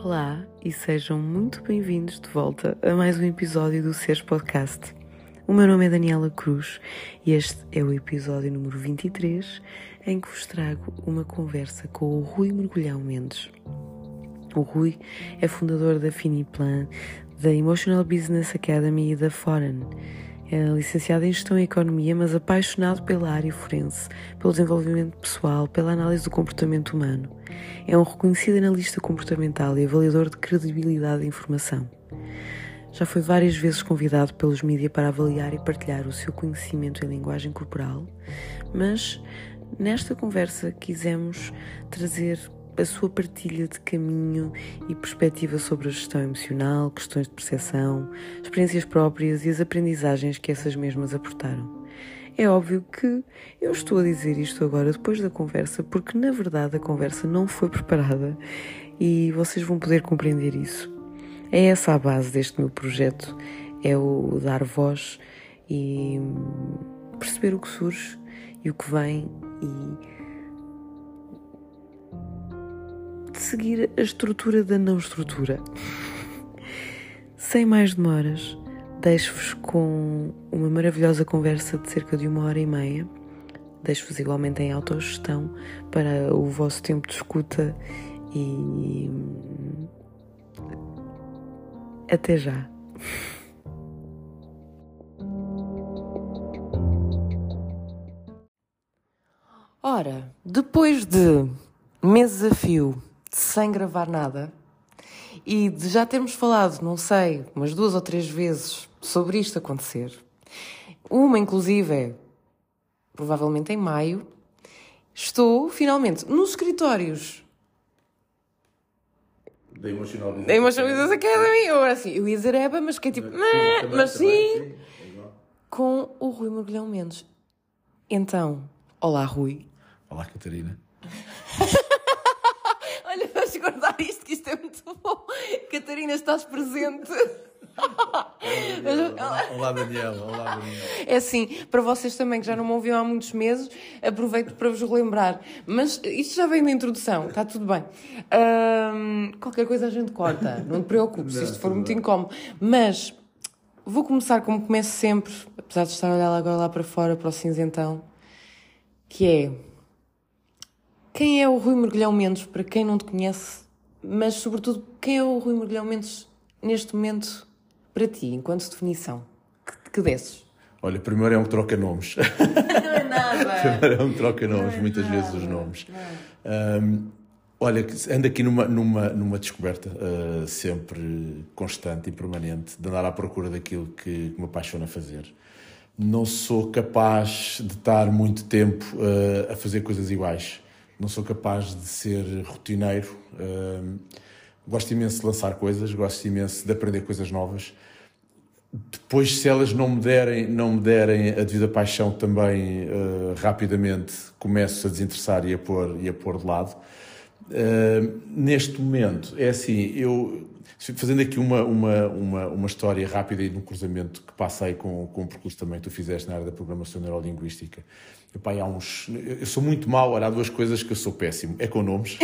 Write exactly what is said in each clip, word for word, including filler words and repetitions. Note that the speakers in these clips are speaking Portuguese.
Olá e sejam muito bem-vindos de volta a mais um episódio do Seres Podcast. O meu nome é Daniela Cruz e este é o episódio número vinte e três em que vos trago uma conversa com o Rui Mergulhão Mendes. O Rui é fundador da Finiplan, da Emotional Business Academy e da Foreign. É licenciado em Gestão e Economia, mas apaixonado pela área forense, pelo desenvolvimento pessoal, pela análise do comportamento humano. É um reconhecido analista comportamental e avaliador de credibilidade de informação. Já foi várias vezes convidado pelos mídias para avaliar e partilhar o seu conhecimento em linguagem corporal, mas nesta conversa quisemos trazer a sua partilha de caminho e perspectiva sobre a gestão emocional, questões de percepção, experiências próprias e as aprendizagens que essas mesmas aportaram. É óbvio que eu estou a dizer isto agora depois da conversa, porque na verdade a conversa não foi preparada e vocês vão poder compreender isso. É essa a base deste meu projeto, é o dar voz e perceber o que surge e o que vem e de seguir a estrutura da não estrutura. Sem mais demoras, deixo-vos com uma maravilhosa conversa de cerca de uma hora e meia. Deixo-vos igualmente em autogestão para o vosso tempo de escuta e até já. Ora, depois de meses a fio sem gravar nada e de já termos falado, não sei, umas duas ou três vezes sobre isto acontecer, uma inclusive é provavelmente em maio, estou finalmente nos escritórios da Emotional Business, da Emotional Business Academy. Eu, assim, eu ia dizer Eba, mas que é tipo, sim, mas, também, mas também, sim, sim, é igual. Com o Rui Mergulhão Mendes. Então, olá Rui. Olá, Catarina. Olha, vamos guardar isto, que isto é muito bom. Catarina, estás presente? Olá, olá, Daniela. Olá, Daniela. É assim, para vocês também que já não me ouviam há muitos meses, aproveito para vos relembrar. Mas isto já vem da introdução, está tudo bem. Ahm, qualquer coisa a gente corta, não te preocupes, se isto for muito incómodo. Mas vou começar como começo sempre, apesar de estar a olhar agora lá para fora, para o cinzentão, que é: quem é o Rui Mergulhão Mendes, para quem não te conhece, mas sobretudo, quem é o Rui Mergulhão Mendes neste momento para ti, enquanto definição? Que, que desses? Olha, primeiro é um troca-nomes. Não é nada. Primeiro é um troca-nomes, é muitas nada. vezes os nomes. Um, olha, ando aqui numa, numa, numa descoberta uh, sempre constante e permanente de andar à procura daquilo que, que me apaixona fazer. Não sou capaz de estar muito tempo uh, a fazer coisas iguais. Não sou capaz de ser rotineiro. Uh, gosto imenso de lançar coisas, gosto imenso de aprender coisas novas. Depois, se elas não me derem, não me derem a devida paixão também, uh, rapidamente começo a desinteressar e a pôr, e a pôr de lado. Uh, neste momento, é assim, eu... Fazendo aqui uma, uma, uma, uma história rápida e de um cruzamento que passei com, com um percurso também que tu fizeste na área da programação neurolinguística. Eu, pá, há uns, eu sou muito mau, olha, há duas coisas que eu sou péssimo. É com nomes.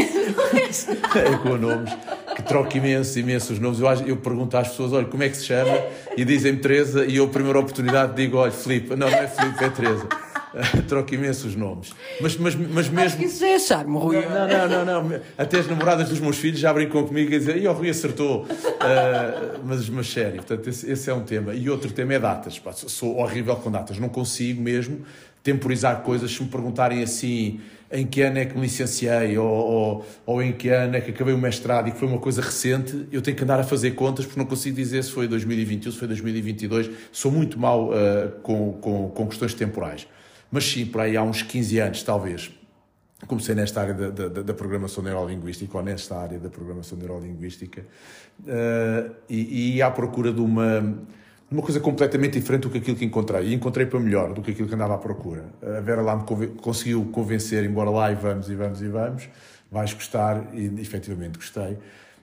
é com nomes. Que troco imenso, imenso os nomes. Eu, eu pergunto às pessoas, olha, como é que se chama? E dizem-me Teresa e eu, a primeira oportunidade, digo, olha, Filipe. Não, não é Filipe, é Teresa. Troco imenso os nomes. Mas, mas, mas mesmo... Acho que isso já é charme, Rui. Não, não, não, não, não. Até as namoradas dos meus filhos já brincam comigo e dizem, e o Rui acertou. Uh, mas, mas sério, portanto, esse, esse é um tema. E outro tema é datas. Pá, sou horrível com datas. Não consigo mesmo temporizar coisas. Se me perguntarem assim, em que ano é que me licenciei ou, ou, ou em que ano é que acabei o mestrado e que foi uma coisa recente, eu tenho que andar a fazer contas porque não consigo dizer se foi dois mil e vinte e um, se foi dois mil e vinte e dois. Sou muito mau uh, com, com, com questões temporais. Mas sim, por aí há uns quinze anos, talvez, comecei nesta área da, da, da programação neurolinguística, ou nesta área da programação neurolinguística, uh, e, e à procura de uma, de uma coisa completamente diferente do que aquilo que encontrei. E encontrei para melhor do que aquilo que andava à procura. A Vera lá me conven- conseguiu convencer, embora lá e vamos, e vamos, e vamos, vais gostar, e efetivamente gostei.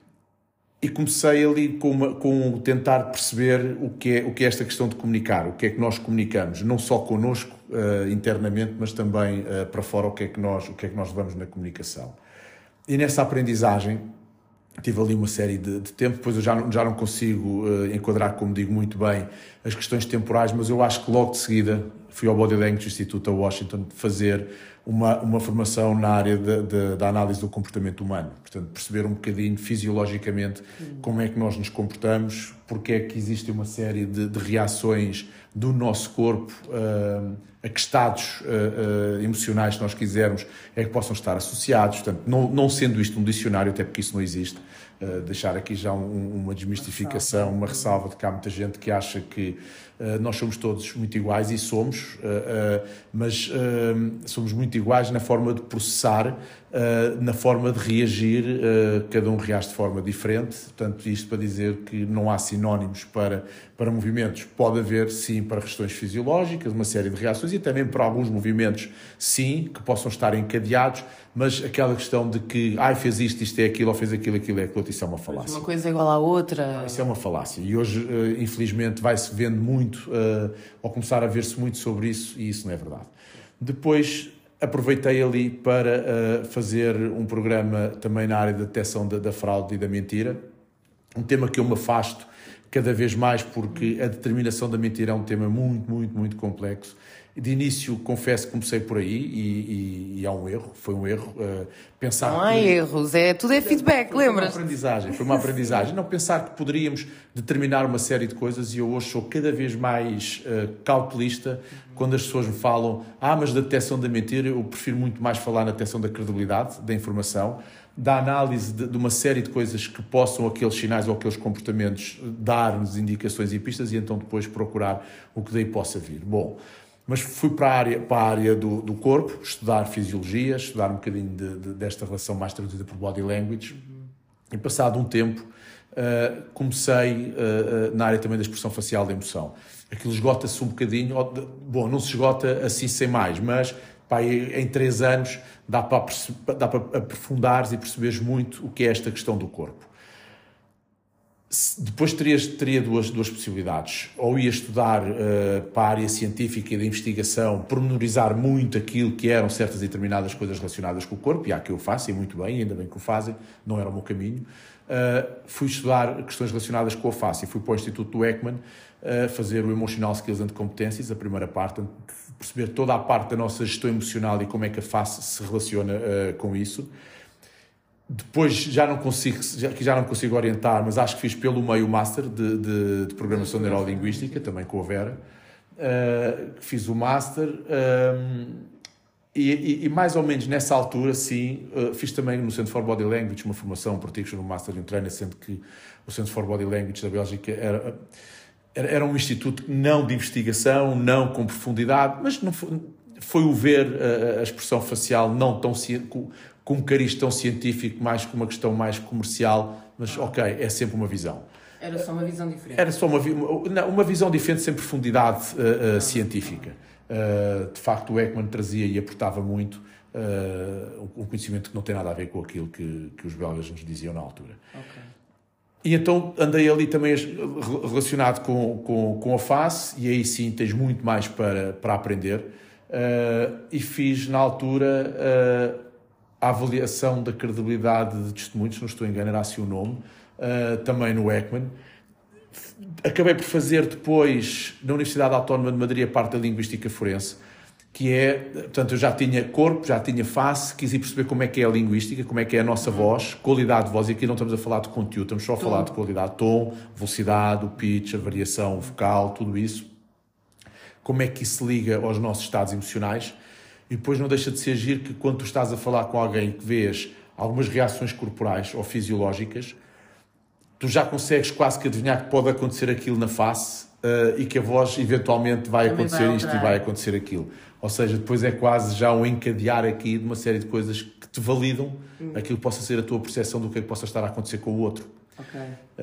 E comecei ali com, uma, com tentar perceber o que, é, o que é esta questão de comunicar, o que é que nós comunicamos, não só connosco uh, internamente, mas também uh, para fora, o que, é que nós, o que é que nós levamos na comunicação. E nessa aprendizagem tive ali uma série de, de tempo, depois eu já, já não consigo uh, enquadrar, como digo muito bem, as questões temporais, mas eu acho que logo de seguida fui ao Body Language Institute a Washington fazer uma, uma formação na área de, de, da análise do comportamento humano. Portanto, perceber um bocadinho fisiologicamente como é que nós nos comportamos, porque é que existe uma série de, de reações do nosso corpo, uh, a que estados uh, uh, emocionais, se nós quisermos, é que possam estar associados. Portanto, não, não sendo isto um dicionário, até porque isso não existe, uh, deixar aqui já um, uma desmistificação, uma ressalva de que há muita gente que acha que uh, nós somos todos muito iguais, e somos, uh, uh, mas uh, somos muito iguais na forma de processar, uh, na forma de reagir, uh, cada um reage de forma diferente. Portanto, isto para dizer que não há sinónimos para, para movimentos. Pode haver, sim, para questões fisiológicas, uma série de reações, e também para alguns movimentos, sim, que possam estar encadeados, mas aquela questão de que, ai, fez isto, isto é aquilo, ou fez aquilo, aquilo é aquilo, isso é uma falácia. Uma coisa é igual à outra. Isso é uma falácia. E hoje, uh, infelizmente, vai-se vendo muito, uh, ou começar a ver-se muito sobre isso, e isso não é verdade. Depois, aproveitei ali para uh, fazer um programa também na área da detecção da, da fraude e da mentira, um tema que eu me afasto cada vez mais, porque a determinação da mentira é um tema muito, muito, muito complexo. De início, confesso que comecei por aí, e, e, e há um erro, foi um erro. Uh, pensar não há que... erros, é, tudo é feedback, foi, lembras? Foi uma aprendizagem, foi uma aprendizagem. Não pensar que poderíamos determinar uma série de coisas, e eu hoje sou cada vez mais uh, cautelista quando as pessoas me falam, ah, mas da detecção da mentira, eu prefiro muito mais falar na detecção da credibilidade, da informação, da análise de, de uma série de coisas que possam aqueles sinais ou aqueles comportamentos dar-nos indicações e pistas, e então depois procurar o que daí possa vir. Bom, mas fui para a área, para a área do, do corpo, estudar fisiologia, estudar um bocadinho de, de, desta relação mais traduzida por body language, uhum. E passado um tempo uh, comecei uh, uh, na área também da expressão facial da emoção. Aquilo esgota-se um bocadinho, bom, não se esgota assim sem mais, mas pá, em três anos dá para, dá para aprofundares e perceberes muito o que é esta questão do corpo. Depois terias, teria duas, duas possibilidades. Ou ia estudar uh, para a área científica e de investigação, pormenorizar muito aquilo que eram certas e determinadas coisas relacionadas com o corpo, e há que eu faço, e muito bem, ainda bem que o fazem, não era o meu caminho. Uh, fui estudar questões relacionadas com a face, e fui para o Instituto do Ekman uh, fazer o Emotional Skills and Competencies, a primeira parte, perceber toda a parte da nossa gestão emocional e como é que a face se relaciona uh, com isso. Depois já não consigo, já, já não consigo orientar, mas acho que fiz pelo meio o Master de, de, de Programação Neurolinguística, também com a Vera. Uh, fiz o Master um, e, e, e mais ou menos nessa altura, sim, uh, fiz também no Centre for Body Language uma formação por Teacher no Master e um Trainer, sendo que o Centre for Body Language da Bélgica era, era, era um instituto não de investigação, não com profundidade, mas não foi, foi o ver a, a expressão facial não tão com, com um cariz tão científico, mais com uma questão mais comercial, mas ok, é sempre uma visão. Era só uma visão diferente. Era só uma, uma, uma visão diferente, sem profundidade uh, uh, científica. Uh, de facto, o Ekman trazia e aportava muito uh, um conhecimento que não tem nada a ver com aquilo que, que os belgas nos diziam na altura. Okay. E então andei ali também relacionado com, com, com a face, e aí sim tens muito mais para, para aprender. Uh, e fiz na altura uh, a avaliação da credibilidade de testemunhos, se não estou a enganar, era assim o nome, uh, também no Ekman. Acabei por fazer depois, na Universidade Autónoma de Madrid, a parte da Linguística Forense, que é, portanto, eu já tinha corpo, já tinha face, quis ir perceber como é que é a linguística, como é que é a nossa voz, qualidade de voz, e aqui não estamos a falar de conteúdo, estamos só a falar de qualidade, tom, velocidade, o pitch, a variação vocal, tudo isso. Como é que isso se liga aos nossos estados emocionais. E depois não deixa de ser giro que quando tu estás a falar com alguém que vês algumas reações corporais ou fisiológicas, tu já consegues quase que adivinhar que pode acontecer aquilo na face uh, e que a voz eventualmente vai Também acontecer vai isto e vai acontecer aquilo. Ou seja, depois é quase já um encadear aqui de uma série de coisas que te validam hum. aquilo que possa ser a tua percepção do que é que possa estar a acontecer com o outro. Ok.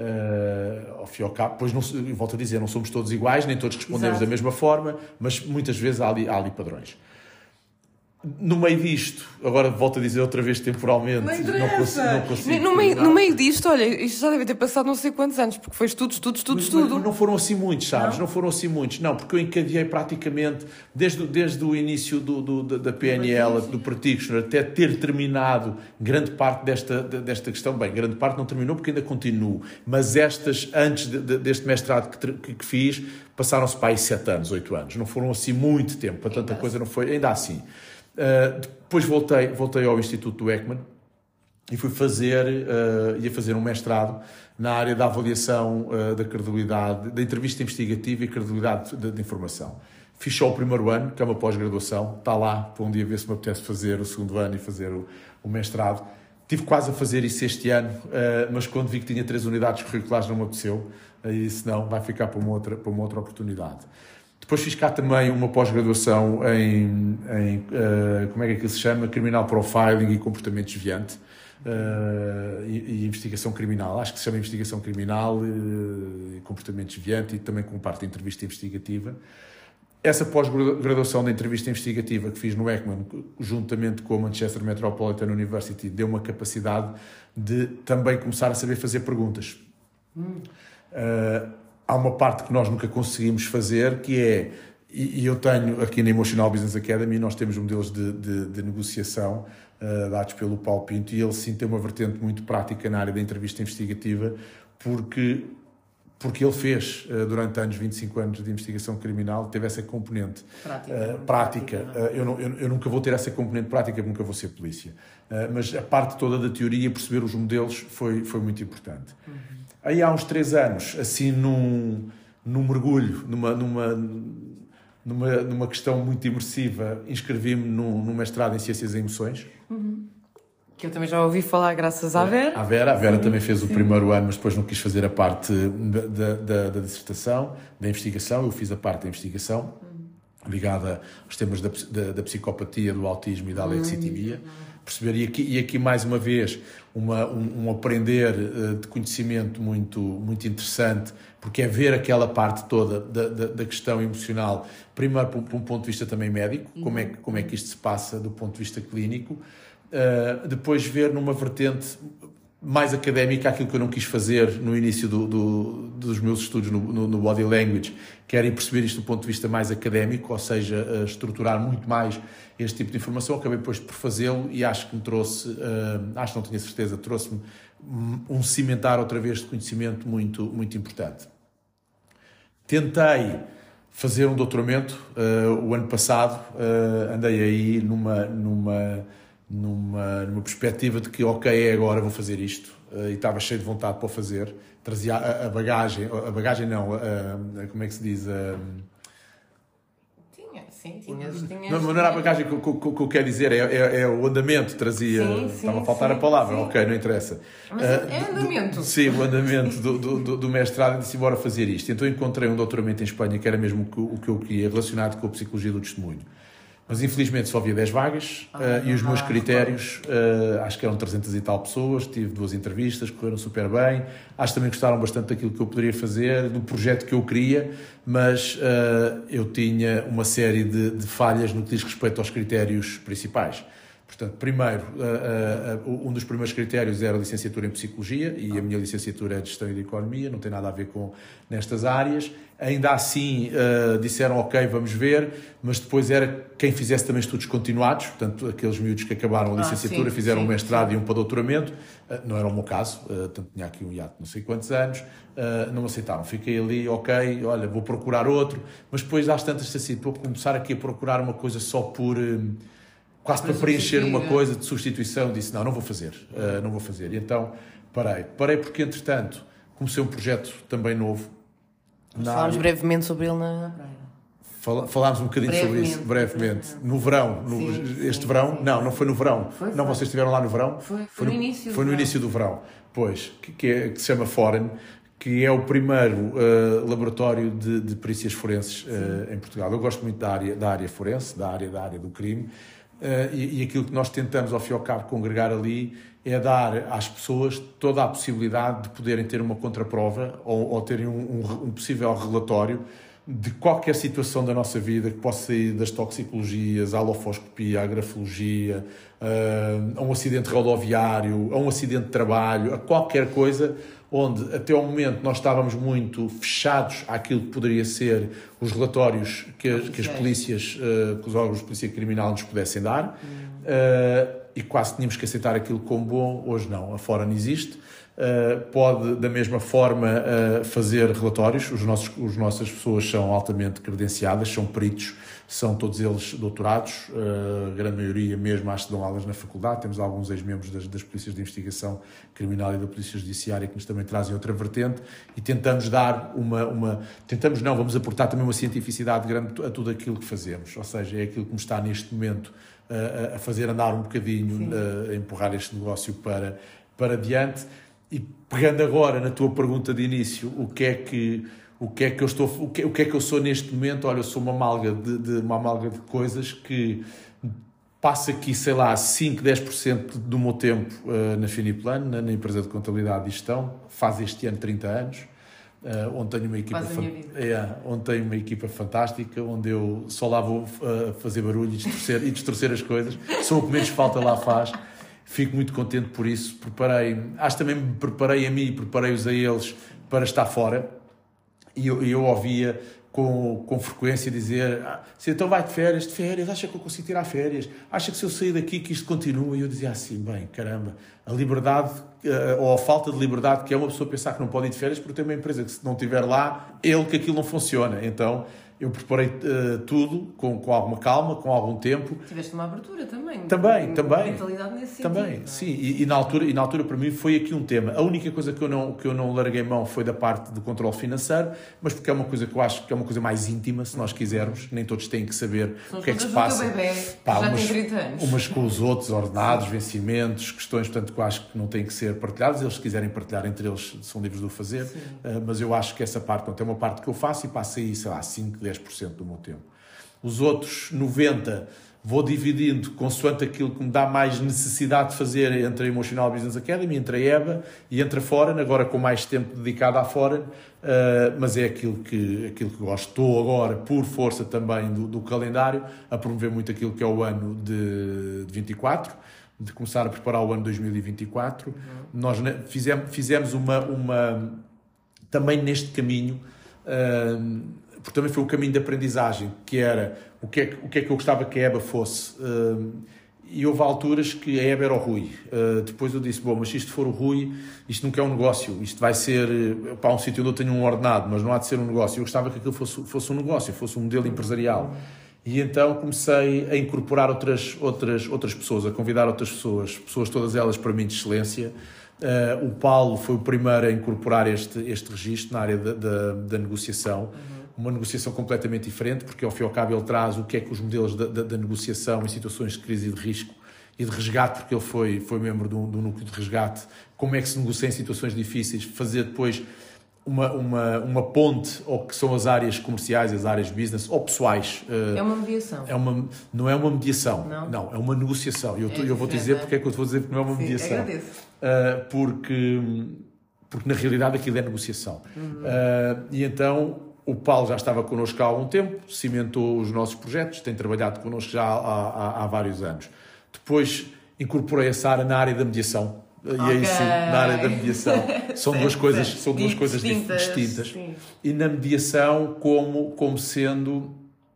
Uh, ao fim e ao cabo, pois não, eu volto a dizer, não somos todos iguais, nem todos respondemos Exato. da mesma forma, mas muitas vezes há ali, há ali padrões. No meio disto, agora volto a dizer outra vez temporalmente, não, não consigo, não consigo no, meio, no meio disto, olha, isto já deve ter passado não sei quantos anos, porque foi estudo, estudo, estudo, mas, estudo. Mas não foram assim muitos, sabes? Não? Não? não foram assim muitos, não, porque eu encadeei praticamente, desde, desde o início do, do, da, da P N L, do Practitioner, até ter terminado grande parte desta, desta questão. Bem, grande parte não terminou porque ainda continuo, mas estas, antes de, de, deste mestrado que, que, que fiz, passaram-se para aí sete anos, oito anos. Não foram assim muito tempo, para tanta coisa não foi, ainda assim. Uh, depois voltei, voltei ao Instituto do Ekman e fui fazer, uh, ia fazer um mestrado na área da avaliação uh, da credibilidade, da entrevista investigativa e credibilidade de, de informação. Fiz só o primeiro ano, que é uma pós-graduação, está lá para um dia ver se me apetece fazer o segundo ano e fazer o, o mestrado. Tive quase a fazer isso este ano, uh, mas quando vi que tinha três unidades curriculares não me apeteceu, e se não, vai ficar para uma outra, para uma outra oportunidade. Depois fiz cá também uma pós-graduação em, em uh, como é que aquilo se chama? Criminal Profiling e Comportamento Desviante uh, e, e Investigação Criminal. Acho que se chama Investigação Criminal uh, e Comportamento Desviante e também com parte de entrevista investigativa. Essa pós-graduação da entrevista investigativa que fiz no Ekman, juntamente com a Manchester Metropolitan University, deu uma capacidade de também começar a saber fazer perguntas. Hum. Uh, Há uma parte que nós nunca conseguimos fazer, que é, e eu tenho aqui na Emotional Business Academy, nós temos modelos de, de, de negociação uh, dados pelo Paulo Pinto, e ele sim tem uma vertente muito prática na área da entrevista investigativa, porque, porque ele fez, uh, durante anos, vinte e cinco anos de investigação criminal, teve essa componente prática. Uh, prática. Uh, eu, não, eu, eu nunca vou ter essa componente prática, porque nunca vou ser polícia. Uh, mas a parte toda da teoria, perceber os modelos, foi, foi muito importante. Uhum. Aí há uns três anos, assim num, num mergulho, numa, numa, numa, numa questão muito imersiva, inscrevi-me num, num mestrado em Ciências e Emoções. Uhum. Que eu também já ouvi falar graças à Vera. A Vera, a Vera sim, também fez sim. o primeiro ano, mas depois não quis fazer a parte da, da, da dissertação, da investigação. Eu fiz a parte da investigação, uhum. ligada aos temas da, da, da psicopatia, do autismo e da alexitimia. Uhum. Perceber, e aqui, e aqui mais uma vez uma, um, um aprender uh, de conhecimento muito, muito interessante, porque é ver aquela parte toda da, da, da questão emocional, primeiro por, por um ponto de vista também médico, uhum. como, é, como é que isto se passa do ponto de vista clínico, uh, depois ver numa vertente mais académica aquilo que eu não quis fazer no início do, do, dos meus estudos no, no, no Body Language, que era perceber isto do ponto de vista mais académico, ou seja, uh, estruturar muito mais este tipo de informação. Acabei depois por fazê-lo e acho que me trouxe, uh, acho que não tinha certeza, trouxe-me um cimentar outra vez de conhecimento muito, muito importante. Tentei fazer um doutoramento uh, o ano passado, uh, andei aí numa, numa, numa, numa perspectiva de que, ok, é agora, vou fazer isto, uh, e estava cheio de vontade para o fazer. Trazia a, a bagagem, a bagagem não, a, a, como é que se diz? A, Sim, tinhas, tinhas, não, não era a bagagem que, que, que, que eu quero dizer, é, é, é o andamento, trazia, sim, sim, estava a faltar sim, a palavra, sim. Ok, não interessa. Mas uh, é andamento. Do, sim, o andamento do, do, do mestrado, e disse, bora fazer isto. Então encontrei um doutoramento em Espanha, que era mesmo o que, o que eu queria, relacionado com a psicologia do testemunho. Mas infelizmente só havia dez vagas, ah, uh, e os meus ah, critérios, uh, acho que eram trezentas e tal pessoas, tive duas entrevistas, correram super bem, acho que também gostaram bastante daquilo que eu poderia fazer, do projeto que eu queria, mas uh, eu tinha uma série de, de falhas no que diz respeito aos critérios principais. Portanto, primeiro, uh, uh, um dos primeiros critérios era a licenciatura em Psicologia, e a minha licenciatura é de Gestão e de Economia, não tem nada a ver com nestas áreas. Ainda assim, uh, disseram, ok, vamos ver, mas depois era quem fizesse também estudos continuados, portanto, aqueles miúdos que acabaram a licenciatura, ah, sim, fizeram sim, um mestrado sim. e um para doutoramento, uh, não era o meu caso, uh, portanto, tinha aqui um hiato de não sei quantos anos, uh, não aceitaram. Fiquei ali, ok, olha, vou procurar outro, mas depois às tantas, assim, vou começar aqui a procurar uma coisa só por... Uh, quase para preencher uma coisa de substituição, disse, não, não vou fazer, uh, não vou fazer. E então, parei. Parei porque, entretanto, comecei um projeto também novo. Falámos área... brevemente sobre ele na praia. Fala, falámos um bocadinho brevemente. sobre isso, brevemente. No verão, no, sim, este sim, verão, sim. não, não foi no verão. Foi, foi. Não, vocês estiveram lá no verão? Foi, foi, foi no, no início Foi no verão. início do verão, pois, que, que, é, que se chama Foreign, que é o primeiro uh, laboratório de, de perícias forenses uh, em Portugal. Eu gosto muito da área, da área forense, da área, da área do crime. Uh, e, e aquilo que nós tentamos, ao fim e ao cabo, congregar ali é dar às pessoas toda a possibilidade de poderem ter uma contraprova ou, ou terem um, um, um possível relatório de qualquer situação da nossa vida, que possa ir das toxicologias, à alofoscopia, à grafologia, a um acidente rodoviário, a um acidente de trabalho, a qualquer coisa, onde até ao momento nós estávamos muito fechados àquilo que poderia ser os relatórios que as, que as polícias, que os órgãos de polícia criminal nos pudessem dar, hum. e quase tínhamos que aceitar aquilo como bom. Hoje não, a Fora não existe. Uh, pode, da mesma forma, uh, fazer relatórios. Os nossos, os nossas pessoas são altamente credenciadas, são peritos, são todos eles doutorados, uh, a grande maioria mesmo acho que dão aulas na faculdade. Temos alguns ex-membros das, das polícias de investigação criminal e da polícia judiciária que nos também trazem outra vertente, e tentamos dar uma, uma tentamos não, vamos aportar também uma cientificidade grande a tudo aquilo que fazemos, ou seja, é aquilo que me está neste momento uh, a fazer andar um bocadinho, uh, a empurrar este negócio para, para diante. E pegando agora na tua pergunta de início, o que é que, o que, é que, eu, estou, o que, o que é que eu sou neste momento? Olha, eu sou uma amalga de, de, uma amalga de coisas que passo aqui, sei lá, cinco, dez por cento do meu tempo uh, na Finiplan, na, na empresa de contabilidade e gestão, faz este ano trinta anos, uh, onde, tenho uma equipa fan... é, onde tenho uma equipa fantástica, onde eu só lá vou uh, fazer barulho e distorcer, e distorcer as coisas, só o que menos falta lá faz. Fico muito contente por isso. Preparei, acho que também me preparei a mim e preparei-os a eles para estar fora. E eu, eu ouvia com, com frequência dizer: ah, se então vai de férias, de férias, acha que eu consigo tirar férias? Acha que se eu sair daqui que isto continua? E eu dizia assim: bem, caramba, a liberdade, uh, ou a falta de liberdade, que é uma pessoa pensar que não pode ir de férias porque tem uma empresa que, se não estiver lá, ele que aquilo não funciona. Então eu preparei uh, tudo com, com alguma calma, com algum tempo. Tiveste uma abertura também. Também, também. Mentalidade nesse também, sentido. Também, sim. E, e, na altura, e na altura para mim foi aqui um tema. A única coisa que eu, não, que eu não larguei mão foi da parte do controle financeiro, mas porque é uma coisa que eu acho que é uma coisa mais íntima, se nós quisermos. Nem todos têm que saber São o que é que se passa. Bebê, Pá, já umas, tem trinta anos. Umas com os outros, ordenados, vencimentos, questões, portanto, que eu acho que não têm que ser partilhadas. Eles, se quiserem partilhar entre eles, são livres de o fazer. Uh, mas eu acho que essa parte, portanto, é uma parte que eu faço e passo aí, sei lá, cinco, dez por cento do meu tempo. Os outros noventa por cento vou dividindo consoante aquilo que me dá mais necessidade de fazer entre a Emotional Business Academy, entre a E B A e entre a Foreign, agora com mais tempo dedicado à Foreign, uh, mas é aquilo que, aquilo que gosto. Estou agora, por força também do, do calendário, a promover muito aquilo que é o ano de, de vinte e quatro, de começar a preparar o ano dois mil e vinte e quatro. Uhum. Nós fizemos, fizemos uma, uma, também neste caminho, uh, porque também foi um caminho de aprendizagem, que era o que é, o que, é que eu gostava que a E B A fosse. Uh, e houve alturas que a E B A era o Rui. Uh, depois eu disse, bom, mas se isto for o Rui, isto nunca é um negócio, isto vai ser para um sítio onde eu tenho um ordenado, mas não há de ser um negócio. Eu gostava que aquilo fosse, fosse um negócio, fosse um modelo empresarial. E então comecei a incorporar outras, outras, outras pessoas, a convidar outras pessoas, pessoas todas elas para mim de excelência. Uh, o Paulo foi o primeiro a incorporar este, este registro na área da, da, da negociação. Uhum. Uma negociação completamente diferente, porque ao fim e ao cabo ele traz o que é que os modelos da, da, da negociação em situações de crise e de risco e de resgate, porque ele foi, foi membro do, do núcleo de resgate, como é que se negocia em situações difíceis, fazer depois uma, uma, uma ponte ao que são as áreas comerciais, as áreas business ou pessoais. É uma mediação. É uma, não é uma mediação, não, não é uma negociação. Eu, é eu vou te dizer porque é que eu te vou dizer que não é uma Sim, mediação. Agradeço. Uh, porque, porque na realidade aquilo é negociação. Uhum. Uh, e então o Paulo já estava connosco há algum tempo, cimentou os nossos projetos, tem trabalhado connosco já há, há, há vários anos. Depois incorporei a Sara na área da mediação. Okay. E aí sim, na área da mediação. São certo, duas coisas, certo. São duas e coisas distintas. distintas. E na mediação como, como sendo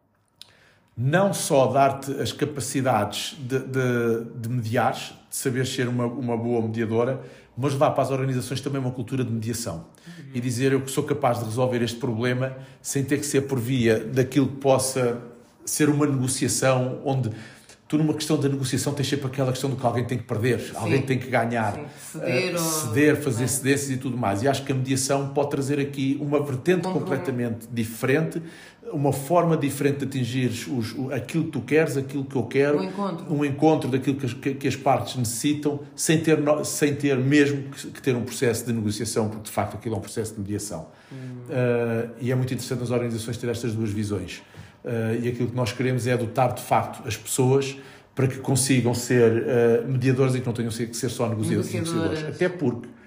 não só dar-te as capacidades de, de, de mediar, de saber ser uma, uma boa mediadora, mas levar para as organizações também uma cultura de mediação. Uhum. E dizer eu que sou capaz de resolver este problema sem ter que ser por via daquilo que possa ser uma negociação onde tu, numa questão da negociação, tens sempre aquela questão do que alguém tem que perder, sim, alguém tem que ganhar, sim, ceder, uh, ceder fazer é. cedências e tudo mais. E acho que a mediação pode trazer aqui uma vertente uhum. completamente diferente, uma forma diferente de atingir os, o, aquilo que tu queres, aquilo que eu quero, um encontro, um encontro daquilo que as, que, que as partes necessitam, sem ter, sem ter mesmo que, que ter um processo de negociação, porque de facto aquilo é um processo de mediação. Hum. Uh, e é muito interessante nas organizações ter estas duas visões. Uh, e aquilo que nós queremos é dotar de facto as pessoas para que consigam ser uh, mediadores e que não tenham que ser só negociadores. negociadores. Até porque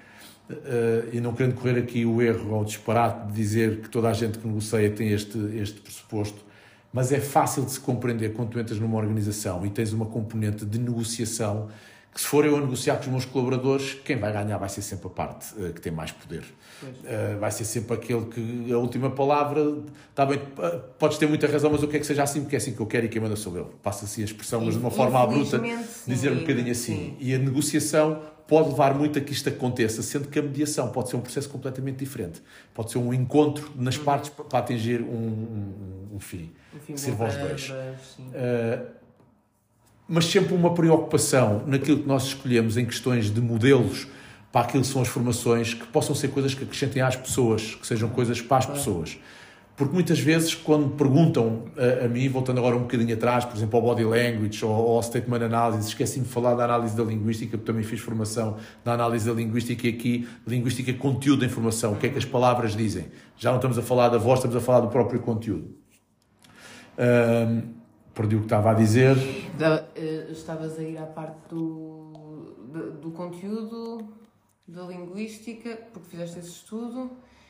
e não querendo correr aqui o erro ou o disparate de dizer que toda a gente que negocia tem este, este pressuposto, mas é fácil de se compreender quando tu entras numa organização e tens uma componente de negociação, que se for eu a negociar com os meus colaboradores, quem vai ganhar vai ser sempre a parte uh, que tem mais poder. Uh, vai ser sempre aquele que a última palavra, tá bem, uh, podes ter muita razão, mas eu quero que seja assim, porque é assim que eu quero e quem manda sou eu. Passa-se a expressão, mas de uma forma à bruta, dizer um bocadinho assim. Sim. E a negociação pode levar muito a que isto aconteça, sendo que a mediação pode ser um processo completamente diferente. Pode ser um encontro nas uhum. partes para atingir um, um, um fim, que sirva aos dois. Uh, mas sempre uma preocupação naquilo que nós escolhemos em questões de modelos para aquilo que são as formações, que possam ser coisas que acrescentem às pessoas, que sejam coisas para as pessoas. Porque muitas vezes, quando perguntam a, a mim, voltando agora um bocadinho atrás, por exemplo, ao body language ou ao statement analysis, esqueci-me de falar da análise da linguística, porque também fiz formação na análise da linguística, e aqui, linguística, conteúdo da informação, o que é que as palavras dizem. Já não estamos a falar da voz, estamos a falar do próprio conteúdo. Um, perdi o que estava a dizer. Da, uh, estavas a ir à parte do, do, do conteúdo, da linguística, porque fizeste esse estudo.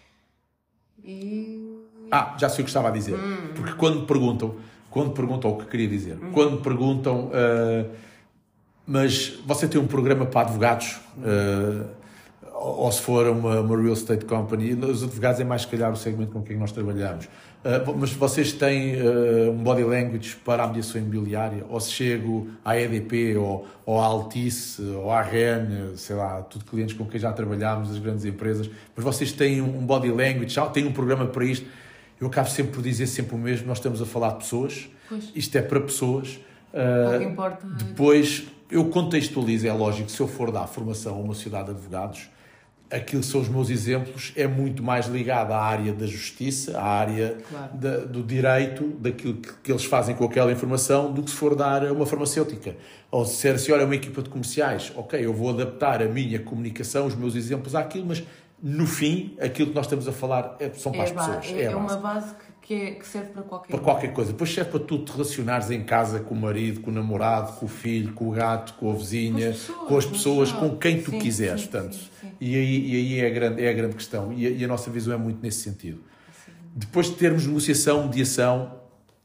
E... Ah, já sei o que estava a dizer. Hum. Porque quando me perguntam, quando me perguntam o que queria dizer, hum. quando me perguntam, uh, mas você tem um programa para advogados, uh, ou se for uma, uma real estate company, os advogados é mais, se calhar, o segmento com quem nós trabalhamos. Uh, mas vocês têm uh, um body language para a mediação imobiliária, ou se chego à E D P, ou, ou à Altice, ou à R E N, sei lá, tudo clientes com quem já trabalhámos, as grandes empresas, mas vocês têm um body language, têm um programa para isto. Eu acabo sempre por dizer sempre o mesmo, nós estamos a falar de pessoas, pois. Isto é para pessoas. Uh, que importa. Depois, eu contextualizo, é lógico, se eu for dar formação a uma sociedade de advogados, aquilo que são os meus exemplos é muito mais ligado à área da justiça, à área claro. da, do direito, daquilo que, que eles fazem com aquela informação, do que se for dar a uma farmacêutica. Ou se disser assim, olha, uma equipa de comerciais, ok, eu vou adaptar a minha comunicação, os meus exemplos àquilo, mas no fim, aquilo que nós estamos a falar é, são para é as pessoas. É, é, é uma base que, é, que serve para qualquer Para qualquer coisa. Depois serve para tu te relacionares em casa com o marido, com o namorado, com o filho, com o gato, com a vizinha, com as pessoas, com, as pessoas, com quem tu sim, quiseres. Sim, portanto, sim, sim. E aí, e aí é, a grande, é a grande questão. E a, e a nossa visão é muito nesse sentido. Sim. Depois de termos negociação, mediação,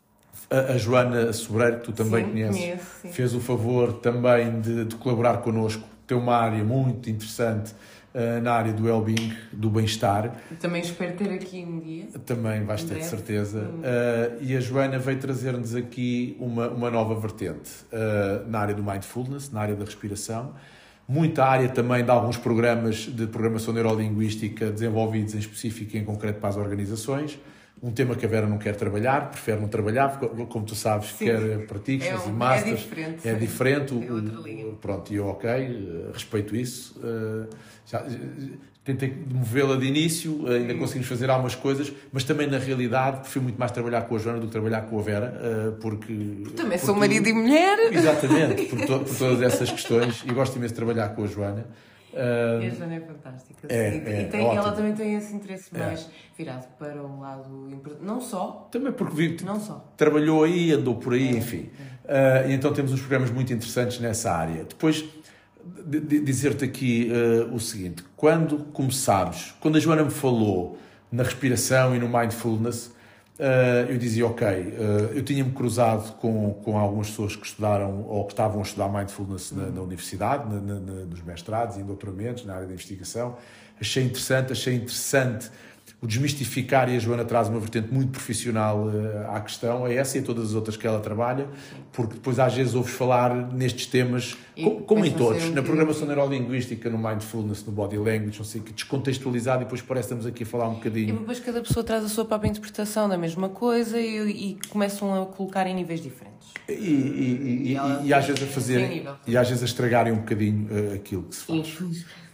a, a Joana Sobreiro, que tu também sim, conheces, conheço, fez o favor também de, de colaborar connosco. Tem uma área muito interessante uh, na área do well-being, do bem-estar. Também espero ter aqui um dia. Também vais ter, de certeza. Hum. Uh, e a Joana veio trazer-nos aqui uma, uma nova vertente uh, na área do mindfulness, na área da respiração. Muita área também de alguns programas de programação neurolinguística desenvolvidos em específico e em concreto para as organizações. Um tema que a Vera não quer trabalhar, prefere não trabalhar, como tu sabes, sim. Quer pratiques, é um, e masters. É diferente. É diferente. É outra linha. Pronto, e eu, ok, respeito isso. Uh, já, tentei movê-la de início, ainda sim. Conseguimos fazer algumas coisas, mas também na realidade prefiro muito mais trabalhar com a Joana do que trabalhar com a Vera, uh, porque... Também por sou tu... marido e mulher. Exatamente, por, to, por todas essas questões, e gosto imenso de trabalhar com a Joana. Uh, e a Joana é fantástica. É, e é, e tem, é ela também tem esse interesse é. mais virado para o lado empresarial. Não só. Também porque vi, não só. Trabalhou aí, andou por aí, é, enfim. É. Uh, e então temos uns programas muito interessantes nessa área. Depois, de, de, dizer-te aqui uh, o seguinte. Quando começámos, quando a Joana me falou na respiração e no mindfulness, uh, eu dizia, ok, uh, eu tinha-me cruzado com, com algumas pessoas que estudaram ou que estavam a estudar mindfulness na, na universidade, na, na, nos mestrados e em doutoramentos, na área da investigação. Achei interessante, achei interessante o desmistificar, e a Joana traz uma vertente muito profissional uh, à questão, a essa e a todas as outras que ela trabalha, porque depois às vezes ouves falar nestes temas, como, como em todos, um na programação que... neurolinguística, no mindfulness, no body language, não sei, que descontextualizado, e depois parece que estamos aqui a falar um bocadinho. E depois cada pessoa traz a sua própria interpretação da mesma coisa e, e começam a colocar em níveis diferentes. E, e, e, e, e, e às vezes a fazerem, e às vezes a estragarem um bocadinho uh, aquilo que se faz. Infelizmente.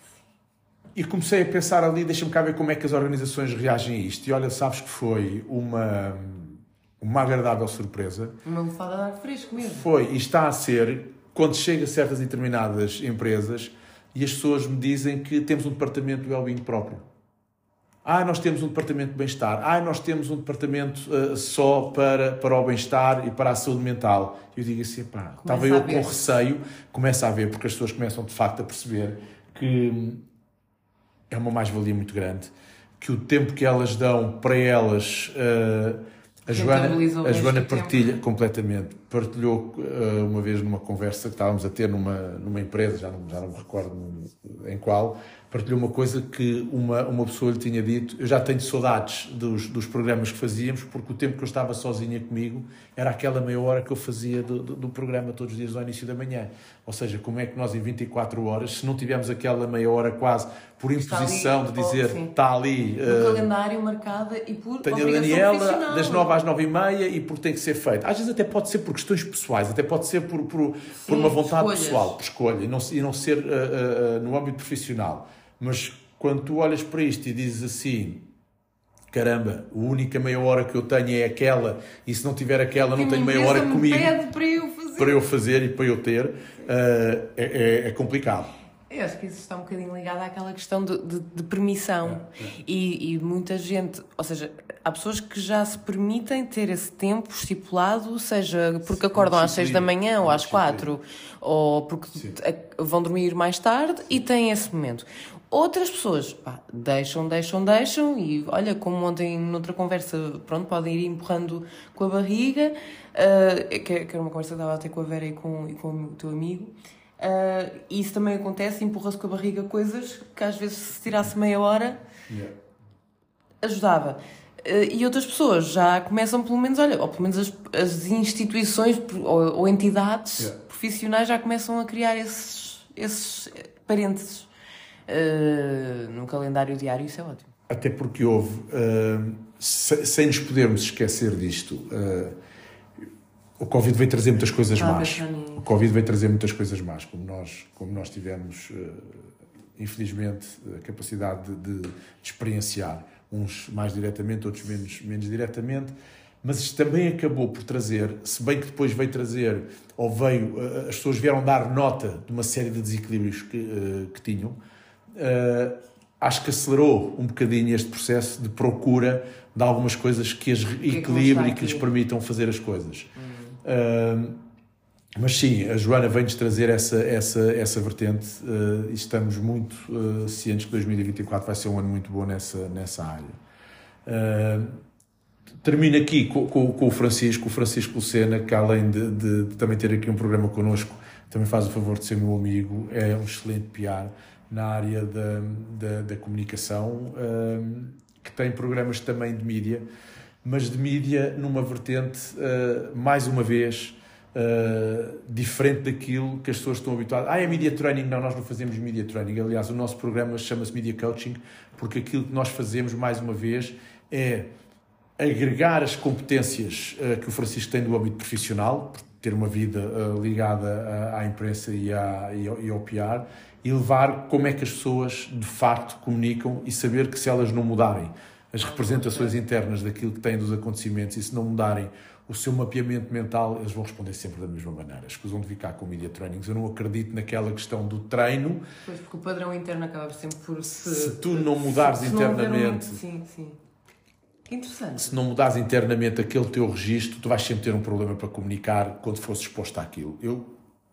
E comecei a pensar ali, deixa-me cá ver como é que as organizações reagem a isto. E olha, sabes que foi uma, uma agradável surpresa. Uma lefada de ar fresco mesmo. Foi, e está a ser, quando chega a certas e determinadas empresas e as pessoas me dizem que temos um departamento de well-being próprio. Ah, nós temos um departamento de bem-estar. Ah, nós temos um departamento uh, só para, para o bem-estar e para a saúde mental. Eu digo assim, pá, estava eu com receio, começa a ver, porque as pessoas começam de facto a perceber que... é uma mais-valia muito grande, que o tempo que elas dão para elas, uh, a Joana, a Joana partilha tempo. completamente, partilhou uh, uma vez numa conversa que estávamos a ter numa, numa empresa, já não, já não me recordo em qual, partilhou uma coisa que uma, uma pessoa lhe tinha dito: eu já tenho saudades dos, dos programas que fazíamos, porque o tempo que eu estava sozinha comigo era aquela meia hora que eu fazia do, do, do programa todos os dias ao início da manhã. Ou seja, como é que nós em vinte e quatro horas, se não tivermos aquela meia hora quase por imposição ali, de dizer oh, está ali... No uh, calendário marcada e por tenho a Daniela das nove às nove e meia e por tem que ser feito. Às vezes até pode ser por questões pessoais, até pode ser por, por, sim, por uma vontade escolhas. pessoal, por escolha, e não, e não ser uh, uh, no âmbito profissional. Mas quando tu olhas para isto e dizes assim: caramba, a única meia hora que eu tenho é aquela, e se não tiver aquela, não tenho meia hora comigo para eu fazer, para eu fazer e para eu ter, uh, é, é, é complicado. Eu acho que isso está um bocadinho ligado àquela questão de, de, de permissão. É, é. E, e muita gente, ou seja, há pessoas que já se permitem ter esse tempo estipulado, seja porque acordam às seis da manhã ou às quatro, ou porque Sim. vão dormir mais tarde e têm esse momento. Outras pessoas, pá, deixam, deixam, deixam e, olha, como ontem noutra conversa, pronto, podem ir empurrando com a barriga, uh, que, que era uma conversa que estava a ter com a Vera e com, e com o teu amigo, uh, e isso também acontece, empurra-se com a barriga coisas que às vezes se tirasse meia hora, yeah. ajudava. Uh, e outras pessoas já começam pelo menos, olha, ou pelo menos as, as instituições ou, ou entidades yeah. profissionais já começam a criar esses, esses parênteses. Uh, no calendário diário, isso é ótimo. Até porque houve, uh, se, sem nos podermos esquecer disto, uh, o Covid veio trazer muitas coisas ah, más. O Covid veio trazer muitas coisas más, como nós, como nós tivemos, uh, infelizmente, a capacidade de, de experienciar, uns mais diretamente, outros menos, menos diretamente, mas isto também acabou por trazer, se bem que depois veio trazer, ou veio, uh, as pessoas vieram dar nota de uma série de desequilíbrios que, uh, que tinham. Uh, acho que acelerou um bocadinho este processo de procura de algumas coisas que as equilibrem e que lhes permitam fazer as coisas. Uhum. Uh, mas sim, a Joana vem-nos trazer essa, essa, essa vertente uh, e estamos muito uh, cientes que dois mil e vinte e quatro vai ser um ano muito bom nessa, nessa área. Uh, termino aqui com, com, com o Francisco, o Francisco Lucena, que além de, de, de também ter aqui um programa connosco, também faz o favor de ser meu amigo, é um excelente P R na área da, da, da comunicação, um, que tem programas também de mídia, mas de mídia numa vertente, uh, mais uma vez, uh, diferente daquilo que as pessoas estão habituadas. Ah, é media training? Não, nós não fazemos media training. Aliás, o nosso programa chama-se Media Coaching, porque aquilo que nós fazemos, mais uma vez, é agregar as competências uh, que o Francisco tem do âmbito profissional, ter uma vida uh, ligada à, à imprensa e, à, e, ao, e ao P R, e levar como é que as pessoas de facto comunicam e saber que se elas não mudarem as representações internas daquilo que têm dos acontecimentos e se não mudarem o seu mapeamento mental, eles vão responder sempre da mesma maneira. Escusam de ficar com media trainings. Eu não acredito naquela questão do treino. Pois, porque o padrão interno acaba sempre por se... Se tu não mudares se, se internamente... Não sim, sim. Que interessante. Se não mudares internamente aquele teu registro, tu vais sempre ter um problema para comunicar quando fores exposto àquilo. Eu...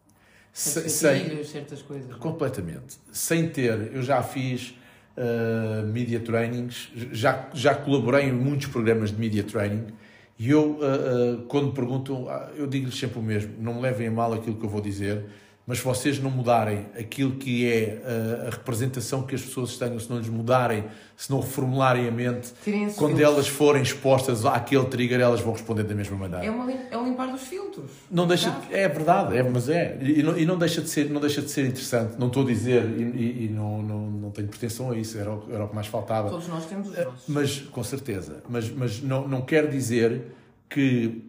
Se, sem, certas coisas. Completamente. Sem ter, eu já fiz uh, media trainings, já, já colaborei em muitos programas de media training e eu, uh, uh, quando me perguntam, eu digo-lhes sempre o mesmo, não me levem a mal aquilo que eu vou dizer, mas se vocês não mudarem aquilo que é uh, a representação que as pessoas tenham, se não lhes mudarem, se não reformularem a mente, quando filtros. Elas forem expostas àquele trigger, elas vão responder da mesma maneira. É, uma, é um limpar dos filtros. Não deixa de, é verdade, é, mas é. E não, e não, deixa de ser, não deixa de ser interessante. Não estou a dizer, e, e, e não, não, não tenho pretensão a isso, era o, era o que mais faltava. Todos nós temos os nossos. Mas, com certeza. Mas, mas não, não quer dizer que,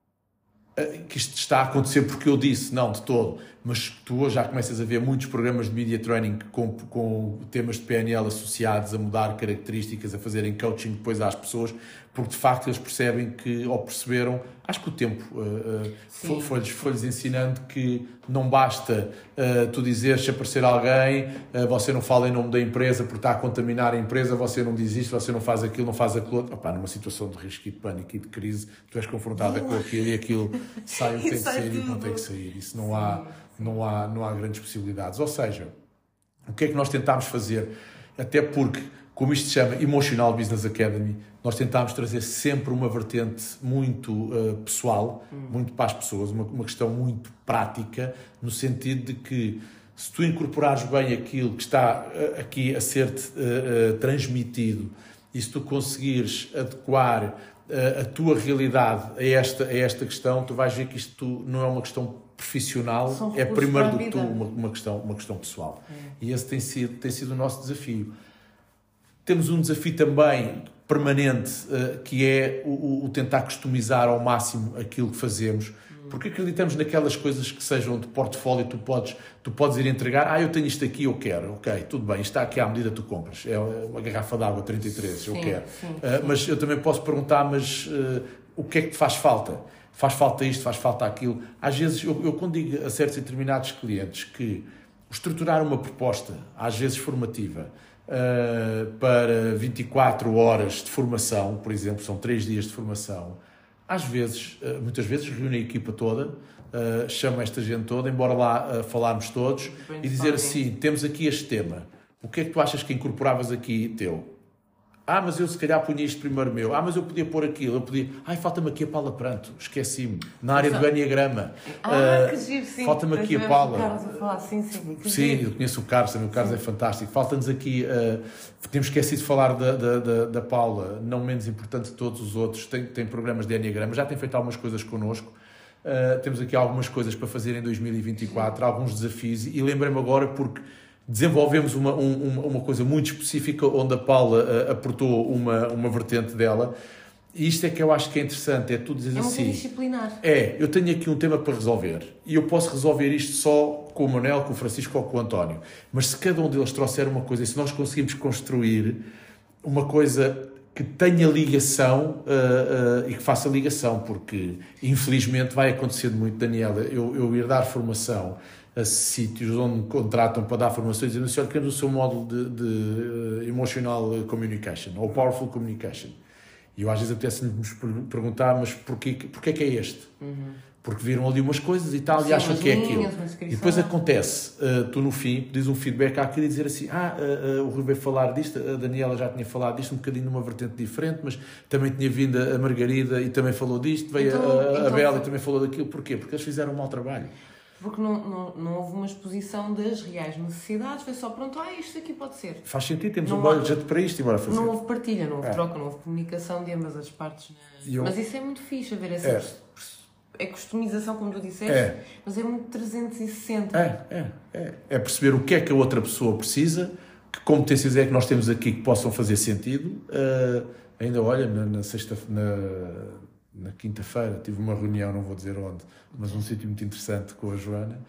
que isto está a acontecer porque eu disse, não, de todo. Mas tu hoje já começas a ver muitos programas de media training com, com temas de P N L associados a mudar características, a fazerem coaching depois às pessoas, porque de facto eles percebem que, ou perceberam, acho que o tempo uh, uh, foi-lhes, foi-lhes ensinando que não basta uh, tu dizeres se aparecer alguém, uh, você não fala em nome da empresa porque está a contaminar a empresa, você não diz isto, você não faz aquilo, não faz aquilo outro. Opa, numa situação de risco e de pânico e de crise, tu és confrontada com aquilo e aquilo sai o que tem que sair e o que não tem que sair. Isso não há... Não há, não há grandes possibilidades. Ou seja, o que é que nós tentámos fazer? Até porque, como isto se chama Emotional Business Academy, nós tentámos trazer sempre uma vertente muito uh, pessoal, hum. muito para as pessoas, uma, uma questão muito prática, no sentido de que se tu incorporares bem aquilo que está uh, aqui a ser-te uh, uh, transmitido e se tu conseguires adequar uh, a tua realidade a esta, a esta questão, tu vais ver que isto não é uma questão profissional, é primeiro do que tudo uma, uma, questão, uma questão pessoal. É. E esse tem sido, tem sido o nosso desafio. Temos um desafio também permanente, uh, que é o, o tentar customizar ao máximo aquilo que fazemos, porque acreditamos naquelas coisas que sejam de portfólio, tu podes, tu podes ir entregar, ah, eu tenho isto aqui, eu quero, ok, tudo bem, está aqui à medida, tu compras, é uma garrafa de água trinta e três, sim, eu quero. Sim, sim. Uh, mas eu também posso perguntar, mas uh, o que é que te faz falta? Faz falta isto, faz falta aquilo. Às vezes, eu, eu quando digo a certos determinados clientes que estruturar uma proposta, às vezes formativa, uh, para vinte e quatro horas de formação, por exemplo, são três dias de formação, às vezes, uh, muitas vezes, reúne a equipa toda, uh, chama esta gente toda, embora lá uh, falarmos todos, e dizer assim, temos aqui este tema, o que é que tu achas que incorporavas aqui teu? Ah, mas eu se calhar punha isto primeiro meu. Ah, mas eu podia pôr aquilo. Eu podia... Ai, falta-me aqui a Paula Pranto. Esqueci-me. Na área do Enneagrama. Ah, uh, que giro, sim. Falta-me aqui a Paula. Carlos a falar. Sim, sim. Que sim, giro. Eu conheço o Carlos também. O Carlos sim. é fantástico. Falta-nos aqui... Uh, temos esquecido de falar da, da, da, da Paula, não menos importante de todos os outros. Tem, tem programas de Enneagrama. Já tem feito algumas coisas connosco. Uh, temos aqui algumas coisas para fazer em dois mil e vinte e quatro. Sim. Alguns desafios. E lembrei-me agora porque... desenvolvemos uma, um, uma coisa muito específica onde a Paula uh, aportou uma, uma vertente dela e isto é que eu acho que é interessante, é tu dizer assim... É muito disciplinar. É, eu tenho aqui um tema para resolver e eu posso resolver isto só com o Manuel, com o Francisco ou com o António, mas se cada um deles trouxer uma coisa e se nós conseguimos construir uma coisa que tenha ligação uh, uh, e que faça ligação, porque infelizmente vai acontecer muito, Daniela, eu, eu ir dar formação a sítios onde me contratam para dar formações e dizem assim, olha, queremos o seu módulo de, de uh, Emotional Communication ou Powerful Communication. E eu às vezes apetece-nos perguntar, mas porquê, porquê que é este? Uhum. Porque viram ali umas coisas e tal, sim, e acham que é aquilo. E depois acontece, uh, tu no fim pedis um feedback àquilo e dizer assim, ah, uh, uh, o Rui veio falar disto, a Daniela já tinha falado disto, um bocadinho numa vertente diferente, mas também tinha vindo a Margarida e também falou disto, veio então, a, a, então, a Bela e também falou daquilo. Porquê? Porque eles fizeram um mau trabalho. Porque não, não, não houve uma exposição das reais necessidades, foi só pronto, ah, isto aqui pode ser. Faz sentido, temos não um budget para isto e bora fazer. Não houve partilha, não houve é. troca, não houve comunicação de ambas as partes. Eu... Mas isso é muito fixe, a ver essa é. é customização, como tu disseste, é. mas é muito trezentos e sessenta. É, é, é. É perceber o que é que a outra pessoa precisa, que competências é que nós temos aqui que possam fazer sentido. Uh, ainda, olha, na, na sexta... Na, na quinta-feira tive uma reunião, não vou dizer onde, mas um sítio muito interessante com a Joana,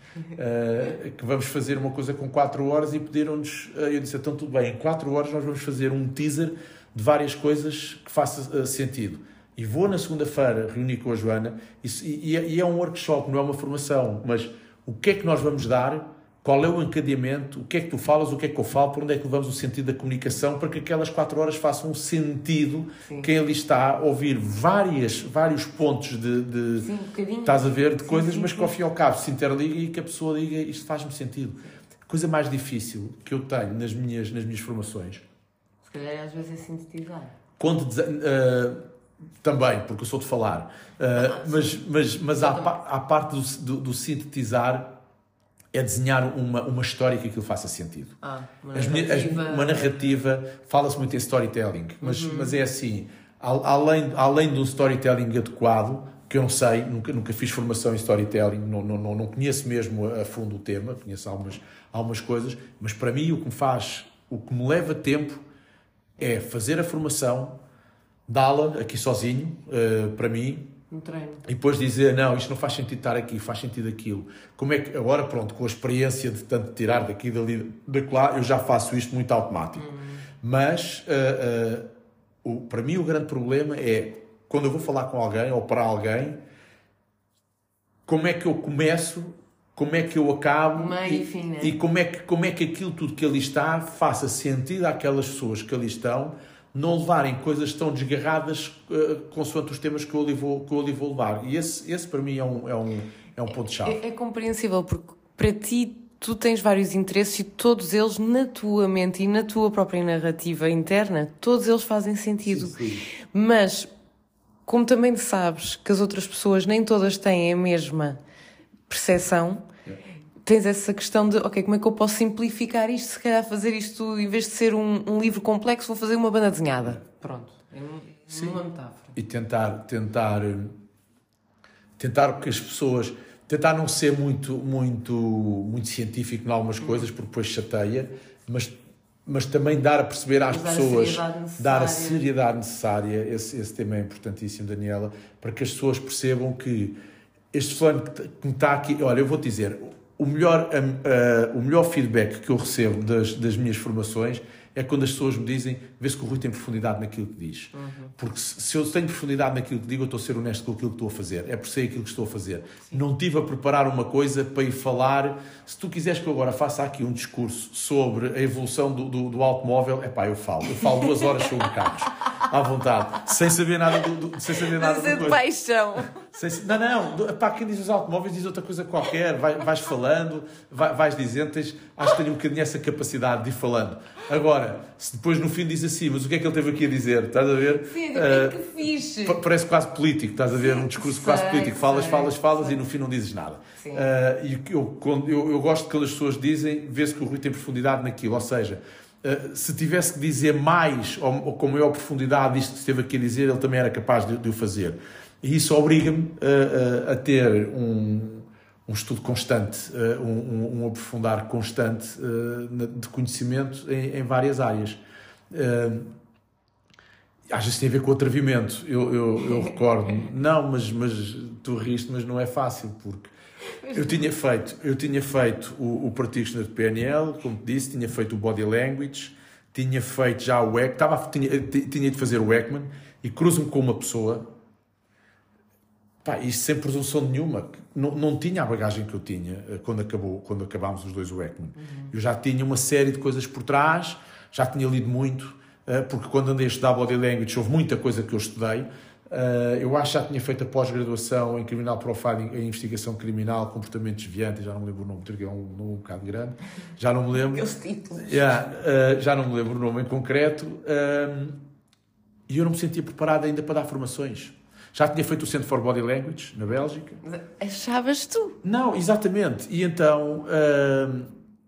uh, que vamos fazer uma coisa com quatro horas e pediram-nos, uh, eu disse, então tudo bem, em quatro horas nós vamos fazer um teaser de várias coisas que faça uh, sentido. E vou na segunda-feira reunir com a Joana e, e, e é um workshop, não é uma formação, mas o que é que nós vamos dar, qual é o encadeamento, o que é que tu falas, o que é que eu falo, por onde é que levamos o sentido da comunicação, para que aquelas quatro horas façam sentido. Sim. Quem ali está a ouvir várias, vários pontos de, de sim, um estás a ver, de sim, coisas, sim, mas sim. que ao fim e ao cabo se interliga e que a pessoa diga, isto faz-me sentido. A coisa mais difícil que eu tenho nas minhas, nas minhas formações... Se calhar às vezes é sintetizar. Quando... Uh, também, porque eu sou de falar. Uh, ah, mas mas, mas há, há parte do, do, do sintetizar... é desenhar uma, uma história que aquilo faça sentido. Ah, uma narrativa. As, as, uma narrativa, fala-se muito em storytelling, mas, uhum. mas é assim, além, além de um storytelling adequado, que eu não sei, nunca, nunca fiz formação em storytelling, não, não, não, não conheço mesmo a fundo o tema, conheço algumas, algumas coisas, mas para mim o que me faz, o que me leva tempo é fazer a formação, dá-la aqui sozinho, uh, para mim, um treino. E depois dizer, não, isto não faz sentido estar aqui, faz sentido aquilo. Como é que, agora pronto, com a experiência de tanto tirar daqui, dali, de lá, eu já faço isto muito automático. Uhum. Mas, uh, uh, o, para mim o grande problema é, quando eu vou falar com alguém, ou para alguém, como é que eu começo, como é que eu acabo, Meio e, fim, né? e como, é que, como é que aquilo tudo que ali está faça sentido àquelas pessoas que ali estão, não levarem coisas tão desgarradas uh, consoante os temas que eu ali vou, que eu ali vou levar. E esse, esse para mim é um, é um, é um ponto-chave. É, é compreensível, porque para ti tu tens vários interesses e todos eles, na tua mente e na tua própria narrativa interna, todos eles fazem sentido. Sim, sim. Mas, como também sabes que as outras pessoas nem todas têm a mesma percepção, yeah. tens essa questão de, ok, como é que eu posso simplificar isto? Se calhar fazer isto, em vez de ser um, um livro complexo, vou fazer uma banda desenhada. Pronto, é uma metáfora. E tentar, tentar, tentar que as pessoas... Tentar não ser muito, muito, muito científico em algumas coisas, porque depois chateia, mas, mas também dar a perceber às dar pessoas, a dar a seriedade necessária, esse, esse tema é importantíssimo, Daniela, para que as pessoas percebam que este fulano que me está aqui... Olha, eu vou-te dizer, o melhor, uh, uh, o melhor feedback que eu recebo das, das minhas formações é quando as pessoas me dizem, vê-se que o Rui tem profundidade naquilo que diz. Uhum. Porque se, se eu tenho profundidade naquilo que digo, eu estou a ser honesto com aquilo que estou a fazer. É por ser aquilo que estou a fazer. Sim. Não estive a preparar uma coisa para ir falar. Se tu quiseres que eu agora faça aqui um discurso sobre a evolução do, do, do automóvel, é pá, eu falo. Eu falo duas horas sobre carros. À vontade. Sem saber nada do... do sem saber nada Mas é de paixão. Sem, não, não. Pá, quem diz os automóveis diz outra coisa qualquer. Vai, vais falando, vai, vais dizendo. Tens, acho que tenho um bocadinho essa capacidade de ir falando. Agora, se depois no fim diz assim, mas o que é que ele teve aqui a dizer? Estás a ver? Sim, o uh, que é que fixe? Parece quase político, estás a ver? Um discurso sei, quase político. Falas, sei, falas, falas sei. E no fim não dizes nada. Uh, e eu, eu, eu gosto que as pessoas dizem, vê-se que o Rui tem profundidade naquilo. Ou seja, uh, se tivesse que dizer mais ou, ou com maior profundidade isto que esteve aqui a dizer, ele também era capaz de, de o fazer. E isso obriga-me uh, uh, a ter um... um estudo constante, um, um, um aprofundar constante uh, de conhecimento em, em várias áreas. Uh, às vezes tem a ver com o atrevimento. Eu, eu, eu recordo, não, mas, mas tu riste, mas não é fácil, porque eu tinha feito, eu tinha feito o, o practitioner de P N L, como te disse, tinha feito o Body Language, tinha feito já o Ekman, estava, tinha, tinha de fazer o Ekman, e cruzo-me com uma pessoa. Pá, isto sem presunção nenhuma, não, não tinha a bagagem que eu tinha quando, acabou, quando acabámos os dois o Ekman. Uhum. Eu já tinha uma série de coisas por trás, já tinha lido muito, porque quando andei a estudar Body Language houve muita coisa que eu estudei. Eu acho que já tinha feito a pós-graduação em Criminal Profiling, em Investigação Criminal, Comportamento Desviante, já não me lembro o nome, porque é um nome um bocado grande, já não me lembro. Aqueles títulos. Yeah, já não me lembro o nome em concreto. E eu não me sentia preparado ainda para dar formações. Já tinha feito o Centro for Body Language, na Bélgica. Achavas tu? Não, exatamente. E então, uh,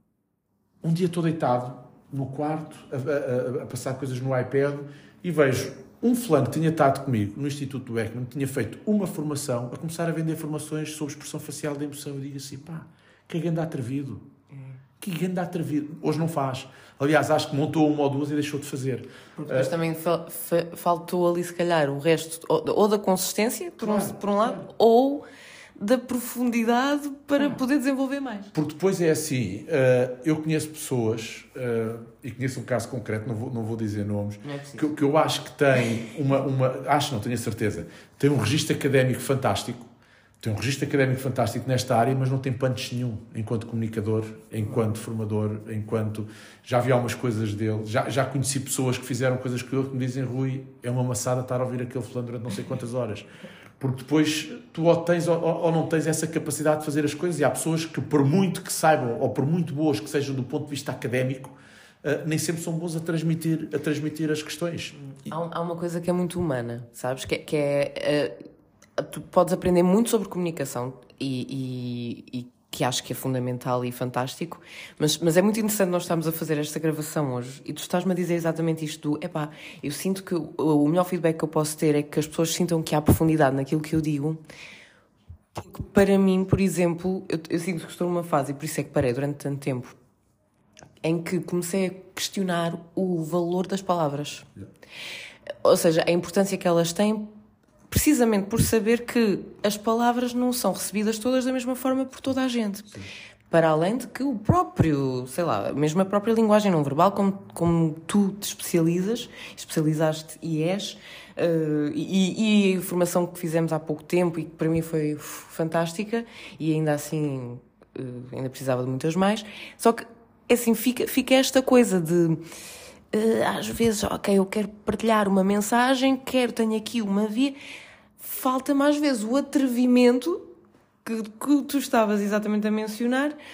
um dia estou deitado no quarto, a, a, a passar coisas no iPad, e vejo um fulano que tinha estado comigo no Instituto do Ekman, tinha feito uma formação, a começar a vender formações sobre expressão facial da emoção. Eu digo assim, pá, que ganda atrevido. Que ganda atrevido. Hoje não faz. Aliás, acho que montou uma ou duas e deixou de fazer. Porque depois uh, também fa- fa- faltou ali, se calhar, o resto, ou, ou da consistência, por, claro, um, por um lado, claro. Ou da profundidade para claro. Poder desenvolver mais. Porque depois é assim, uh, eu conheço pessoas, uh, e conheço um caso concreto, não vou, não vou dizer nomes, é que, que eu acho que tem uma, uma... Acho, não tenho a certeza. Tem um registro académico fantástico, tem um registro académico fantástico nesta área, mas não tem punch nenhum enquanto comunicador, enquanto formador, enquanto... Já vi algumas coisas dele, já, já conheci pessoas que fizeram coisas que eu que me dizem, Rui, é uma maçada estar a ouvir aquele fulano durante não sei quantas horas. Porque depois tu ou tens ou, ou não tens essa capacidade de fazer as coisas, e há pessoas que, por muito que saibam, ou por muito boas que sejam do ponto de vista académico, uh, nem sempre são bons a transmitir, a transmitir as questões. Há, há uma coisa que é muito humana, sabes? Que, que é... Uh... Tu podes aprender muito sobre comunicação e, e, e que acho que é fundamental e fantástico, mas, mas é muito interessante nós estarmos a fazer esta gravação hoje e tu estás-me a dizer exatamente isto do, epá, eu sinto que o, o melhor feedback que eu posso ter é que as pessoas sintam que há profundidade naquilo que eu digo, porque para mim, por exemplo, eu, eu sinto que estou numa fase, e por isso é que parei durante tanto tempo, em que comecei a questionar o valor das palavras. Yeah. Ou seja, a importância que elas têm, precisamente por saber que as palavras não são recebidas todas da mesma forma por toda a gente. Sim. Para além de que o próprio, sei lá, mesmo a própria linguagem não verbal, como, como tu te especializas, especializaste e és, uh, e, e a formação que fizemos há pouco tempo e que para mim foi fantástica, e ainda assim uh, ainda precisava de muitas mais, só que assim fica, fica esta coisa de... Uh, às vezes, ok, eu quero partilhar uma mensagem, quero, tenho aqui uma via, falta-me às vezes o atrevimento que, que tu estavas exatamente a mencionar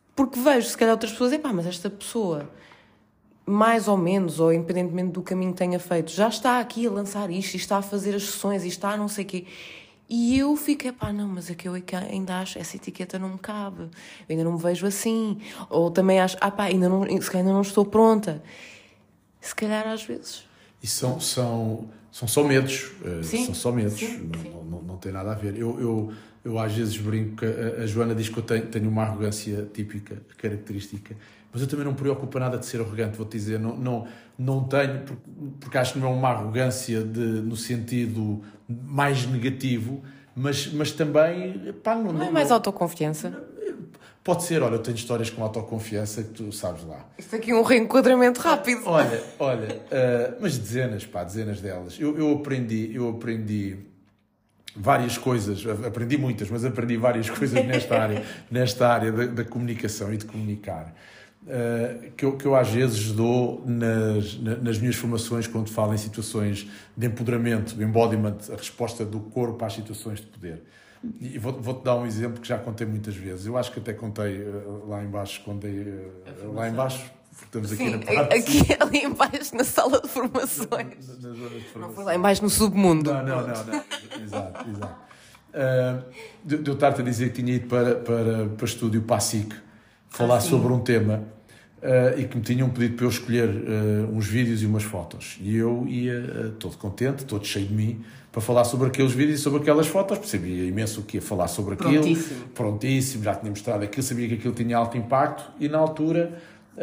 Porque vejo, se calhar, outras pessoas, epá, mas esta pessoa, mais ou menos, ou independentemente do caminho que tenha feito, já está aqui a lançar isto, e está a fazer as sessões, e está a não sei o quê. E eu fico, epá, não, mas é que eu ainda acho, essa etiqueta não me cabe, eu ainda não me vejo assim. Ou também acho, ah pá, ainda não, se calhar ainda não estou pronta. Se calhar às vezes. E são, são, são só medos, Sim, são só medos, sim, não, sim. Não, não, não tem nada a ver. Eu, eu, eu às vezes brinco que a, a Joana diz que eu tenho, tenho uma arrogância típica, característica, mas eu também não me preocupo nada de ser arrogante, vou-te dizer, não, não, não tenho, porque, porque acho que não é uma arrogância de, no sentido mais negativo, mas, mas também... Pá, não, Não é não, mais não, autoconfiança? Pode ser, olha, eu tenho histórias com autoconfiança que tu sabes lá. Isto aqui é um reenquadramento rápido. Olha, olha, uh, mas dezenas, pá, dezenas delas. Eu, eu aprendi, eu aprendi várias coisas, aprendi muitas, mas aprendi várias coisas nesta área, nesta área da, da comunicação e de comunicar, uh, que, eu, que eu às vezes dou nas, nas minhas formações quando falo em situações de empoderamento, de embodiment, a resposta do corpo às situações de poder. E vou, vou-te dar um exemplo que já contei muitas vezes. Eu acho que até contei uh, lá em baixo, quando dei, uh, lá em baixo, estamos aqui Sim, na parte... aqui ali em baixo na sala de formações. Na, na zona de formação. Não foi lá em baixo no submundo. Não, não, não, não. Exato, exato. Uh, de, de eu estar-te a dizer que tinha ido para, para, para estúdio, para a S I C, falar ah, sobre um tema uh, e que me tinham pedido para eu escolher uh, uns vídeos e umas fotos. E eu ia uh, todo contente, todo cheio de mim, para falar sobre aqueles vídeos e sobre aquelas fotos, percebia imenso o que ia falar sobre aquilo. Prontíssimo. Prontíssimo, já tinha mostrado aquilo, sabia que aquilo tinha alto impacto e na altura,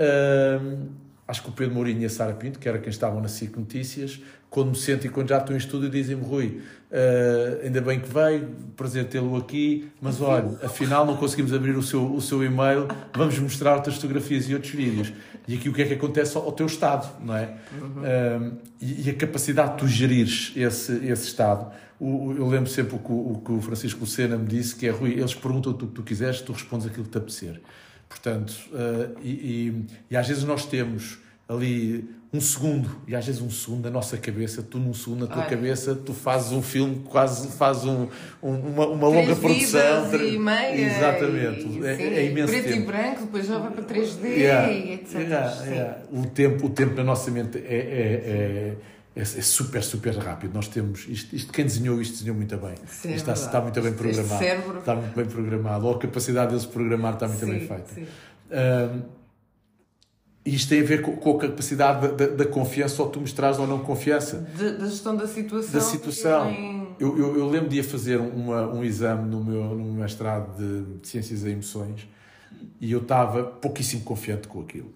uh, acho que o Pedro Mourinho e a Sara Pinto, que era quem estavam na S I C Notícias, quando me sento e quando já estou em estúdio, dizem-me: Rui, uh, ainda bem que veio, prazer tê-lo aqui, mas olha, afinal não conseguimos abrir o seu, o seu e-mail, vamos mostrar outras fotografias e outros vídeos. E aqui o que é que acontece ao teu estado, não é? Uhum. Uh, e, e a capacidade de tu gerires esse, esse estado. O, eu lembro sempre o que o, o que o Francisco Lucena me disse, que é: Rui, eles perguntam-te o que tu quiseres, tu respondes aquilo que te apetecer. Portanto, uh, e, e, e às vezes nós temos ali um segundo, e às vezes um segundo na nossa cabeça, tu num segundo na tua Ai. cabeça, tu fazes um filme, quase fazes um, um, uma, uma longa produção. Três e meia. Exatamente. E, é, sim, é imenso preto tempo. e branco, depois já vai para três D, yeah, etcétera. Yeah, yeah. O, tempo, o tempo na nossa mente é, é, é, é super, super rápido. Nós temos, isto, isto, quem desenhou isto desenhou muito bem. Sim, está, está muito bem programado. Cérebro... Está muito bem programado. Ou a capacidade deles programar está muito sim, bem feita. Sim. Um, isto tem a ver com, com a capacidade da, da, da confiança, ou tu mostrares ou não confiança. De, da gestão da situação. Da situação. Também... Eu, eu, eu lembro de ir fazer uma, um exame no meu, no meu mestrado de, de Ciências e Emoções e eu estava pouquíssimo confiante com aquilo.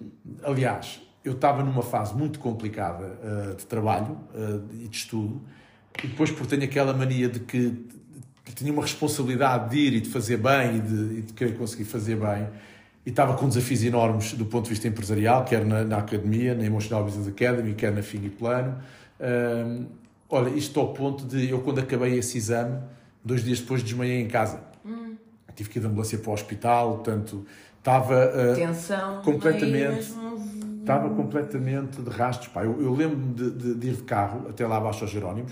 Aliás, eu estava numa fase muito complicada uh, de trabalho uh, e de estudo, e depois porque tenho aquela mania de que tinha uma responsabilidade de ir e de fazer bem e de, e de querer conseguir fazer bem. E estava com desafios enormes do ponto de vista empresarial, quer na, na academia, na Emotional Business Academy, quer na Fing e Plano. Um, olha, isto ao ponto de eu, quando acabei esse exame, dois dias depois desmaiei em casa. Hum. Tive que ir de ambulância para o hospital, portanto, estava uh, Tensão, completamente, estava completamente de rastros. Pá. Eu, eu lembro-me de, de, de ir de carro até lá abaixo aos Jerónimos,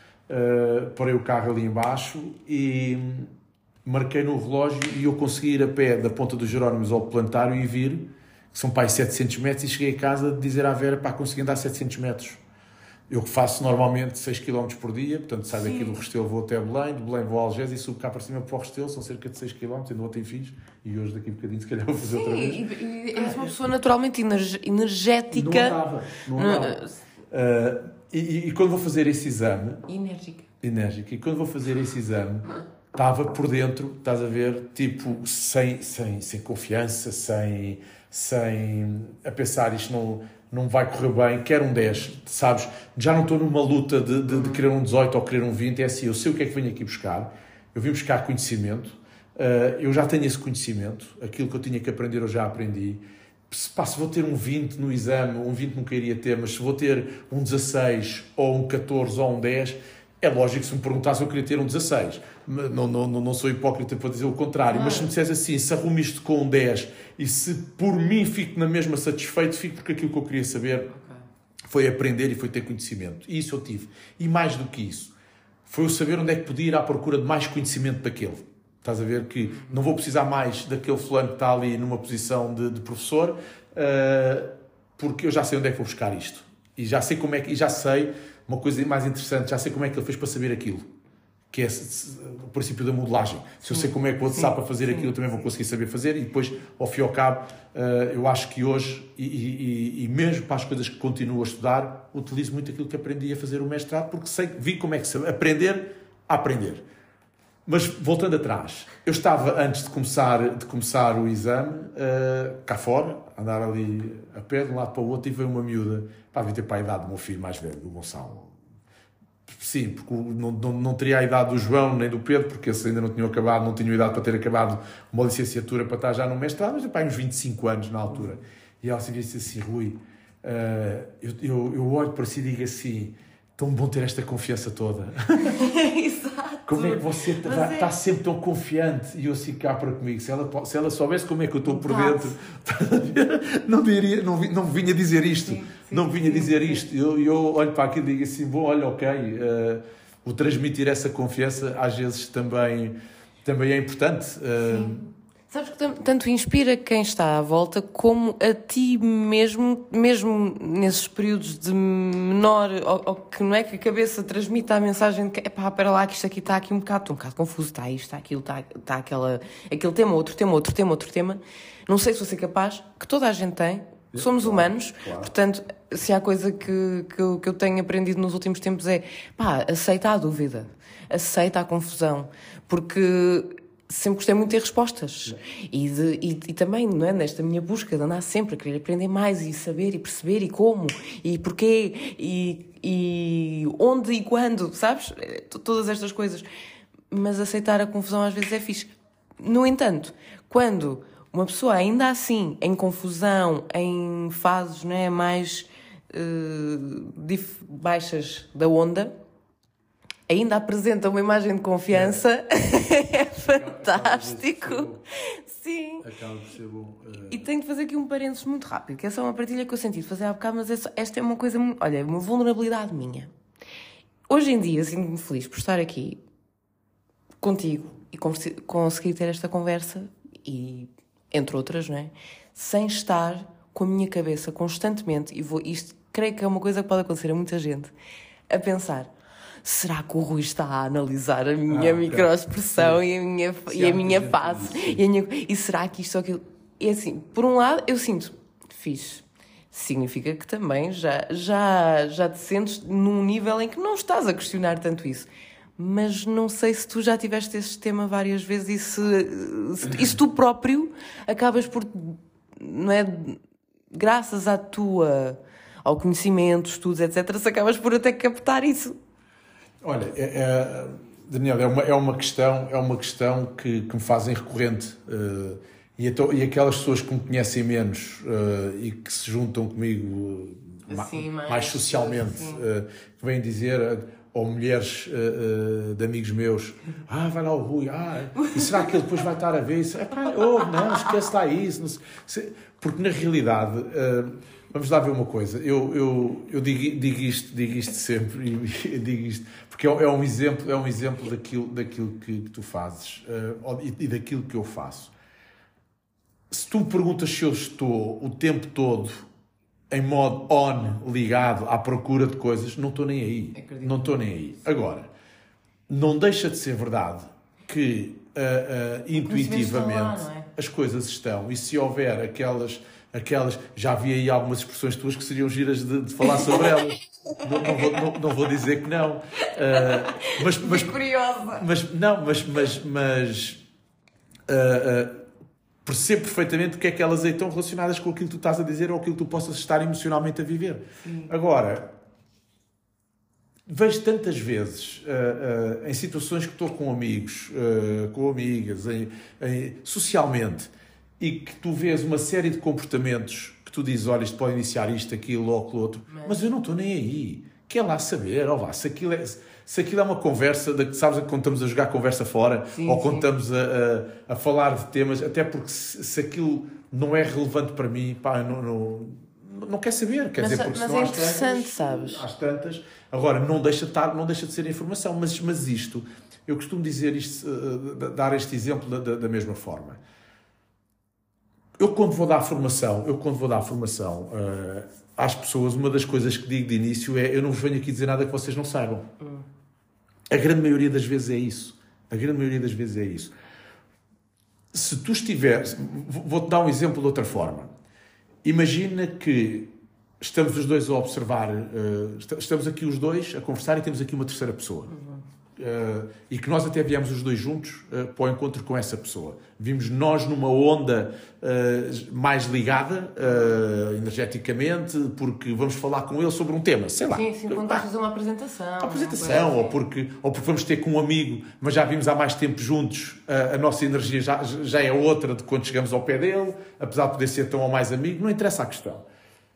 uh, parei o carro ali embaixo e... marquei no relógio e eu consegui ir a pé da ponta dos Jerónimos ao plantário e vir, que são pá, setecentos metros, e cheguei a casa de dizer à Vera: pá, consegui andar setecentos metros. Eu que faço normalmente seis quilómetros por dia, portanto saio daqui do Restelo, vou até Belém, de Belém vou a Algés e subo cá para cima para o Restelo, são cerca de seis quilómetros, ainda ontem fiz, e hoje daqui a um bocadinho se calhar vou fazer Sim, outra vez. E, e és uma pessoa naturalmente energética. Não estava, não estava. Uh, e, e quando vou fazer esse exame... Enérgica. Enérgica. E quando vou fazer esse exame... estava por dentro, estás a ver, tipo, sem, sem, sem confiança, sem, sem a pensar isto não, não vai correr bem, quero um dez, sabes? Já não estou numa luta de, de, de querer um dezoito ou querer um vinte, é assim, eu sei o que é que venho aqui buscar, eu vim buscar conhecimento, uh, eu já tenho esse conhecimento, aquilo que eu tinha que aprender eu já aprendi. Se, pá, se vou ter um vinte no exame, um vinte nunca iria ter, mas se vou ter um dezasseis ou um catorze ou um dez... é lógico que se me perguntasse eu queria ter um dezasseis. Não, não, não sou hipócrita para dizer o contrário, ah. mas se me disseres assim, se arrumo isto com um dez e se por mim fico na mesma satisfeito, fico porque aquilo que eu queria saber okay. foi aprender e foi ter conhecimento. E isso eu tive. E mais do que isso, foi o saber onde é que podia ir à procura de mais conhecimento daquele. Estás a ver que não vou precisar mais daquele fulano que está ali numa posição de, de professor, uh, porque eu já sei onde é que vou buscar isto. E já sei como é que, e já sei, uma coisa mais interessante, já sei como é que ele fez para saber aquilo. Que é o princípio da modelagem. Se eu sei como é que o outro sabe para fazer aquilo, eu também vou conseguir saber fazer. E depois, ao fim e ao cabo, uh, eu acho que hoje, e, e, e mesmo para as coisas que continuo a estudar, utilizo muito aquilo que aprendi a fazer o mestrado, porque sei, vi como é que se aprender a aprender. Mas, voltando atrás, eu estava, antes de começar, de começar o exame, uh, cá fora, a andar ali a pé, de um lado para o outro, e veio uma miúda, para vir ter para a idade do meu filho mais velho, do Gonçalo. Sim, porque não, não, não teria a idade do João nem do Pedro, porque esses ainda não tinham acabado, não tinham idade para ter acabado uma licenciatura para estar já no mestrado, mas pá, uns vinte e cinco anos na altura. E ela se disse assim, Rui, uh, eu, eu, eu olho para si e digo assim, tão bom ter esta confiança toda. Exato. Como é que você está, é... está sempre tão confiante? E eu assim cá para comigo. Se ela, se ela soubesse como é que eu estou por dentro, não, diria, não, não vinha dizer isto. Sim, sim, não vinha sim, dizer sim. isto. Eu, eu olho para aquilo e digo assim, bom, olha, ok, uh, o transmitir essa confiança às vezes também, também é importante. Uh, Sabes que tanto inspira quem está à volta como a ti mesmo, mesmo nesses períodos de menor, ou, ou que não é que a cabeça transmita a mensagem de que, epá, espera lá que isto aqui está aqui um bocado, estou um bocado confuso, está isto, está aquilo, está, está aquela, aquele tema, outro tema, outro tema, outro tema. Não sei se vou ser capaz, que toda a gente tem, somos claro, humanos, claro. Portanto, se há coisa que, que, eu, que eu tenho aprendido nos últimos tempos é, pá, aceita a dúvida, aceita a confusão, porque... sempre gostei muito de ter respostas e, de, e, e também, não é, nesta minha busca de andar sempre a querer aprender mais e saber e perceber e como e porquê e, e onde e quando, sabes? Todas estas coisas, mas aceitar a confusão às vezes é fixe. No entanto, quando uma pessoa ainda assim em confusão, em fases, não é, mais uh, dif- baixas da onda, ainda apresenta uma imagem de confiança, é, é fantástico. Sim. Acaba por ser bom. Uh... E tenho de fazer aqui um parênteses muito rápido, que é só uma partilha que eu senti de fazer há bocado, mas é só, esta é uma coisa, olha, uma vulnerabilidade minha. Hoje em dia sinto-me feliz por estar aqui contigo e conseguir ter esta conversa, e entre outras, não é? Sem estar com a minha cabeça constantemente, e vou, isto creio que é uma coisa que pode acontecer a muita gente, a pensar... será que o Rui está a analisar a minha ah, microexpressão okay. e a minha, e a minha face? E, a minha, e será que isto ou aquilo... E assim, por um lado, eu sinto fixe. Significa que também já, já, já te sentes num nível em que não estás a questionar tanto isso. Mas não sei se tu já tiveste esse tema várias vezes e se, se, e se tu próprio acabas por... não é, graças à tua... ao conhecimento, estudos, etcétera, se acabas por até captar isso. Olha, é, é, Daniel, é uma, é uma questão, é uma questão que, que me fazem recorrente. Uh, e, então, e aquelas pessoas que me conhecem menos uh, e que se juntam comigo uh, assim, ma- mais, mais socialmente, uh, que vêm dizer, uh, ou mulheres uh, uh, de amigos meus, ah, vai lá o Rui, ah, e será que ele depois vai estar a ver isso? É pá, oh, não, esquece lá isso. Não sei. Porque na realidade... Uh, Vamos lá ver uma coisa, eu, eu, eu digo, digo, isto, digo isto sempre, e digo isto, porque é, é, um exemplo, é um exemplo daquilo, daquilo que, que tu fazes uh, e, e daquilo que eu faço. Se tu me perguntas se eu estou o tempo todo em modo on, ligado, à procura de coisas, não estou nem aí. Acredito. Não estou nem aí. Agora, não deixa de ser verdade que uh, uh, intuitivamente lá, não é? As coisas estão, e se houver aquelas... Aquelas, já vi aí algumas expressões tuas que seriam giras de, de falar sobre elas. não, não, vou, não, não vou dizer que não. Uh, mas, mas, curiosa. Mas, não, mas, mas, mas uh, uh, percebo perfeitamente o que é que elas aí estão relacionadas com aquilo que tu estás a dizer ou aquilo que tu possas estar emocionalmente a viver. Sim. Agora, vejo tantas vezes, uh, uh, em situações que estou com amigos, uh, com amigas, em, em, socialmente, e que tu vês uma série de comportamentos que tu dizes, olha, isto pode iniciar isto, aquilo ou aquilo outro, mas, mas eu não estou nem aí. Quer lá saber, ou vá, se aquilo é, se aquilo é uma conversa, de, sabes, quando estamos a jogar conversa fora, sim, ou quando sim. estamos a, a, a falar de temas, até porque se, se aquilo não é relevante para mim, pá, não, não, não quer saber, quer mas, dizer, porque mas senão é às interessante, tantas, sabes? Às tantas, agora, não deixa de, estar, não deixa de ser informação, mas, mas isto... Eu costumo dizer isto, dar este exemplo da, da, da mesma forma. Eu quando vou dar formação, eu quando vou dar formação uh, às pessoas, uma das coisas que digo de início é: eu não vos venho aqui dizer nada que vocês não saibam. Hum. A grande maioria das vezes é isso. A grande maioria das vezes é isso. Se tu estiveres... Vou-te dar um exemplo de outra forma. Imagina que estamos os dois a observar, uh, estamos aqui os dois a conversar e temos aqui uma terceira pessoa. Uhum. Uh, e que nós até viemos os dois juntos uh, para o encontro com essa pessoa. Vimos nós numa onda uh, mais ligada, uh, energeticamente, porque vamos falar com ele sobre um tema, sei lá. Sim, sim, quando estás a fazer uma apresentação. Uma apresentação, uma ou, porque, ou porque vamos ter com um amigo, mas já vimos há mais tempo juntos, uh, a nossa energia já, já é outra de quando chegamos ao pé dele, apesar de poder ser tão ou mais amigo, não interessa a questão.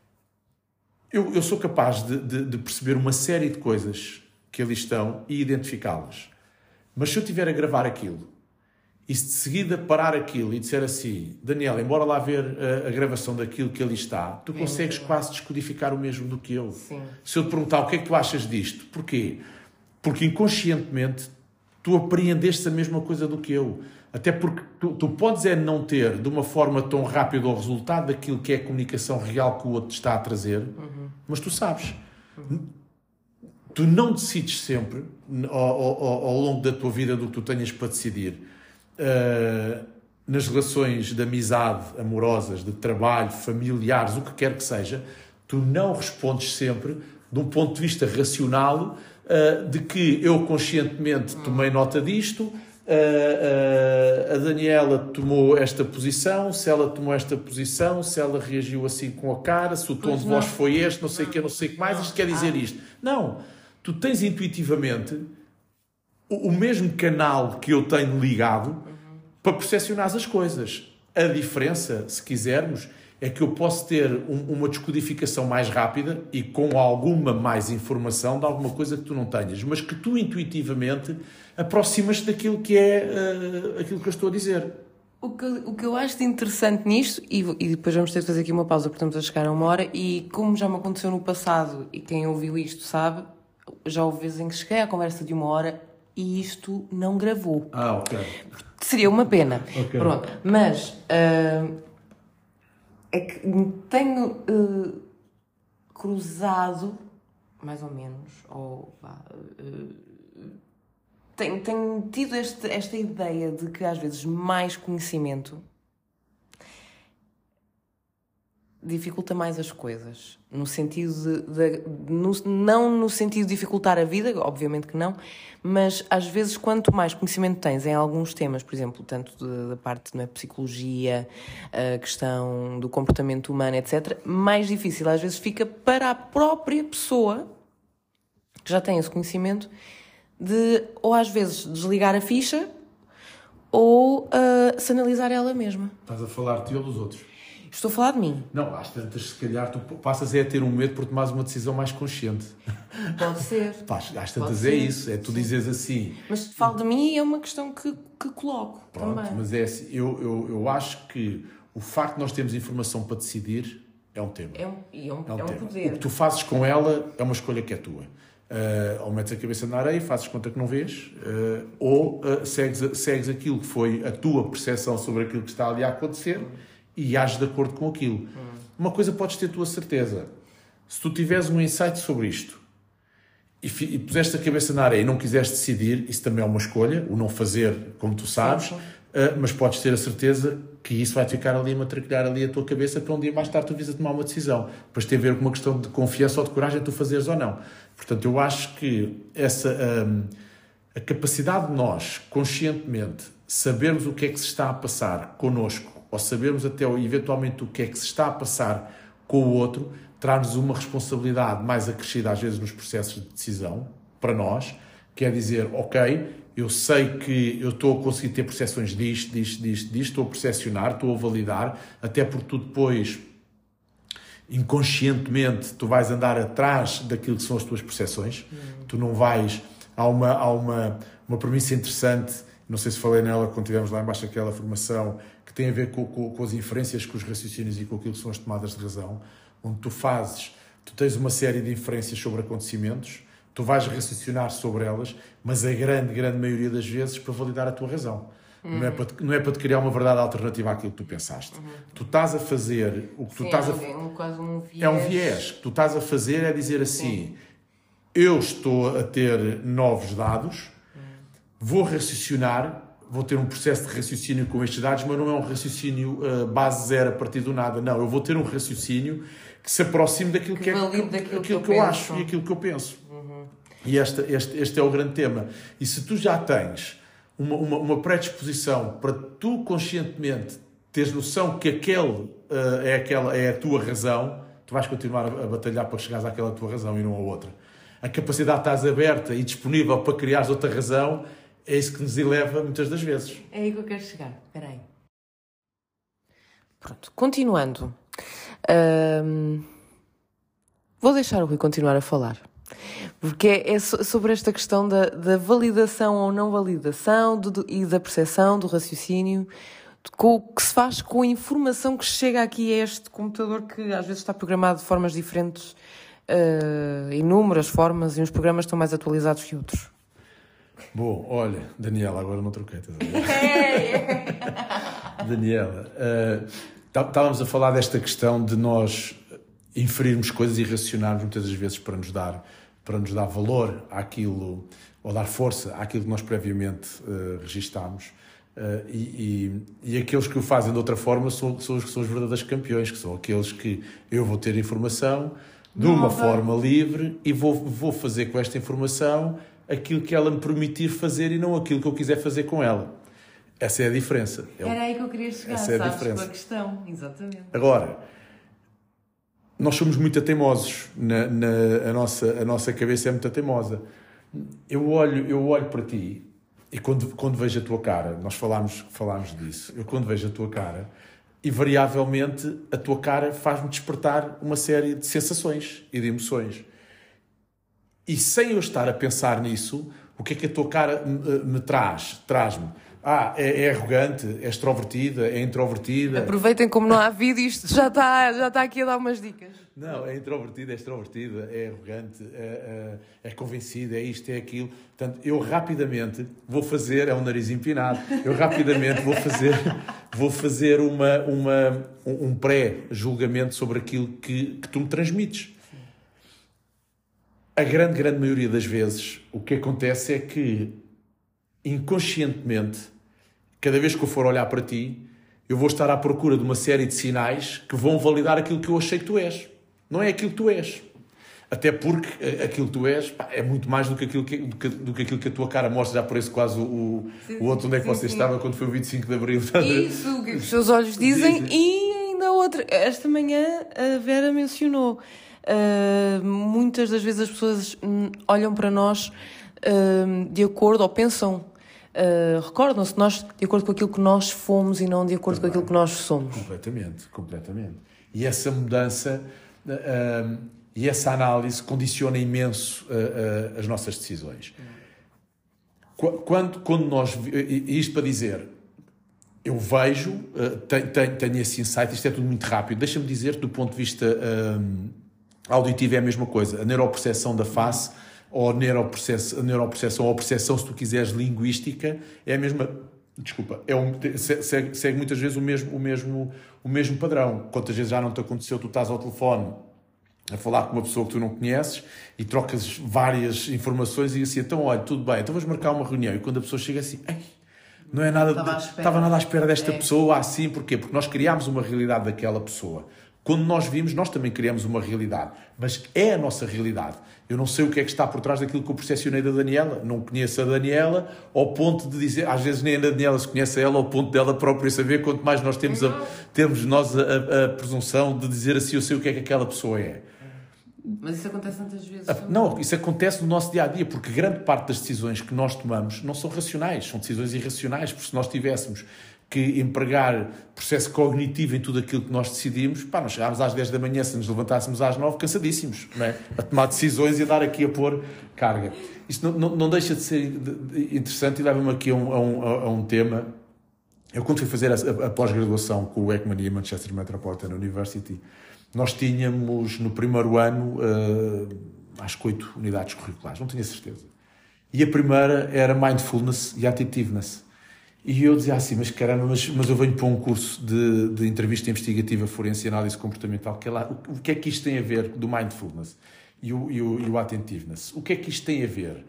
Eu, eu sou capaz de, de, de perceber uma série de coisas que ali estão e identificá-las. Mas se eu estiver a gravar aquilo e se de seguida parar aquilo e disser assim: Daniel, embora lá ver a, a gravação daquilo que ali está, tu consegues é quase descodificar o mesmo do que eu. Sim. Se eu te perguntar o que é que tu achas disto, porquê? Porque inconscientemente tu apreendeste a mesma coisa do que eu. Até porque tu, tu podes é não ter de uma forma tão rápida o resultado daquilo que é a comunicação real que o outro te está a trazer, uhum. mas tu sabes. Uhum. Tu não decides sempre, ao, ao, ao longo da tua vida, do que tu tenhas para decidir, uh, nas relações de amizade, amorosas, de trabalho, familiares, o que quer que seja, tu não respondes sempre de um ponto de vista racional uh, de que eu conscientemente tomei nota disto, uh, uh, a Daniela tomou esta posição, se ela tomou esta posição, se ela reagiu assim com a cara, se o tom de voz foi este, não sei o que, não sei o que mais, isto quer dizer isto. Não. Tu tens intuitivamente o, o mesmo canal que eu tenho ligado uhum. para percepcionar as coisas. A diferença, se quisermos, é que eu posso ter um, uma descodificação mais rápida e com alguma mais informação de alguma coisa que tu não tenhas, mas que tu intuitivamente aproximas-te daquilo que é uh, aquilo que eu estou a dizer. O que, o que eu acho de interessante nisto, e, e depois vamos ter de fazer aqui uma pausa porque estamos a chegar a uma hora, e como já me aconteceu no passado, e quem ouviu isto sabe, já houve vezes em que cheguei à conversa de uma hora e isto não gravou. Ah, ok. Seria uma pena. Okay. Pronto. Mas uh, é que tenho uh, cruzado, mais ou menos, ou uh, tenho, tenho tido este, esta ideia de que às vezes mais conhecimento dificulta mais as coisas, no sentido de, de no, não no sentido de dificultar a vida, obviamente que não, mas às vezes quanto mais conhecimento tens em alguns temas, por exemplo, tanto da parte da psicologia, a questão do comportamento humano, etcétera, mais difícil às vezes fica para a própria pessoa que já tem esse conhecimento de, ou às vezes, desligar a ficha ou uh, se analisar ela mesma. Estás a falar-te ou dos outros? Estou a falar de mim. Não, às tantas, se calhar, tu passas é a ter um medo por tomares uma decisão mais consciente. Pode ser. Pá, às tantas é isso, é tu Sim. dizes assim... Mas falo de mim e é uma questão que, que coloco. Pronto, também. Mas é assim, eu, eu, eu acho que o facto de nós termos informação para decidir é um tema. É um, é um, é um, é um tema. poder. O que tu fazes com ela é uma escolha que é tua. Uh, ou metes a cabeça na areia, fazes conta que não vês, uh, ou uh, segues, segues aquilo que foi a tua percepção sobre aquilo que está ali a acontecer hum. e ages de acordo com aquilo. Hum. Uma coisa podes ter a tua certeza. Se tu tiveres um insight sobre isto e, e puseste a cabeça na areia e não quiseres decidir, isso também é uma escolha, o não fazer como tu sabes, sim, sim. Uh, mas podes ter a certeza que isso vai ficar ali a matraquilhar ali a tua cabeça para um dia mais tarde tu vires a tomar uma decisão. Depois tem a ver com uma questão de confiança ou de coragem tu fazeres ou não. Portanto, eu acho que essa, um, a capacidade de nós, conscientemente, sabermos o que é que se está a passar connosco, ou sabermos até eventualmente o que é que se está a passar com o outro, traz-nos uma responsabilidade mais acrescida às vezes nos processos de decisão, para nós, que é dizer, ok, eu sei que eu estou a conseguir ter percepções disto, disto, disto, disto, estou a percepcionar, estou a validar, até porque tu depois... inconscientemente tu vais andar atrás daquilo que são as tuas percepções, hum. tu não vais, há uma, há uma, uma premissa interessante, não sei se falei nela quando tivemos lá embaixo aquela formação, que tem a ver com, com, com as inferências, com os raciocínios e com aquilo que são as tomadas de razão, onde tu fazes, tu tens uma série de inferências sobre acontecimentos, Tu vais raciocinar sobre elas, mas a grande, grande maioria das vezes para validar a tua razão. Uhum. Não, é para te, não é para te criar uma verdade alternativa àquilo que tu pensaste. Uhum. Tu estás a fazer o que tu Sim, estás é a um, um, quase um viés. É um viés. O que tu estás a fazer é dizer assim: Sim. eu estou a ter novos dados, uhum. vou raciocinar, vou ter um processo de raciocínio com estes dados, mas não é um raciocínio uh, base zero a partir do nada. Não, eu vou ter um raciocínio que se aproxime daquilo que, que, é, que, daquilo que, que eu, eu acho e aquilo que eu penso. Uhum. E este, este, este é o grande tema. E se tu já tens uma, uma, uma predisposição para tu conscientemente teres noção que aquele uh, é, aquela, é a tua razão, tu vais continuar a, a batalhar para chegares àquela tua razão e não a outra. A capacidade de estás aberta e disponível para criares outra razão é isso que nos eleva muitas das vezes. É aí que eu quero chegar. Espera aí. Pronto, continuando. Um, vou deixar o Rui continuar a falar. Porque é, é sobre esta questão da, da validação ou não validação do, do, e da percepção, do raciocínio, com o que se faz com a informação que chega aqui a este computador que às vezes está programado de formas diferentes, uh, inúmeras formas, e uns programas estão mais atualizados que outros. Bom, olha, Daniela, agora não troquei. Daniela, estávamos uh, a falar desta questão de nós inferirmos coisas e racionarmos muitas das vezes para nos dar, para nos dar valor àquilo, ou dar força àquilo que nós previamente uh, registámos. Uh, e, e, e aqueles que o fazem de outra forma são, são, os, são os verdadeiros campeões, que são aqueles que eu vou ter informação de uma não, forma não. livre e vou, vou fazer com esta informação aquilo que ela me permitir fazer e não aquilo que eu quiser fazer com ela. Essa é a diferença. Era aí que eu queria chegar, Essa é a sabes, diferença. com a questão. Exatamente. Agora, nós somos muito teimosos. Na, na, a, nossa, a nossa cabeça é muito teimosa. Eu olho, eu olho para ti e quando, quando vejo a tua cara, nós falámos, falámos disso, eu quando vejo a tua cara, invariavelmente a tua cara faz-me despertar uma série de sensações e de emoções. E sem eu estar a pensar nisso, o que é que a tua cara me, me traz? Traz-me. Ah, é, é arrogante, é extrovertida, é introvertida. Aproveitem como não há vídeo, isto já está, já está aqui a dar umas dicas. Não, é introvertida, é extrovertida, é arrogante, é, é, é convencida, é isto, é aquilo. Portanto, eu rapidamente vou fazer, é um nariz empinado, eu rapidamente vou fazer, vou fazer uma, uma, um pré-julgamento sobre aquilo que, que tu me transmites. A grande, grande maioria das vezes, o que acontece é que, inconscientemente, cada vez que eu for olhar para ti, eu vou estar à procura de uma série de sinais que vão validar aquilo que eu achei que tu és. Não é aquilo que tu és. Até porque aquilo que tu és pá, é muito mais do que, aquilo que, do, que, do que aquilo que a tua cara mostra. Já por isso quase o, sim, o outro onde é que sim, você sim. estava quando foi o vinte e cinco de Abril. Isso, o que os seus olhos dizem. E ainda outra. Esta manhã a Vera mencionou. Uh, muitas das vezes as pessoas olham para nós uh, de acordo, ou pensam, uh, recordam-se de nós de acordo com aquilo que nós fomos e não de acordo Também. com aquilo que nós somos. Completamente, completamente. E essa mudança uh, uh, e essa análise condiciona imenso uh, uh, as nossas decisões. Quando, quando nós... E isto para dizer... Eu vejo, uh, tenho, tenho, tenho esse insight, isto é tudo muito rápido. Deixa-me dizer que do ponto de vista um, auditivo é a mesma coisa. A neuropercepção da face, ou a neuropercepção, a neuropercepção ou a percepção, se tu quiseres, linguística, é a mesma... Desculpa, é um, segue, segue muitas vezes o mesmo, o, mesmo, o mesmo padrão. Quantas vezes já não te aconteceu, tu estás ao telefone a falar com uma pessoa que tu não conheces e trocas várias informações e assim, então olha, tudo bem, então vamos marcar uma reunião. E quando a pessoa chega assim... Ei, não é nada, estava, de, estava nada à espera desta é. pessoa assim, porquê? Porque nós criámos uma realidade daquela pessoa. Quando nós vimos, nós também criamos uma realidade. Mas é a nossa realidade. Eu não sei o que é que está por trás daquilo que eu percepcionei da Daniela. Não conheço a Daniela ao ponto de dizer... Às vezes nem a Daniela se conhece a ela ao ponto dela própria saber, quanto mais nós temos, a, temos nós a, a, a presunção de dizer assim, eu sei o que é que aquela pessoa é. Mas isso acontece tantas vezes. Não, isso acontece no nosso dia-a-dia, porque grande parte das decisões que nós tomamos não são racionais, são decisões irracionais, porque se nós tivéssemos que empregar processo cognitivo em tudo aquilo que nós decidimos, pá, nós chegávamos às dez da manhã, se nos levantássemos às nove, cansadíssimos, não é? A tomar decisões e a dar aqui a pôr carga. Isto não, não, não deixa de ser interessante e leva-me aqui a um, a, um, a um tema. Eu, quando fui fazer a, a pós-graduação com o Ekman e a Manchester Metropolitan University, nós tínhamos no primeiro ano uh, acho que oito unidades curriculares, não tenho a certeza. E a primeira era Mindfulness e Attentiveness. E eu dizia assim, mas caramba, mas, mas eu venho para um curso de, de entrevista investigativa forense e análise comportamental, que é lá, o, o que é que isto tem a ver do Mindfulness e o, e o, e o Attentiveness? O que é que isto tem a ver?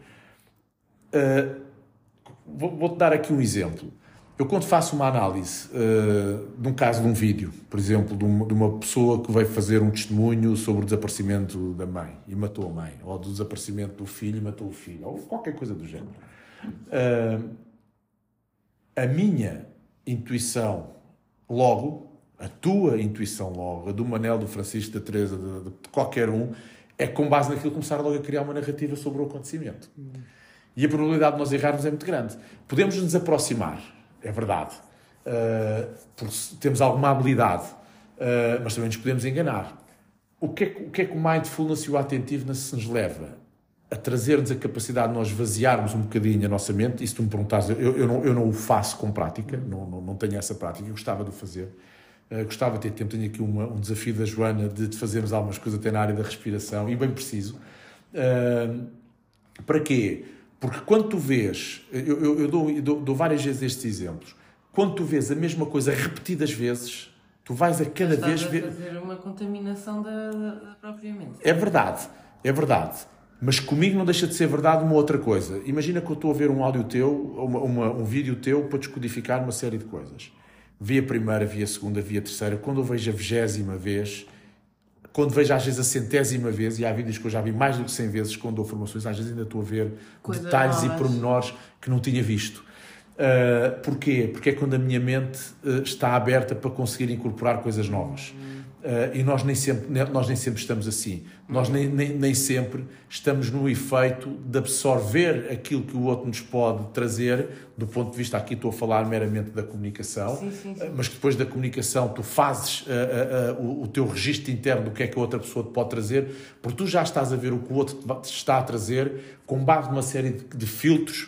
Uh, vou, vou-te dar aqui um exemplo. Eu, quando faço uma análise, uh, de um caso de um vídeo, por exemplo, de uma, de uma pessoa que veio fazer um testemunho sobre o desaparecimento da mãe e matou a mãe, ou do desaparecimento do filho e matou o filho, ou qualquer coisa do género. Uh, a minha intuição logo, a tua intuição logo, a do Manel, do Francisco, da Teresa, de, de qualquer um, é com base naquilo começar logo a criar uma narrativa sobre o acontecimento. Hum. E a probabilidade de nós errarmos é muito grande. Podemos nos aproximar, é verdade, uh, porque temos alguma habilidade, uh, mas também nos podemos enganar. O que, é que, o que é que o Mindfulness e o Attentiveness nos leva? A trazer-nos a capacidade de nós vaziarmos um bocadinho a nossa mente. E se tu me perguntares, eu, eu, não, eu não o faço com prática, não, não, não tenho essa prática, eu gostava de o fazer. Uh, gostava de ter tempo, tenho aqui uma, um desafio da Joana de, de fazermos algumas coisas até na área da respiração, e bem preciso. Uh, para quê? Porque quando tu vês, eu, eu, eu, dou, eu dou, dou várias vezes estes exemplos, quando tu vês a mesma coisa repetidas vezes, tu vais a cada Estás vez a ver... fazer uma contaminação da, da, da própria mente. É verdade, é verdade. Mas comigo não deixa de ser verdade uma outra coisa. Imagina que eu estou a ver um áudio teu, uma, uma, um vídeo teu para descodificar uma série de coisas. Vi a primeira, vi a segunda, vi a terceira. Quando eu vejo a vigésima vez, quando vejo às vezes a centésima vez, e há vídeos que eu já vi mais do que cem vezes quando dou formações, às vezes ainda estou a ver coisas detalhes novas e pormenores que não tinha visto. Uh, porquê? Porque é quando a minha mente uh, está aberta para conseguir incorporar coisas novas. Uh, e nós nem, sempre, nós nem sempre estamos assim. Nós nem, nem, nem sempre estamos no efeito de absorver aquilo que o outro nos pode trazer, do ponto de vista, aqui estou a falar meramente da comunicação, sim, sim, sim. Uh, mas que depois da comunicação tu fazes uh, uh, uh, o, o teu registro interno do que é que a outra pessoa te pode trazer, porque tu já estás a ver o que o outro te está a trazer com base numa série de, de filtros,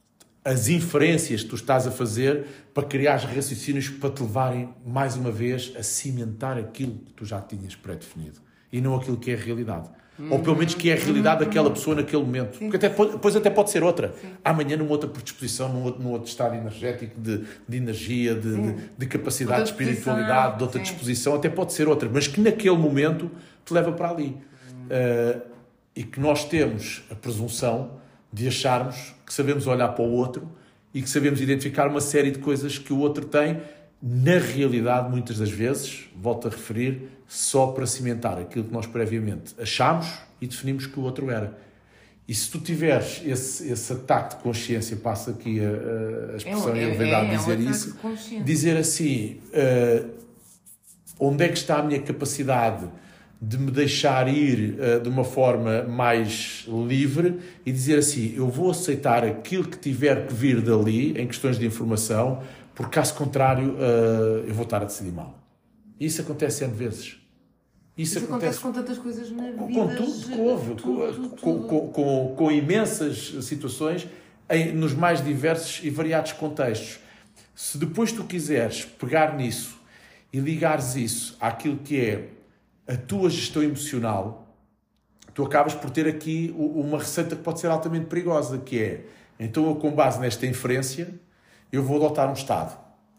as inferências que tu estás a fazer para criar raciocínios para te levarem, mais uma vez, a cimentar aquilo que tu já tinhas pré-definido e não aquilo que é a realidade. Hum. Ou pelo menos que é a realidade hum. daquela pessoa naquele momento. Sim. Porque até, depois até pode ser outra. Sim. Amanhã numa outra predisposição, num outro, num outro estado energético, de, de energia, de, de, de capacidade, de espiritualidade, de outra Sim. disposição, até pode ser outra. Mas que naquele momento te leva para ali. Hum. Uh, e que nós temos a presunção de acharmos que sabemos olhar para o outro e que sabemos identificar uma série de coisas que o outro tem, na realidade, muitas das vezes, volto a referir, só para cimentar aquilo que nós previamente achámos e definimos que o outro era. E se tu tiveres esse, esse ataque de consciência, passa aqui a, a expressão, é, ele vem é, dar a é, dizer é um isso, dizer assim, uh, onde é que está a minha capacidade de me deixar ir uh, de uma forma mais livre e dizer assim, eu vou aceitar aquilo que tiver que vir dali, em questões de informação, porque caso contrário uh, eu vou estar a decidir mal. Isso acontece N vezes. Isso, Isso acontece, acontece com tantas coisas na vida. Com tudo, com, tudo, tudo, com, tudo. Com, com, com imensas situações, em, nos mais diversos e variados contextos. Se depois tu quiseres pegar nisso e ligares isso àquilo que é a tua gestão emocional, tu acabas por ter aqui uma receita que pode ser altamente perigosa, que é, então eu com base nesta inferência, eu vou adotar um estado.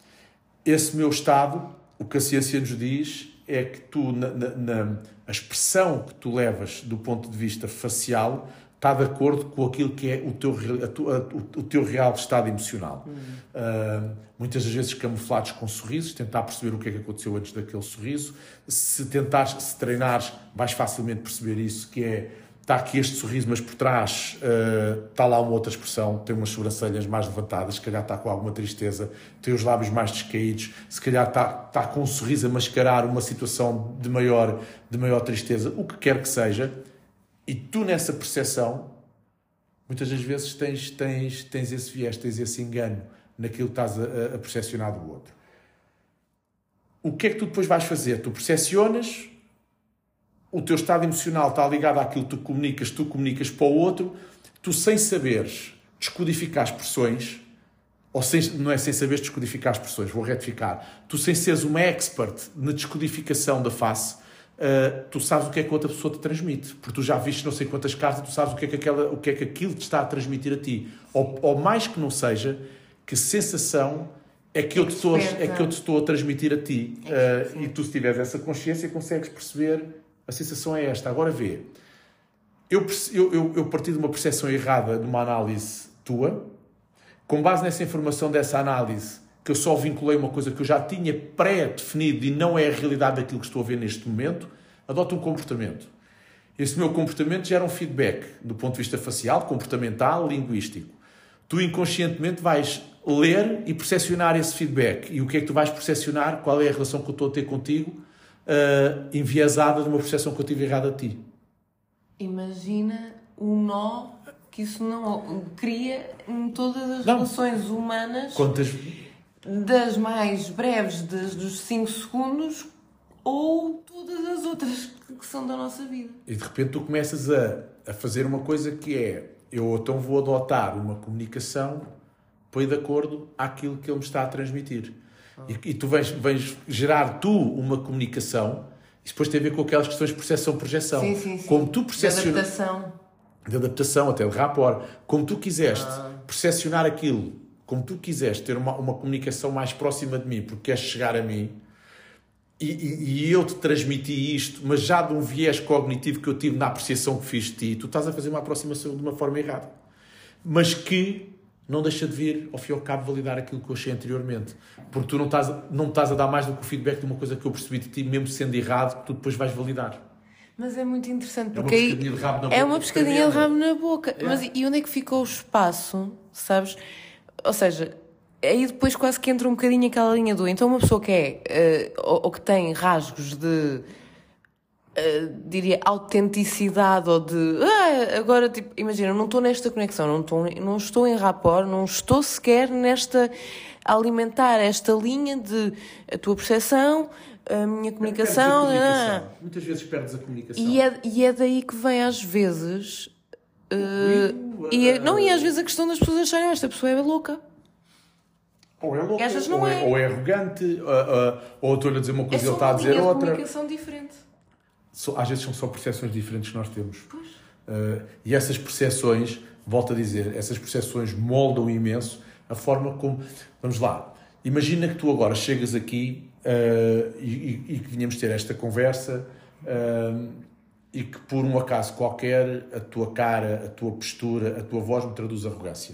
Esse meu estado, o que a ciência nos diz, é que tu, na, na, na a expressão que tu levas do ponto de vista facial, está de acordo com aquilo que é o teu, a tua, o, o teu real estado emocional. Uhum. Uh, muitas das vezes camuflados com sorrisos, tentar perceber o que é que aconteceu antes daquele sorriso. Se tentares, se treinares, vais facilmente perceber isso, que é, está aqui este sorriso, mas por trás uh, está lá uma outra expressão, tem umas sobrancelhas mais levantadas, se calhar está com alguma tristeza, tem os lábios mais descaídos, se calhar está, está com um sorriso a mascarar uma situação de maior, de maior tristeza, o que quer que seja. E tu, nessa percepção, muitas das vezes tens, tens, tens esse viés, tens esse engano naquilo que estás a, a percepcionar do outro. O que é que tu depois vais fazer? Tu percepcionas, o teu estado emocional está ligado àquilo que tu comunicas, tu comunicas para o outro, tu, sem saberes descodificar expressões, ou sem, não é sem saberes descodificar expressões, vou retificar, tu, sem seres uma expert na descodificação da face, uh, tu sabes o que é que a outra pessoa te transmite. Porque tu já viste não sei quantas cartas, tu sabes o que é que, aquela, o que, é que aquilo te está a transmitir a ti. Ou, ou mais que não seja, que sensação é que, eu te, estou, é que eu te estou a transmitir a ti. Uh, e tu, se tiveres essa consciência, consegues perceber a sensação é esta. Agora vê, eu, eu, eu, eu parti de uma percepção errada de uma análise tua, com base nessa informação dessa análise, que eu só vinculei uma coisa que eu já tinha pré-definido e não é a realidade daquilo que estou a ver neste momento, adoto um comportamento. Esse meu comportamento gera um feedback do ponto de vista facial, comportamental, linguístico. Tu inconscientemente vais ler e percepcionar esse feedback. E o que é que tu vais percepcionar? Qual é a relação que eu estou a ter contigo, uh, enviesada de uma percepção que eu tive errada a ti? Imagina o nó que isso não cria em todas as não. relações humanas. Quantas... Das mais breves, das, dos cinco segundos, ou todas as outras que são da nossa vida. E de repente tu começas a, a fazer uma coisa que é, eu então vou adotar uma comunicação para ir de acordo àquilo que ele me está a transmitir. Ah. E, e tu vens, vens gerar tu uma comunicação, isso depois tem a ver com aquelas questões de percepção-projeção. Sim, sim, sim. Como tu percepciona... De adaptação. De adaptação, até de rapport. Como tu quiseste ah. percepcionar aquilo, como tu quiseres ter uma, uma comunicação mais próxima de mim, porque queres chegar a mim, e, e, e eu te transmiti isto, mas já de um viés cognitivo que eu tive na apreciação que fiz de ti, tu estás a fazer uma aproximação de uma forma errada. Mas que não deixa de vir, ao fim e ao cabo, validar aquilo que eu achei anteriormente. Porque tu não estás, não estás a dar mais do que o feedback de uma coisa que eu percebi de ti, mesmo sendo errado, que tu depois vais validar. Mas é muito interessante, porque é uma pescadinha de rabo na boca. É uma pescadinha de rabo na boca. É. Mas e onde é que ficou o espaço, sabes? Ou seja, aí depois quase que entra um bocadinho aquela linha do... Então uma pessoa que é, uh, ou, ou que tem rasgos de, uh, diria, autenticidade ou de... Ah, agora, tipo, imagina, não estou nesta conexão, não estou, não estou em rapport, não estou sequer nesta... a alimentar esta linha de a tua percepção, a minha comunicação... A comunicação. Ah. Muitas vezes perdes a comunicação. E é, e é daí que vem às vezes... Uh, e é, não, e às vezes a questão das pessoas acharem esta pessoa é louca. Ou é louca, não ou, é. É, ou é arrogante, uh, uh, ou estou-lhe a dizer uma coisa e é ele está a dizer outra. É comunicação diferente. So, às vezes são só percepções diferentes que nós temos. Uh, e essas percepções, volto a dizer, essas percepções moldam imenso a forma como... Vamos lá. Imagina que tu agora chegas aqui uh, e, e, e que vinhamos ter esta conversa... Uh, e que por um acaso qualquer, a tua cara, a tua postura, a tua voz me traduz arrogância.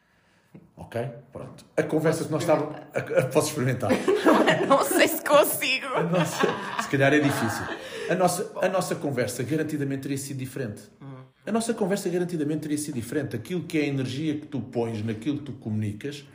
Ok? Pronto. A conversa que nós estávamos... Posso experimentar? Não sei se consigo. A nossa... Se calhar é difícil. A nossa, a nossa conversa garantidamente teria sido diferente. A nossa conversa garantidamente teria sido diferente. Aquilo que é a energia que tu pões naquilo que tu comunicas,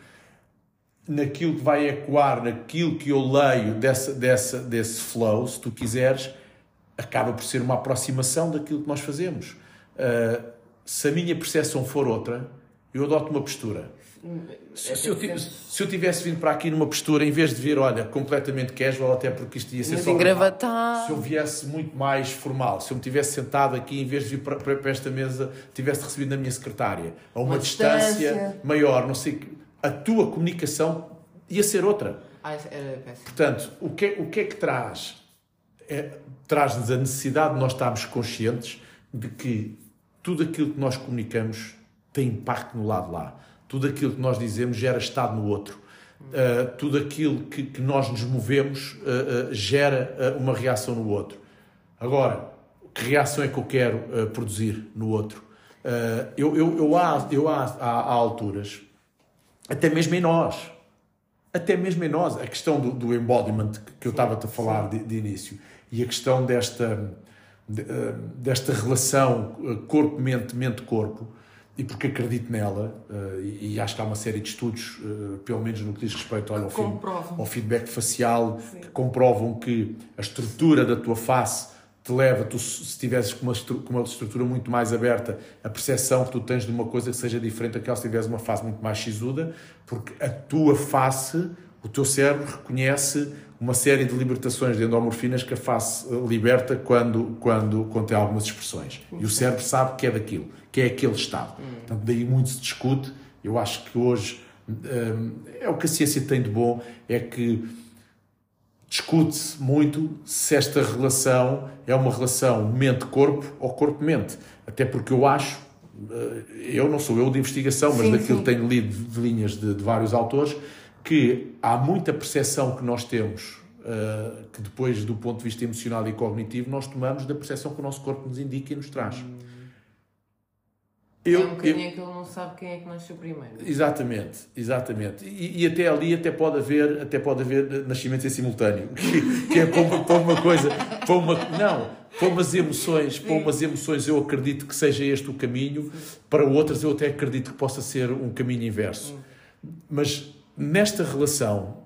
naquilo que vai ecoar, naquilo que eu leio dessa, dessa, desse flow, se tu quiseres... acaba por ser uma aproximação daquilo que nós fazemos. Uh, se a minha percepção for outra, eu adoto uma postura. Se, se, eu, se eu tivesse vindo para aqui numa postura, em vez de vir, olha, completamente casual, até porque isto ia ser só... engravatar. Se eu viesse muito mais formal, se eu me tivesse sentado aqui, em vez de vir para, para esta mesa, tivesse recebido na minha secretária, a uma, uma distância, distância maior, não sei, a tua comunicação ia ser outra. Ah, era péssimo. Portanto, o que, o que é que traz... É, traz-nos a necessidade de nós estarmos conscientes de que tudo aquilo que nós comunicamos tem impacto no lado lá. Tudo aquilo que nós dizemos gera estado no outro. Uh, tudo aquilo que, que nós nos movemos uh, uh, gera uh, uma reação no outro. Agora, que reação é que eu quero uh, produzir no outro? Uh, eu, eu, eu, há, eu há, há, há alturas, até mesmo em nós, até mesmo em nós, a questão do, do embodiment que eu estava-te a falar de, de início, e a questão desta, de, desta relação corpo-mente, mente-corpo, e porque acredito nela, e, e acho que há uma série de estudos, pelo menos no que diz respeito olha, ao, ao feedback facial, sim, que comprovam que a estrutura da tua face te leva, tu, se estivesses com uma, com uma estrutura muito mais aberta, a percepção que tu tens de uma coisa que seja diferente daquela se tivesse uma face muito mais sisuda, porque a tua face, o teu cérebro reconhece uma série de libertações de endorfinas que a face liberta quando, quando, quando tem algumas expressões. E o cérebro sabe que é daquilo, que é aquele estado. Portanto, daí muito se discute. Eu acho que hoje hum, é o que a ciência tem de bom, é que discute-se muito se esta relação é uma relação mente-corpo ou corpo-mente. Até porque eu acho, eu não sou eu de investigação, mas sim, daquilo sim. que tenho lido de linhas de, de vários autores, que há muita percepção que nós temos, uh, que depois, do ponto de vista emocional e cognitivo, nós tomamos da percepção que o nosso corpo nos indica e nos traz. Eu, é um bocadinho eu, que ele não sabe quem é que nasceu primeiro. Exatamente, exatamente. E, e até ali até pode haver, até pode haver nascimentos em simultâneo, que, que é para uma, para uma coisa, para uma, não, para umas emoções, para umas emoções eu acredito que seja este o caminho, para outras eu até acredito que possa ser um caminho inverso. Mas nesta relação,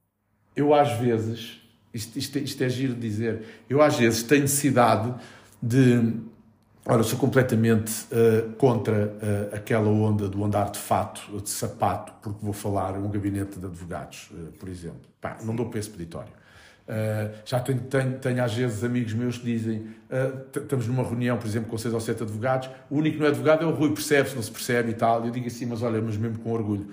eu às vezes, isto, isto, isto é giro de dizer, eu às vezes tenho necessidade de... Ora, eu sou completamente uh, contra uh, aquela onda do andar de fato, de sapato, porque vou falar um gabinete de advogados, uh, por exemplo. Pá, não dou para esse peditório. Uh, já tenho, tenho, tenho às vezes amigos meus que dizem, uh, estamos numa reunião, por exemplo, com seis ou sete advogados, o único que não é advogado é o Rui, percebe-se, não se percebe e tal. E eu digo assim, mas olha, mas mesmo com orgulho.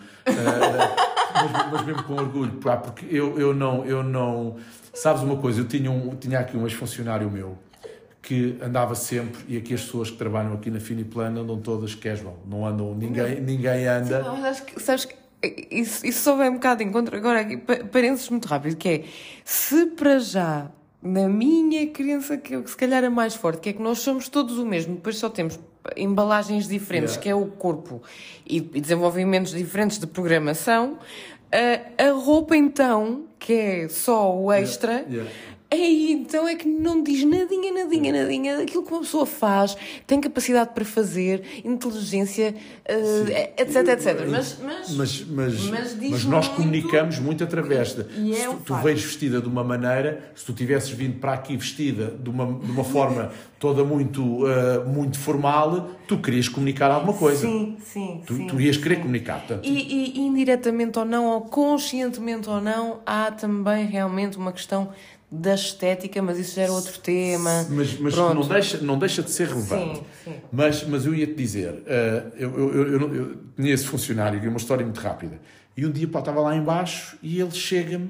Uh, mas, mas mesmo com orgulho, pá, porque eu, eu, não, eu não... Sabes uma coisa, eu tinha, um, tinha aqui um ex-funcionário meu, que andava sempre, e aqui as pessoas que trabalham aqui na Finiplan andam todas casual, não andam, ninguém, ninguém anda... Sim, mas acho que, sabes que isso, isso só vem um bocado de encontro, agora aqui, parênteses muito rápido, que é, se para já, na minha crença, que se calhar é mais forte, que é que nós somos todos o mesmo, depois só temos embalagens diferentes, yeah. que é o corpo, e, e desenvolvimentos diferentes de programação, a, a roupa então, que é só o extra... Yeah. Yeah. Aí, então é que não diz nadinha, nadinha, nadinha daquilo que uma pessoa faz, tem capacidade para fazer, inteligência, uh, etc, etcétera. Mas, mas, mas, mas, mas, mas nós muito... comunicamos muito através de... E é se um tu, tu vês vestida de uma maneira, se tu tivesses vindo para aqui vestida de uma, de uma forma toda muito, uh, muito formal, tu querias comunicar alguma coisa. Sim, sim, tu, sim. Tu ias querer sim. comunicar. Portanto, e, e indiretamente ou não, ou conscientemente ou não, há também realmente uma questão... da estética, mas isso já era outro tema. Mas, mas não, deixa, não deixa de ser relevante. Sim, sim. Mas, mas eu ia-te dizer, uh, eu, eu, eu, eu, eu tinha esse funcionário, que é uma história muito rápida, e um dia pá, estava lá em baixo e ele chega-me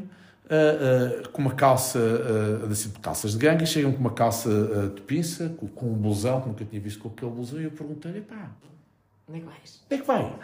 uh, uh, com uma calça, uh, assim, calças de ganga, chega-me com uma calça uh, de pinça, com, com um blusão, que nunca tinha visto com aquele blusão, e eu perguntei-lhe, pá, onde é que vais? Onde é que vai?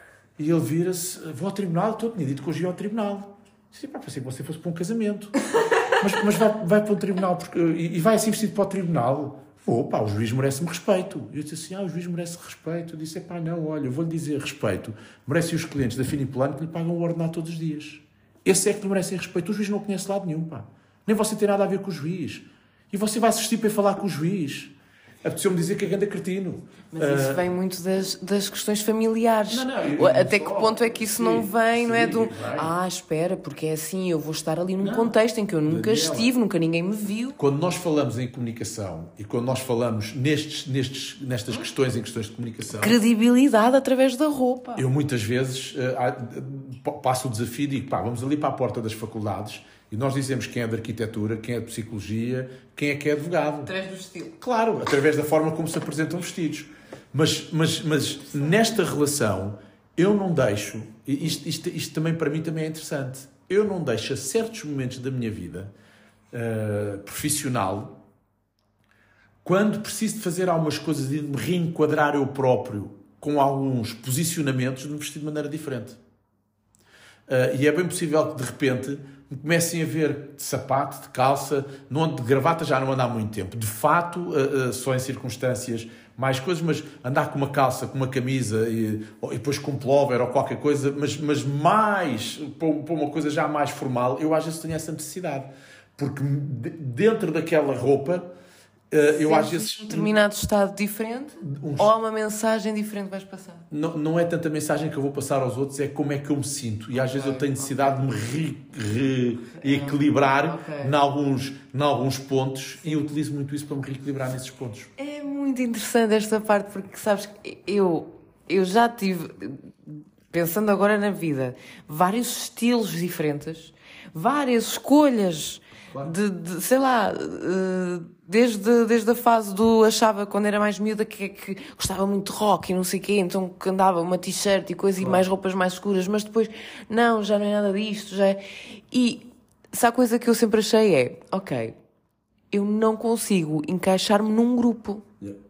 E ele vira-se, vou ao tribunal, eu tinha dito que hoje ia ao tribunal. Eu disse, pá, pensei que você fosse para um casamento. Mas, mas vai, vai para o tribunal porque, e, e vai assim vestido para o tribunal? Vou, pá, o juiz merece-me respeito. Eu disse assim, ah, o juiz merece respeito. Eu disse, pá, não, olha, eu vou-lhe dizer respeito. Merecem os clientes da Finiplan que lhe pagam o ordenado todos os dias. Esse é que lhe merecem respeito. O juiz não conhece lado nenhum, pá. Nem você tem nada a ver com o juiz. E você vai assistir para ir falar com o juiz. Apeteceu-me dizer que é grande cretino. Mas isso uh... vem muito das, das questões familiares. Não, não, eu, Até eu que só, ponto é que isso sim, não vem, sim, não é do... Vem. Ah, espera, porque é assim, eu vou estar ali num não, contexto em que eu nunca Daniela, estive, nunca ninguém me viu. Quando nós falamos em comunicação e quando nós falamos nestes, nestes, nestas questões, em questões de comunicação... Credibilidade através da roupa. Eu muitas vezes uh, passo o desafio e digo, pá, vamos ali para a porta das faculdades e nós dizemos quem é de arquitetura, quem é de psicologia, quem é que é advogado. Através do estilo. Claro, através da forma como se apresentam vestidos. Mas, mas, mas nesta relação, eu não deixo, isto, isto, isto também para mim também é interessante, eu não deixo a certos momentos da minha vida uh, profissional, quando preciso de fazer algumas coisas e de me reenquadrar eu próprio com alguns posicionamentos, de me vestir de maneira diferente. Uh, e é bem possível que de repente me comecem a ver de sapato, de calça, não ando de gravata, já não ando há muito tempo. De fato, uh, uh, só em circunstâncias mais coisas, mas andar com uma calça, com uma camisa e, e depois com um pullover ou qualquer coisa, mas, mas mais, para uma coisa já mais formal, eu às vezes tenho essa necessidade. Porque dentro daquela roupa, Uh, eu às vezes um determinado estado diferente um... ou há uma mensagem diferente que vais passar? Não, não é tanta mensagem que eu vou passar aos outros, é como é que eu me sinto. E às okay, vezes eu tenho necessidade okay. de me reequilibrar okay. em alguns, em alguns pontos e eu utilizo muito isso para me reequilibrar nesses pontos. É muito interessante esta parte porque, sabes, que eu, eu já tive, pensando agora na vida, vários estilos diferentes, várias escolhas. Claro. De, de, sei lá, desde, desde a fase do achava quando era mais miúda que, que gostava muito de rock e não sei o quê, então que andava uma t-shirt e coisa claro. E mais roupas mais escuras, mas depois não, já não é nada disto, já é... E se há coisa que eu sempre achei é, ok, eu não consigo encaixar-me num grupo. Yeah.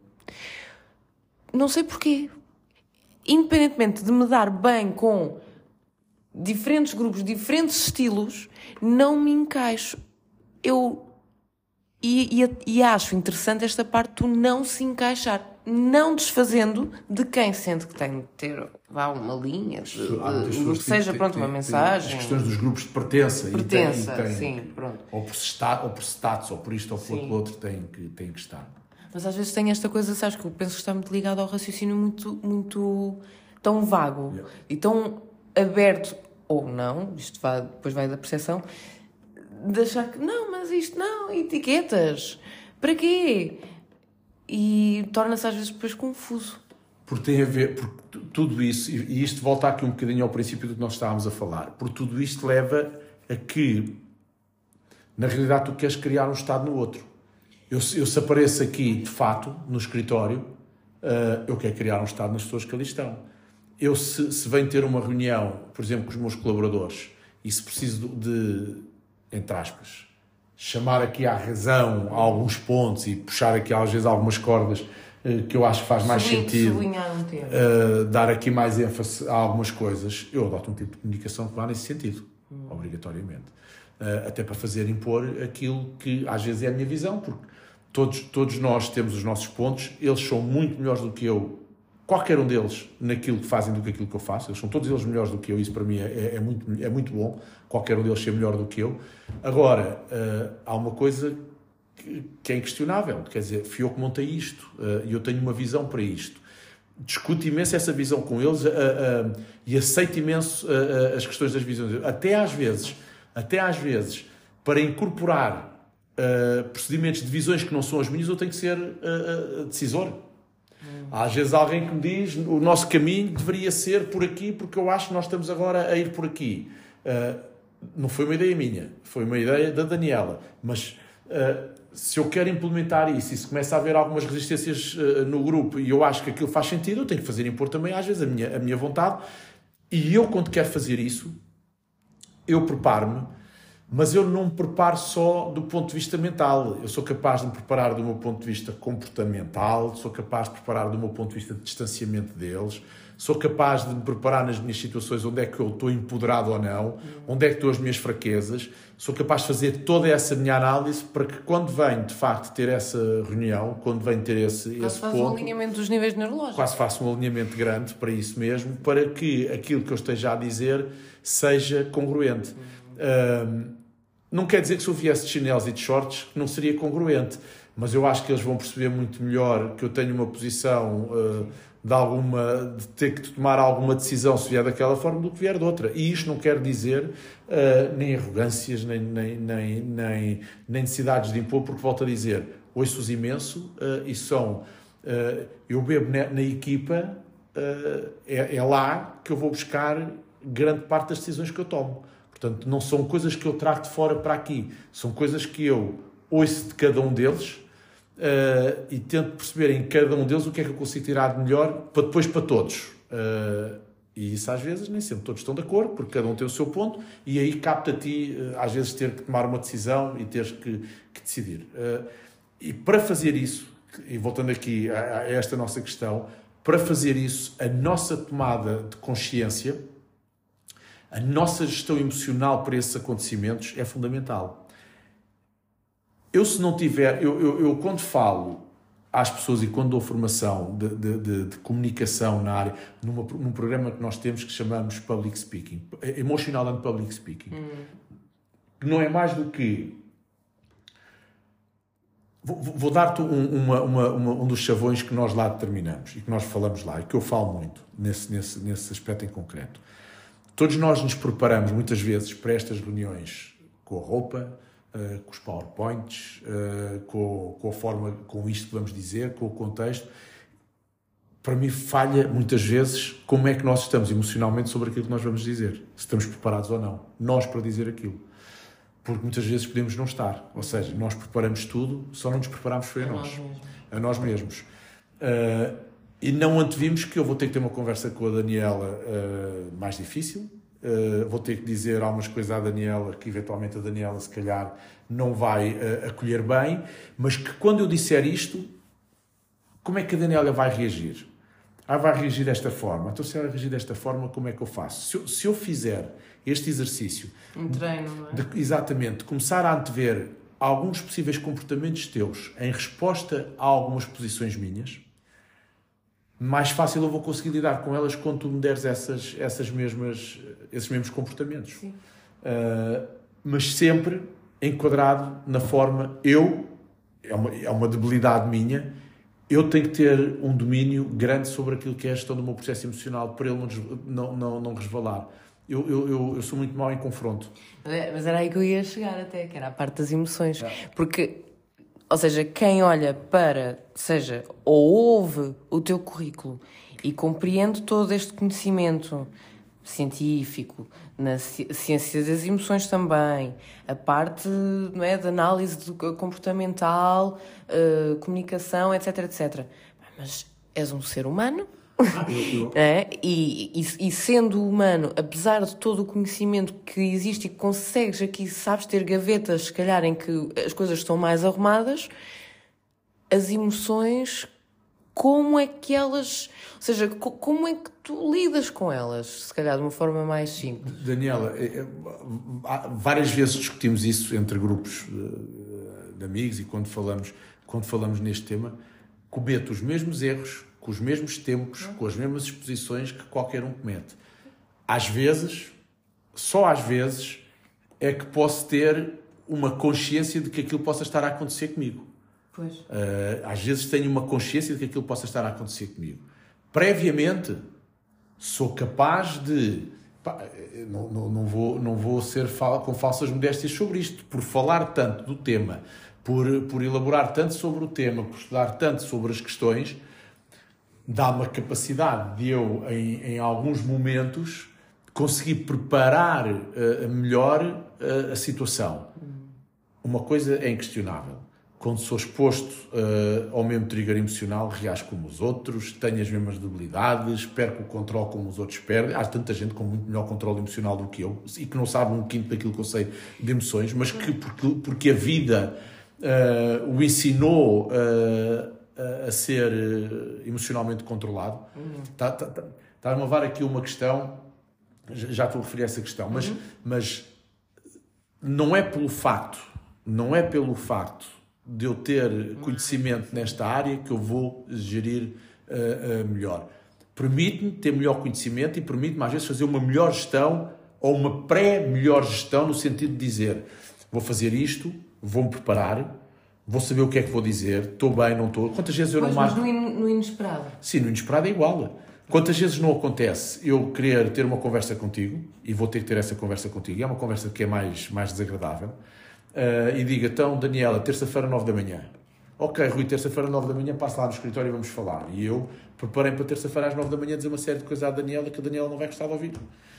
Não sei porquê. Independentemente de me dar bem com diferentes grupos, diferentes estilos, não me encaixo. Eu... E, e, e acho interessante esta parte de tu não se encaixar. Não desfazendo de quem sente que tem de ter vá, uma linha, de, de, de, seja, pronto, uma mensagem. As questões dos grupos de pertença. Pertença, e tem, e tem, sim, pronto. Ou por, sta, ou por status, ou por isto, ou por sim. outro, tem que, tem que estar. Mas às vezes tem esta coisa, sabes, que eu penso que está muito ligado ao raciocínio muito, muito tão vago. Yeah. E tão aberto, ou não, isto vai, depois vai da percepção, de achar que, não, mas isto não, etiquetas, para quê? E torna-se às vezes depois confuso. Porque tem a ver, porque tudo isso, e isto volta aqui um bocadinho ao princípio do que nós estávamos a falar, porque tudo isto leva a que, na realidade, tu queres criar um Estado no outro. Eu, eu se apareço aqui, de fato, no escritório, uh, eu quero criar um Estado nas pessoas que ali estão. Eu, se, se venho ter uma reunião, por exemplo, com os meus colaboradores, e se preciso de, entre aspas, chamar aqui à razão alguns pontos e puxar aqui às vezes algumas cordas uh, que eu acho que faz mais Sublinho, sentido um uh, dar aqui mais ênfase a algumas coisas, eu adoto um tipo de comunicação que vá nesse sentido, hum. obrigatoriamente. Uh, até para fazer impor aquilo que às vezes é a minha visão, porque todos, todos nós temos os nossos pontos, eles são muito melhores do que eu, qualquer um deles, naquilo que fazem do que aquilo que eu faço, eles são todos eles melhores do que eu, isso para mim é, é, muito, é muito bom, qualquer um deles ser melhor do que eu. Agora, uh, há uma coisa que, que é inquestionável, quer dizer, fui eu que montei isto, uh, e eu tenho uma visão para isto. Discuto imenso essa visão com eles uh, uh, e aceito imenso uh, uh, as questões das visões. Até às vezes, até às vezes, para incorporar uh, procedimentos de visões que não são as minhas, eu tenho que ser uh, uh, decisor. Hum. Às vezes alguém que me diz o nosso caminho deveria ser por aqui, porque eu acho que nós estamos agora a ir por aqui. Uh, não foi uma ideia minha, foi uma ideia da Daniela. Mas uh, se eu quero implementar isso e se começa a haver algumas resistências uh, no grupo e eu acho que aquilo faz sentido, eu tenho que fazer impor também às vezes a minha, a minha vontade. E eu, quando quero fazer isso, eu preparo-me, mas eu não me preparo só do ponto de vista mental. Eu sou capaz de me preparar do meu ponto de vista comportamental, sou capaz de preparar do meu ponto de vista de distanciamento deles, sou capaz de me preparar nas minhas situações onde é que eu estou empoderado ou não, onde é que estão as minhas fraquezas, sou capaz de fazer toda essa minha análise para que quando venho, de facto, ter essa reunião, quando venho ter esse, esse ponto... Quase faço um alinhamento dos níveis neurológicos. Quase faço um alinhamento grande para isso mesmo, para que aquilo que eu esteja a dizer seja congruente. Um, não quer dizer que se eu viesse de chinelos e de shorts não seria congruente, mas eu acho que eles vão perceber muito melhor que eu tenho uma posição uh, de, alguma, de ter que tomar alguma decisão se vier daquela forma do que vier de outra. E isto não quer dizer uh, nem arrogâncias, nem, nem, nem, nem, nem necessidades de impor, porque volto a dizer, ouço-os imenso uh, e são... Uh, eu bebo na, na equipa, uh, é, é lá que eu vou buscar grande parte das decisões que eu tomo. Portanto, não são coisas que eu trago de fora para aqui. São coisas que eu ouço de cada um deles uh, e tento perceber em cada um deles o que é que eu consigo tirar de melhor para depois para todos. Uh, e isso às vezes nem sempre todos estão de acordo, porque cada um tem o seu ponto e aí capta a ti, uh, às vezes, ter que tomar uma decisão e teres que, que decidir. Uh, e para fazer isso, e voltando aqui a, a esta nossa questão, para fazer isso, a nossa tomada de consciência, a nossa gestão emocional para esses acontecimentos é fundamental. Eu, se não tiver... Eu, eu, eu quando falo às pessoas e quando dou formação de, de, de, de comunicação na área, numa, num programa que nós temos que chamamos Public Speaking, Emotional and Public Speaking, hum. que não é mais do que... Vou, vou dar-te um, uma, uma, uma, um dos chavões que nós lá determinamos e que nós falamos lá e que eu falo muito nesse, nesse, nesse aspecto em concreto. Todos nós nos preparamos muitas vezes para estas reuniões com a roupa, uh, com os PowerPoints, uh, com, com a forma, com isto que vamos dizer, com o contexto. Para mim falha muitas vezes como é que nós estamos emocionalmente sobre aquilo que nós vamos dizer. Se estamos preparados ou não. Nós para dizer aquilo. Porque muitas vezes podemos não estar. Ou seja, nós preparamos tudo, só não nos preparamos foi a nós. A nós mesmos. Uh, E não antevimos que eu vou ter que ter uma conversa com a Daniela uh, mais difícil, uh, vou ter que dizer algumas coisas à Daniela, que eventualmente a Daniela se calhar não vai uh, acolher bem, mas que quando eu disser isto, como é que a Daniela vai reagir? Ah, vai reagir desta forma. Então, se ela reagir desta forma, como é que eu faço? Se eu, se eu fizer este exercício... Um treino, não é? De, exatamente. Começar a antever alguns possíveis comportamentos teus em resposta a algumas posições minhas, mais fácil eu vou conseguir lidar com elas quando tu me deres essas, essas mesmas, esses mesmos comportamentos. Sim. Uh, mas sempre enquadrado na forma... Eu, é uma, é uma debilidade minha... Eu tenho que ter um domínio grande sobre aquilo que é a gestão do meu processo emocional para ele não, não, não, não resvalar. Eu, eu, eu, eu sou muito mau em confronto. Mas era aí que eu ia chegar até, que era a parte das emoções. É. Porque, ou seja, quem olha para, seja, ou ouve o teu currículo e compreende todo este conhecimento científico, na ciência das emoções também, a parte, não é, de análise comportamental, uh, comunicação, etc, etcétera. Mas és um ser humano, ah, eu, eu. É? E, e, e sendo humano, apesar de todo o conhecimento que existe e que consegues aqui, sabes, ter gavetas, se calhar, em que as coisas estão mais arrumadas, as emoções... Como é que elas... Ou seja, como é que tu lidas com elas? Se calhar de uma forma mais simples. Daniela, várias vezes discutimos isso entre grupos de amigos e quando falamos, quando falamos neste tema, cometo os mesmos erros, com os mesmos tempos, com as mesmas exposições que qualquer um comete. Às vezes, só às vezes, é que posso ter uma consciência de que aquilo possa estar a acontecer comigo. Pois. Uh, às vezes tenho uma consciência de que aquilo possa estar a acontecer comigo. Previamente, sou capaz de... Pá, não, não, não, vou, não vou ser fal, com falsas modéstias sobre isto. Por falar tanto do tema, por, por elaborar tanto sobre o tema, por estudar tanto sobre as questões, dá-me a capacidade de eu, em, em alguns momentos, conseguir preparar uh, melhor uh, a situação. Uma coisa é inquestionável. Quando sou exposto uh, ao mesmo trigger emocional, reajo como os outros, tenho as mesmas debilidades, perco o controle como os outros perdem. Há tanta gente com muito melhor controle emocional do que eu e que não sabe um quinto daquilo que eu sei de emoções, mas que, porque, porque a vida uh, o ensinou uh, a ser uh, emocionalmente controlado. Uhum. Está tá, tá, tá a levar aqui uma questão, já estou a referir a essa questão, mas, uhum. mas não é pelo facto, não é pelo facto de eu ter conhecimento nesta área que eu vou gerir uh, uh, melhor. Permite-me ter melhor conhecimento e permite-me às vezes fazer uma melhor gestão ou uma pré-melhor gestão no sentido de dizer, vou fazer isto, vou-me preparar, vou saber o que é que vou dizer, estou bem, não estou... Quantas vezes eu mas, não marco... Mas no, no inesperado? Sim, no inesperado é igual. Quantas vezes não acontece eu querer ter uma conversa contigo, e vou ter que ter essa conversa contigo, e é uma conversa que é mais, mais desagradável, Uh, e diga, então, Daniela, terça-feira, nove da manhã. Ok, Rui, terça-feira, nove da manhã, passa lá no escritório e vamos falar. E eu preparei para terça-feira às nove da manhã dizer uma série de coisas à Daniela que a Daniela não vai gostar de ouvir.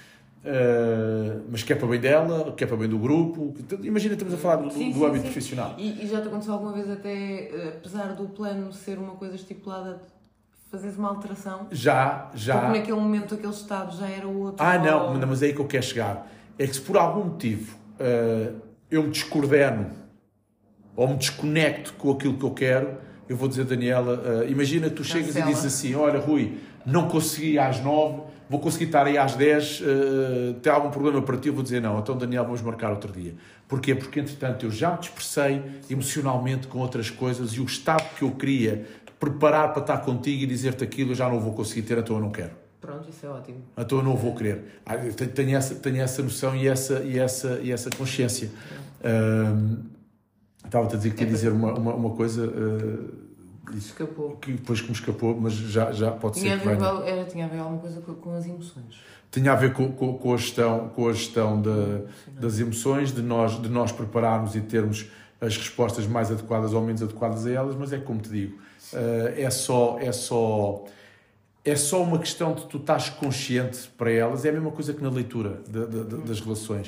Uh, mas que é para bem dela, que é para bem do grupo. Imagina, estamos a falar do, sim, do sim, âmbito sim. profissional. E, e já te aconteceu alguma vez até, apesar do plano ser uma coisa estipulada, fazeres uma alteração? Já, já. Porque naquele momento, aquele estado já era o outro. Ah, não, ou... mas é aí que eu quero chegar. É que se por algum motivo... Uh, eu me descoordeno ou me desconecto com aquilo que eu quero, eu vou dizer, Daniela, uh, imagina que tu chegas Cancela. E dizes assim, olha, Rui, não consegui às nove, vou conseguir estar aí às dez, uh, tem algum problema para ti? Eu vou dizer, não, então, Daniela, vamos marcar outro dia. Porquê? Porque, entretanto, eu já me dispersei emocionalmente com outras coisas e o estado que eu queria preparar para estar contigo e dizer-te aquilo, eu já não vou conseguir ter, então eu não quero. Pronto, isso é ótimo. Então eu não vou querer. Tenho essa, tenho essa noção e essa, e essa, e essa consciência. Um, estava-te a dizer que ia dizer uma, uma, uma coisa uh, escapou. Que depois que me escapou, mas já, já pode tinha ser que venha. A ver, era, tinha a ver alguma coisa com, com as emoções. Tinha a ver com, com, com a gestão, com a gestão de, das emoções, de nós, de nós prepararmos e termos as respostas mais adequadas ou menos adequadas a elas, mas é como te digo, uh, é só... É só É só uma questão de tu estás consciente para elas. É a mesma coisa que na leitura de, de, de, das relações.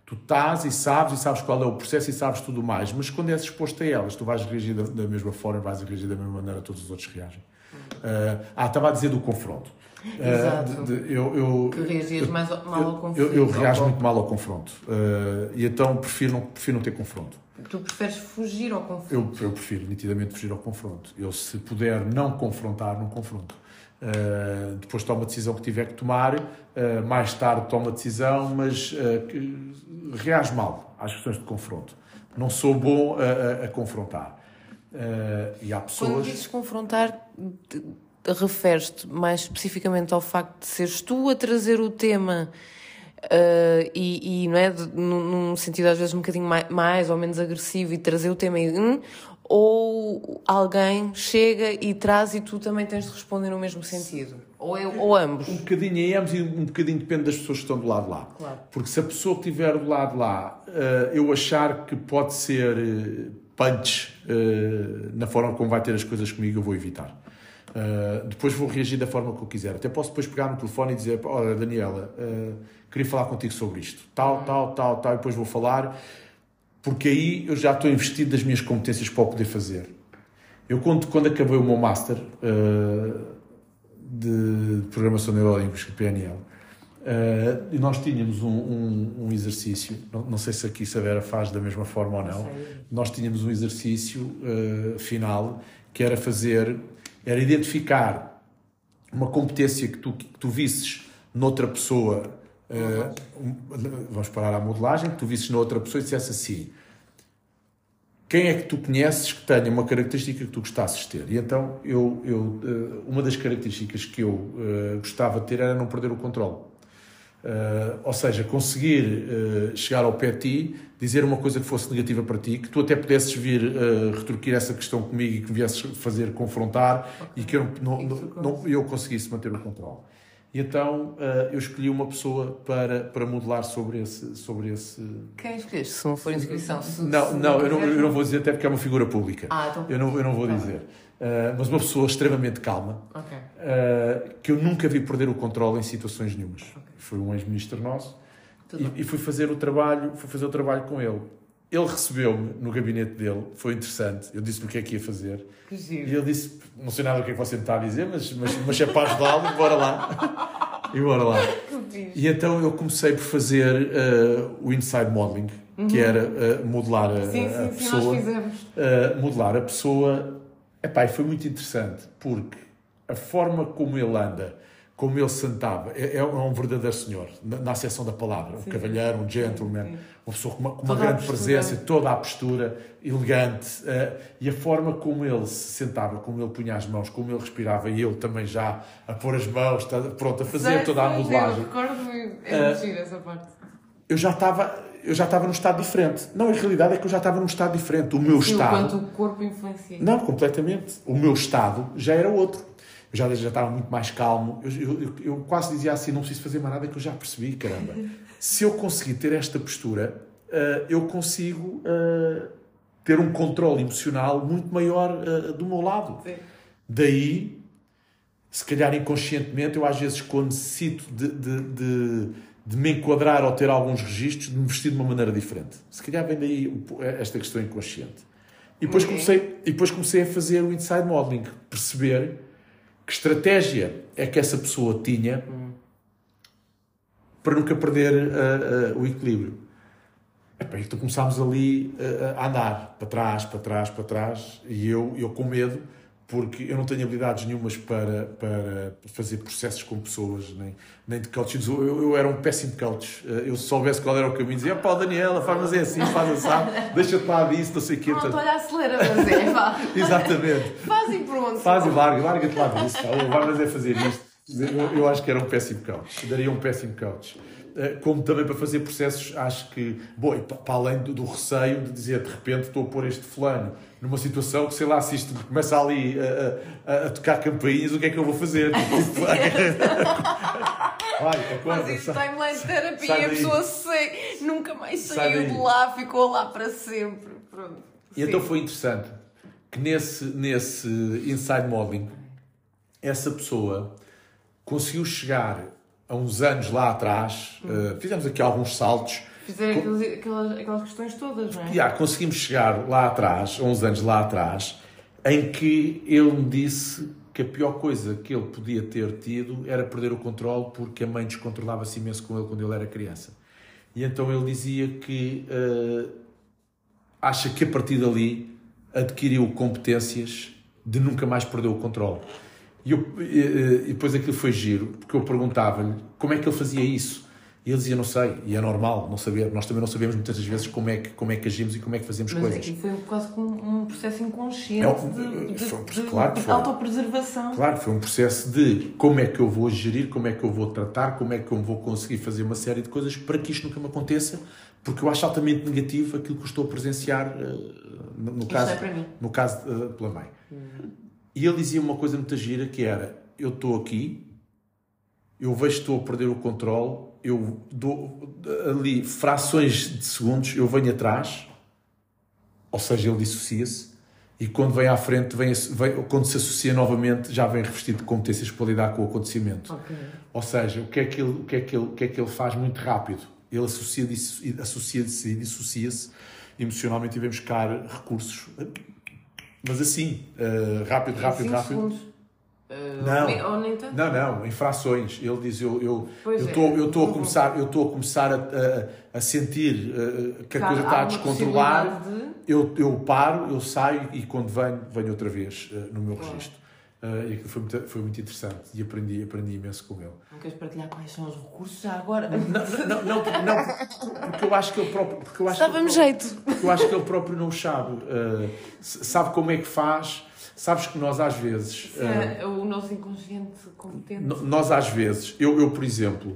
Tu estás e sabes, e sabes qual é o processo e sabes tudo mais, mas quando és exposto a elas, tu vais reagir da, da mesma forma, vais reagir da mesma maneira, todos os outros reagem. Uh, ah, estava a dizer do confronto. Exato. Uh, de, de, eu, eu, que reagias mais mal ao confronto. Eu, eu, eu reajo muito mal ao confronto. Uh, e então prefiro não, prefiro não ter confronto. Tu preferes fugir ao confronto? Eu, eu prefiro nitidamente fugir ao confronto. Eu, se puder não confrontar, não confronto. Uh, depois tomo a decisão que tiver que tomar, uh, mais tarde tomo a decisão, mas uh, que, reajo mal às questões de confronto. Não sou bom a, a, a confrontar. Uh, e há pessoas... Quando dizes confrontar, referes-te mais especificamente ao facto de seres tu a trazer o tema uh, e, e, não é, de, num, num sentido às vezes um bocadinho mais, mais ou menos agressivo e trazer o tema e... Hum, ou alguém chega e traz e tu também tens de responder no mesmo sentido? Ou, é, ou ambos? Um bocadinho em ambos e um bocadinho depende das pessoas que estão do lado de lá. Claro. Porque se a pessoa que estiver do lado de lá, eu achar que pode ser punch na forma como vai ter as coisas comigo, eu vou evitar. Depois vou reagir da forma que eu quiser. Até posso depois pegar no telefone e dizer: olha, Daniela, queria falar contigo sobre isto. Tal, tal, tal, tal. E depois vou falar... Porque aí eu já estou investido das minhas competências para o poder fazer. Eu, quando, quando acabei o meu Master uh, de Programação Neurolinguística, P N L, uh, e nós tínhamos um, um, um exercício, não, não sei se aqui a Vera faz da mesma forma ou não, nós tínhamos um exercício uh, final, que era fazer, era identificar uma competência que tu, que tu visses noutra pessoa. Uh, vamos parar à modelagem, que tu visses na outra pessoa e dissesse assim: quem é que tu conheces que tenha uma característica que tu gostasses de ter? E então eu, eu, uh, uma das características que eu uh, gostava de ter era não perder o controle. Uh, ou seja, conseguir uh, chegar ao pé de ti, dizer uma coisa que fosse negativa para ti, que tu até pudesses vir uh, retorquir essa questão comigo e que me viesses fazer confrontar, okay. E que eu, não, não, não, eu conseguisse manter o controle. E então uh, eu escolhi uma pessoa para, para modelar sobre esse, sobre esse... Quem escolheste? Se não for inscrição? Se, não, se não, não eu, não eu não vou dizer, até porque é uma figura pública. Ah, então... eu, não, eu não vou dizer. Uh, mas uma pessoa extremamente calma, okay. uh, que eu nunca vi perder o controle em situações nenhumas. Okay. Foi um ex-ministro nosso e, e fui fazer o trabalho, fui fazer o trabalho com ele. Ele recebeu-me no gabinete dele, foi interessante. Eu disse-lhe o que é que ia fazer. Que giro. E ele disse: não sei nada do que é que você me está a dizer, mas, mas, mas é para ajudá-lo, bora lá. E bora lá. E então eu comecei por fazer uh, o inside modeling, uhum. que era uh, modelar a, sim, sim, a sim, pessoa. Nós fizemos. Uh, modelar a pessoa. Epá, e foi muito interessante, porque a forma como ele anda, como ele sentava, é, é um verdadeiro senhor, na, na acessão da palavra. Sim. Um cavalheiro, um gentleman, sim. Uma pessoa com uma, com uma grande presença, toda a postura, elegante. Uh, e a forma como ele se sentava, como ele punha as mãos, como ele respirava, e ele também já a pôr as mãos, tá, pronto, a fazer sei, toda a modelagem. Eu recordo-me, é uh, muito essa parte. Eu já estava... Eu já estava num estado diferente. Não, a realidade é que eu já estava num estado diferente. O meu sim, estado... Enquanto o corpo influencia. Não, completamente. O meu estado já era outro. Eu já, já estava muito mais calmo. Eu, eu, eu, eu quase dizia assim, não preciso fazer mais nada, que eu já percebi, caramba. Se eu conseguir ter esta postura, uh, eu consigo uh, ter um controle emocional muito maior uh, do meu lado. Sim. Daí, se calhar inconscientemente, eu às vezes, quando necessito de... de, de de me enquadrar ou ter alguns registros, de me vestir de uma maneira diferente. Se calhar vem daí esta questão inconsciente. E depois, okay. comecei, e depois comecei a fazer o inside modeling, perceber que estratégia é que essa pessoa tinha hum. para nunca perder uh, uh, o equilíbrio. Epá, então começámos ali uh, a andar, para trás, para trás, para trás, e eu, eu com medo, porque eu não tenho habilidades nenhumas para, para fazer processos com pessoas, nem, nem de coaches. Eu, eu era um péssimo coach. Eu, se soubesse qual era o caminho, dizia: pá, Daniela, faz mas é assim, faz assim, deixa-te lá disso, não sei o quê. Não, olha, acelera, mas é, vá. Exatamente. Faz e pronto. Faz e larga, larga-te lá disso, pá. Vai mas é fazer isto. Eu, eu acho que era um péssimo coach. Daria um péssimo coach. Como também para fazer processos, acho que, bom, para além do, do receio de dizer, de repente estou a pôr este fulano numa situação que, sei lá, se isto começa ali a, a, a tocar campainhas, o que é que eu vou fazer? Tipo, vai, acorda, mas isso timeline de terapia, sai a pessoa sei, nunca mais saiu sai de lá, ficou lá para sempre. Pronto. E então foi interessante que nesse, nesse inside modeling, essa pessoa conseguiu chegar a uns anos lá atrás, hum. uh, fizemos aqui alguns saltos, Fizer aquelas, aquelas, aquelas questões todas, não é? Yeah, conseguimos chegar lá atrás, uns anos lá atrás, em que ele me disse que a pior coisa que ele podia ter tido era perder o controle, porque a mãe descontrolava-se imenso com ele quando ele era criança. E então ele dizia que uh, acha que a partir dali adquiriu competências de nunca mais perder o controle. E, eu, e, e depois aquilo foi giro, porque eu perguntava-lhe como é que ele fazia isso. E ele dizia, não sei, e é normal não saber. Nós também não sabemos muitas das vezes como é que, como é que agimos e como é que fazemos Mas coisas. Mas aqui foi quase como um processo inconsciente é, de, de, foi, de, claro, de foi, autopreservação. Claro, foi um processo de como é que eu vou gerir, como é que eu vou tratar, como é que eu vou conseguir fazer uma série de coisas para que isto nunca me aconteça, porque eu acho altamente negativo aquilo que eu estou a presenciar, no, no caso, é para mim. no caso uh, pela mãe. Hum. E ele dizia uma coisa muito gira, que era, eu estou aqui, eu vejo que estou a perder o controle, eu dou ali frações de segundos, eu venho atrás, ou seja, ele dissocia-se, e quando vem à frente, vem, vem, quando se associa novamente, já vem revestido de competências para lidar com o acontecimento. Okay. Ou seja, o que, é que ele, o, que é que ele, o que é que ele faz muito rápido? Ele associa-se associa e dissocia-se emocionalmente, e vem buscar recursos, mas assim, uh, rápido, rápido, rápido. Segundos. Uh, não, ou nem tanto? não, não, em frações. Ele diz, eu eu estou eu estou a começar eu estou a começar a, a, a sentir uh, que a claro, coisa está a descontrolar. De... Eu eu paro, eu saio e quando venho venho outra vez uh, no meu registro. Uh, e aquilo foi muito, foi muito interessante e aprendi aprendi imenso com ele. Não queres partilhar quais são os recursos já agora? Não, não, não, não, não porque eu acho que ele próprio, porque eu acho Estava-me jeito. Porque eu acho que ele próprio não sabe, uh, sabe como é que faz. Sabes que nós às vezes... É, uh, o nosso inconsciente competente. Nós às vezes, eu, eu por exemplo,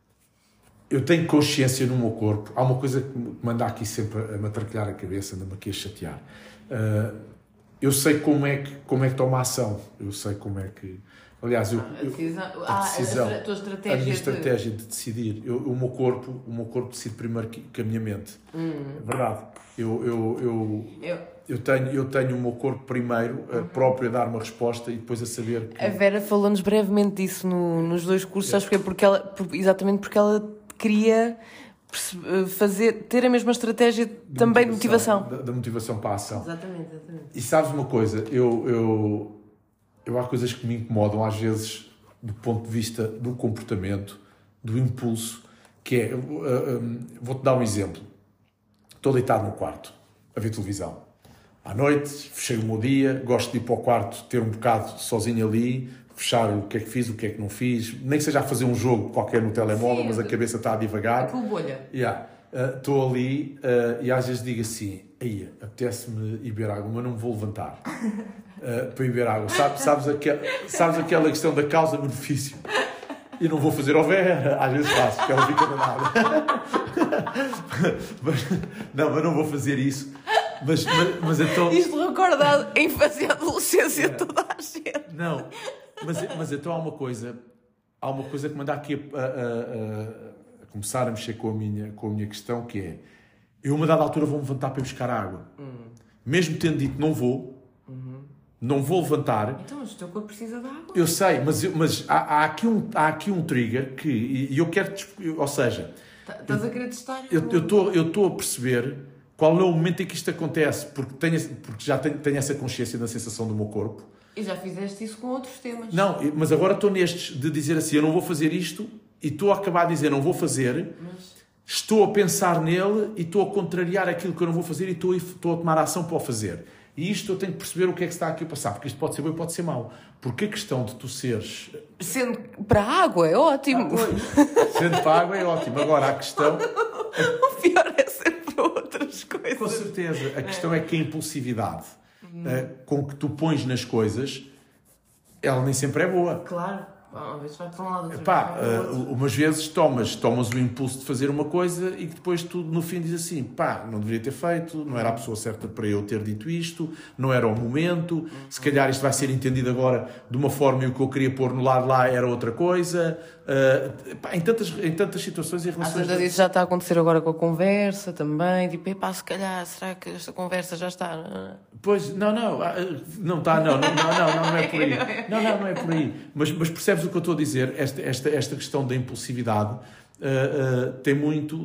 eu tenho consciência no meu corpo. Há uma coisa que me anda aqui sempre a matraquilhar a cabeça, anda-me aqui a chatear. Uh, eu sei como é, que, como é que toma ação. Eu sei como é que... Aliás, eu, a decisão, eu, a, decisão, a, tua estratégia a minha de... estratégia de decidir. Eu, o, meu corpo, o meu corpo decide primeiro que, que a minha mente. Hum. É verdade. Eu... eu, eu, eu Eu tenho, eu tenho o meu corpo primeiro, uhum. próprio a dar uma resposta e depois a saber que... A Vera falou-nos brevemente disso no, nos dois cursos, é. Sabes porquê? Porque ela, por, exatamente porque ela queria fazer, ter a mesma estratégia de também de motivação. Da, da motivação para a ação. Exatamente, exatamente. E sabes uma coisa, eu, eu, eu há coisas que me incomodam às vezes do ponto de vista do comportamento, do impulso, que é... Uh, um, vou-te dar um exemplo. Estou deitado no quarto, a ver televisão. À noite, fechei o meu dia, gosto de ir para o quarto, ter um bocado sozinho ali, fechar o que é que fiz, o que é que não fiz, nem que seja a fazer um jogo qualquer no telemóvel, sim, mas a cabeça está a divagar. Aquilo bolha. Yeah. Uh, estou ali uh, e às vezes digo assim, aí, apetece-me ir beber água, mas não me vou levantar uh, para ir beber água. Sabes, sabes, aquel, sabes aquela questão da causa-benefício? E não vou fazer over, às vezes faço, porque ela fica danada. mas, não, mas não vou fazer isso. Mas, mas, mas então... Isto recordado em infância e adolescência, é. Toda a gente. Não, mas, mas então há uma coisa, há uma coisa que me anda aqui a, a, a, a começar a mexer com a, minha, com a minha questão, que é, eu a uma dada altura vou-me levantar para ir buscar água. Hum. Mesmo tendo dito não vou, uhum. não vou levantar... Então, mas o teu corpo precisa de água. Eu sei, mas, eu, mas há, há, aqui um, há aqui um trigger que, e eu quero... Ou seja... Estás a querer testar? Eu estou eu estou a perceber... Qual é o momento em que isto acontece? Porque, tenho, porque já tenho, tenho essa consciência da sensação do meu corpo. E já fizeste isso com outros temas. Não, mas agora estou nestes de dizer assim, eu não vou fazer isto, e estou a acabar de dizer não vou fazer, mas... estou a pensar nele e estou a contrariar aquilo que eu não vou fazer e estou, estou a tomar ação para o fazer. E isto eu tenho que perceber o que é que está aqui a passar, porque isto pode ser bom e pode ser mau. Porque a questão de tu seres... Sendo para a água é ótimo. Ah, sendo para a água é ótimo. Agora a questão... O pior é ser para outras coisas. Com certeza. A questão é, é que a impulsividade hum. uh, com que tu pões nas coisas, ela nem sempre é boa. Claro. Uma vez vai para um lado, outra Pá, uh, umas vezes tomas, tomas o impulso de fazer uma coisa e que depois tu no fim dizes assim, pá, não deveria ter feito, não era a pessoa certa para eu ter dito isto, não era o momento, uhum. se calhar isto vai ser entendido agora de uma forma e o que eu queria pôr no lado lá era outra coisa. Uh, pá, em, tantas, em tantas situações e relações... Às vezes isso já está a acontecer agora com a conversa também, tipo, pá, se calhar, será que esta conversa já está... Pois, não, não, não está, não, não, não, não, não é por aí. Não, não, não é por aí. Mas, mas percebes o que eu estou a dizer? Esta, esta, esta questão da impulsividade uh, uh, tem muito,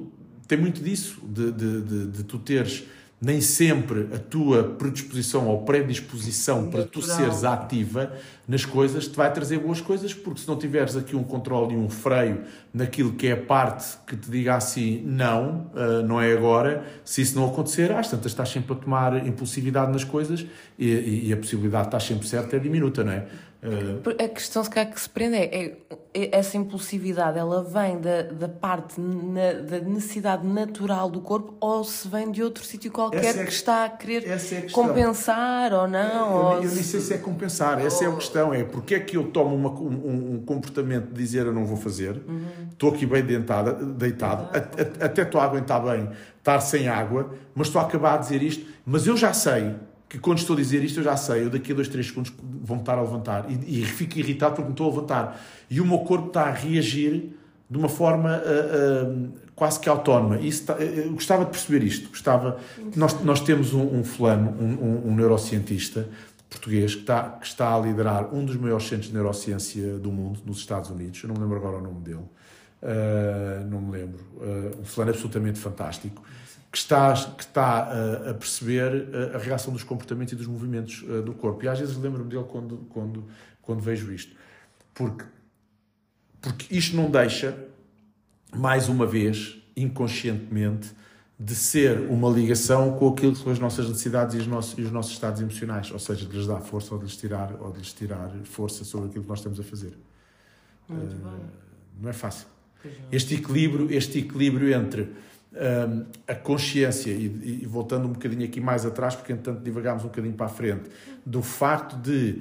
tem muito disso, de, de, de, de tu teres nem sempre a tua predisposição ou predisposição para tu seres ativa nas coisas te vai trazer boas coisas, porque se não tiveres aqui um controle e um freio naquilo que é a parte que te diga assim, não, não é agora, se isso não acontecer, às tantas estás sempre a tomar impulsividade nas coisas e, e a possibilidade de estar sempre certa é diminuta, não é? A questão se calhar que se prende é, é essa impulsividade, ela vem da, da parte na, da necessidade natural do corpo ou se vem de outro sítio qualquer é, que está a querer é a compensar ou não? Eu, ou eu se... nem sei se é compensar, essa oh. é a questão, é porque é que eu tomo uma, um, um comportamento de dizer eu não vou fazer, uhum. estou aqui bem dentada, deitado, ah, a, a, até estou a aguentar bem estar sem água, mas estou a acabar de dizer isto, mas eu já sei que quando estou a dizer isto, eu já sei, eu daqui a dois, três segundos vou-me estar a levantar. E, e fico irritado porque me estou a levantar. E o meu corpo está a reagir de uma forma uh, uh, quase que autónoma. E isso está, eu gostava de perceber isto. Gostava, nós, nós temos um, um fulano, um, um, um neurocientista português que está, que está a liderar um dos maiores centros de neurociência do mundo, nos Estados Unidos. Eu não me lembro agora o nome dele. Uh, não me lembro. Uh, um fulano absolutamente fantástico. Que está, que está uh, a perceber uh, a reação dos comportamentos e dos movimentos uh, do corpo. E às vezes lembro-me dele quando, quando, quando vejo isto. Porque, porque isto não deixa, mais uma vez, inconscientemente, de ser uma ligação com aquilo que são as nossas necessidades e os nossos, e os nossos estados emocionais. Ou seja, de lhes dar força ou de lhes tirar, ou de lhes tirar força sobre aquilo que nós estamos a fazer. Muito uh, bem. Não é fácil. Este equilíbrio, este equilíbrio entre Um, a consciência, e, e voltando um bocadinho aqui mais atrás, porque entretanto divagámos um bocadinho para a frente, do facto de,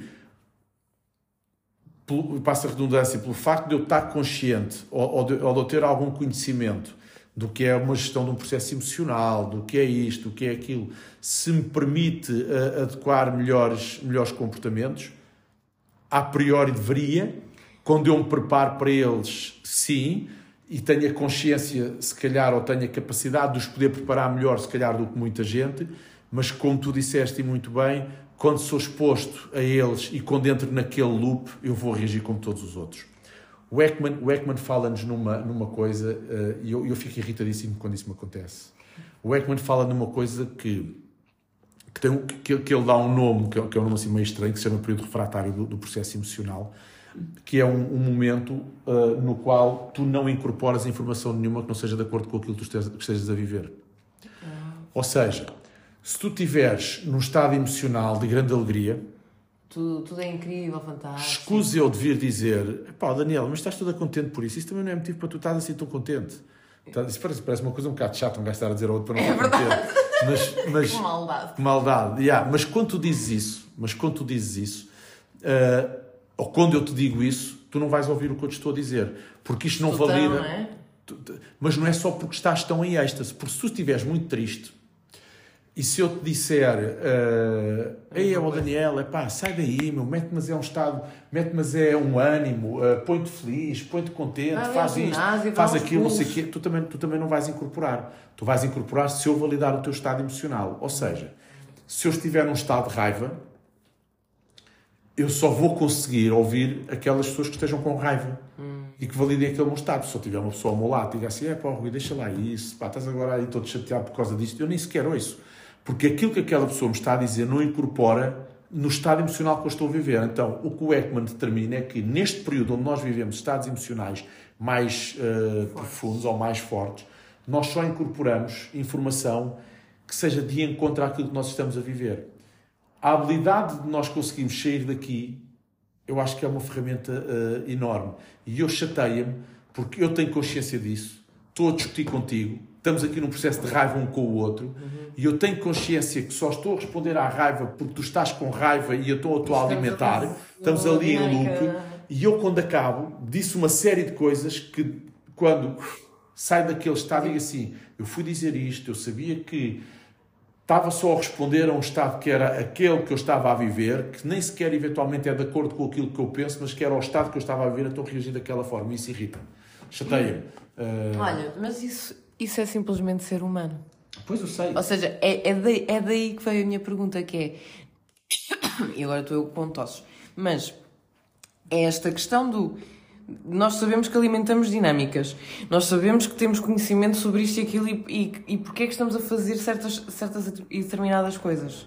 pelo, passa a redundância, pelo facto de eu estar consciente ou, ou, de, ou de eu ter algum conhecimento do que é uma gestão de um processo emocional, do que é isto, do que é aquilo, se me permite uh, adequar melhores, melhores comportamentos, a priori deveria, quando eu me preparo para eles, sim, e tenho a consciência, se calhar, ou tenho a capacidade de os poder preparar melhor, se calhar, do que muita gente, mas como tu disseste e muito bem, quando sou exposto a eles e quando entro naquele loop, eu vou reagir como todos os outros. O Ekman, o Ekman fala-nos numa, numa coisa, uh, e eu, eu fico irritadíssimo quando isso me acontece. O Ekman fala numa coisa que, que, tem, que, que ele dá um nome, que é, que é um nome assim meio estranho, que se chama período refratário do, do processo emocional, que é um, um momento uh, no qual tu não incorporas informação nenhuma que não seja de acordo com aquilo que tu estejas a viver. Ah. Ou seja, se tu estiveres num estado emocional de grande alegria, tudo, tudo é incrível, fantástico. Escuso eu de vir dizer, pá, Daniel, mas estás toda contente por isso? Isso também não é motivo para tu estás assim tão contente. Isso parece, parece uma coisa um bocado chata, um gajo estar a dizer ao outro para não é estar contente. Mas, mas, que maldade. Que maldade. Yeah, mas quando tu dizes isso, mas quando tu dizes isso, uh, ou quando eu te digo isso, tu não vais ouvir o que eu te estou a dizer. Porque isto não Tutão, valida. Não é? Mas não é só porque estás tão em êxtase. Porque se tu estiveres muito triste, e se eu te disser, uh, ei, é o Daniel, é pá, sai daí, meu, mete, mas é um estado, mete, mas é um ânimo, uh, põe-te feliz, põe-te contente, ah, faz isto, ginásio, faz aquilo, não sei o quê. Tu também, tu também não vais incorporar. Tu vais incorporar se eu validar o teu estado emocional. Ou seja, se eu estiver num estado de raiva, eu só vou conseguir ouvir aquelas pessoas que estejam com raiva hum. e que validem aquele meu estado. Se eu tiver uma pessoa ao meu lado e diga assim, é pá, Rui, deixa lá isso, pá, estás agora aí todo chateado por causa disto, eu nem sequer ouço. Porque aquilo que aquela pessoa me está a dizer não incorpora no estado emocional que eu estou a viver. Então, o que o Ekman determina é que neste período onde nós vivemos estados emocionais mais uh, profundos ou mais fortes, nós só incorporamos informação que seja de encontro àquilo que nós estamos a viver. A habilidade de nós conseguirmos sair daqui, eu acho que é uma ferramenta uh, enorme. E eu chateia-me, porque eu tenho consciência disso, estou a discutir contigo, estamos aqui num processo de raiva um com o outro, uhum. e eu tenho consciência que só estou a responder à raiva porque tu estás com raiva e eu estou a alimentar, a estamos ali em loop, e eu quando acabo, disse uma série de coisas que quando saio daquele estado, digo assim, eu fui dizer isto, eu sabia que estava só a responder a um estado que era aquele que eu estava a viver, que nem sequer eventualmente é de acordo com aquilo que eu penso, mas que era o estado que eu estava a viver, então reagi daquela forma. Isso irrita-me. Chateia-me. Uh... Olha, mas isso, isso é simplesmente ser humano. Pois eu sei. Ou seja, é, é, daí, é daí que veio a minha pergunta, que é... E agora estou eu com tosses. Mas é esta questão do... nós sabemos que alimentamos dinâmicas, nós sabemos que temos conhecimento sobre isto e aquilo e, e, e porque é que estamos a fazer certas, certas e determinadas coisas.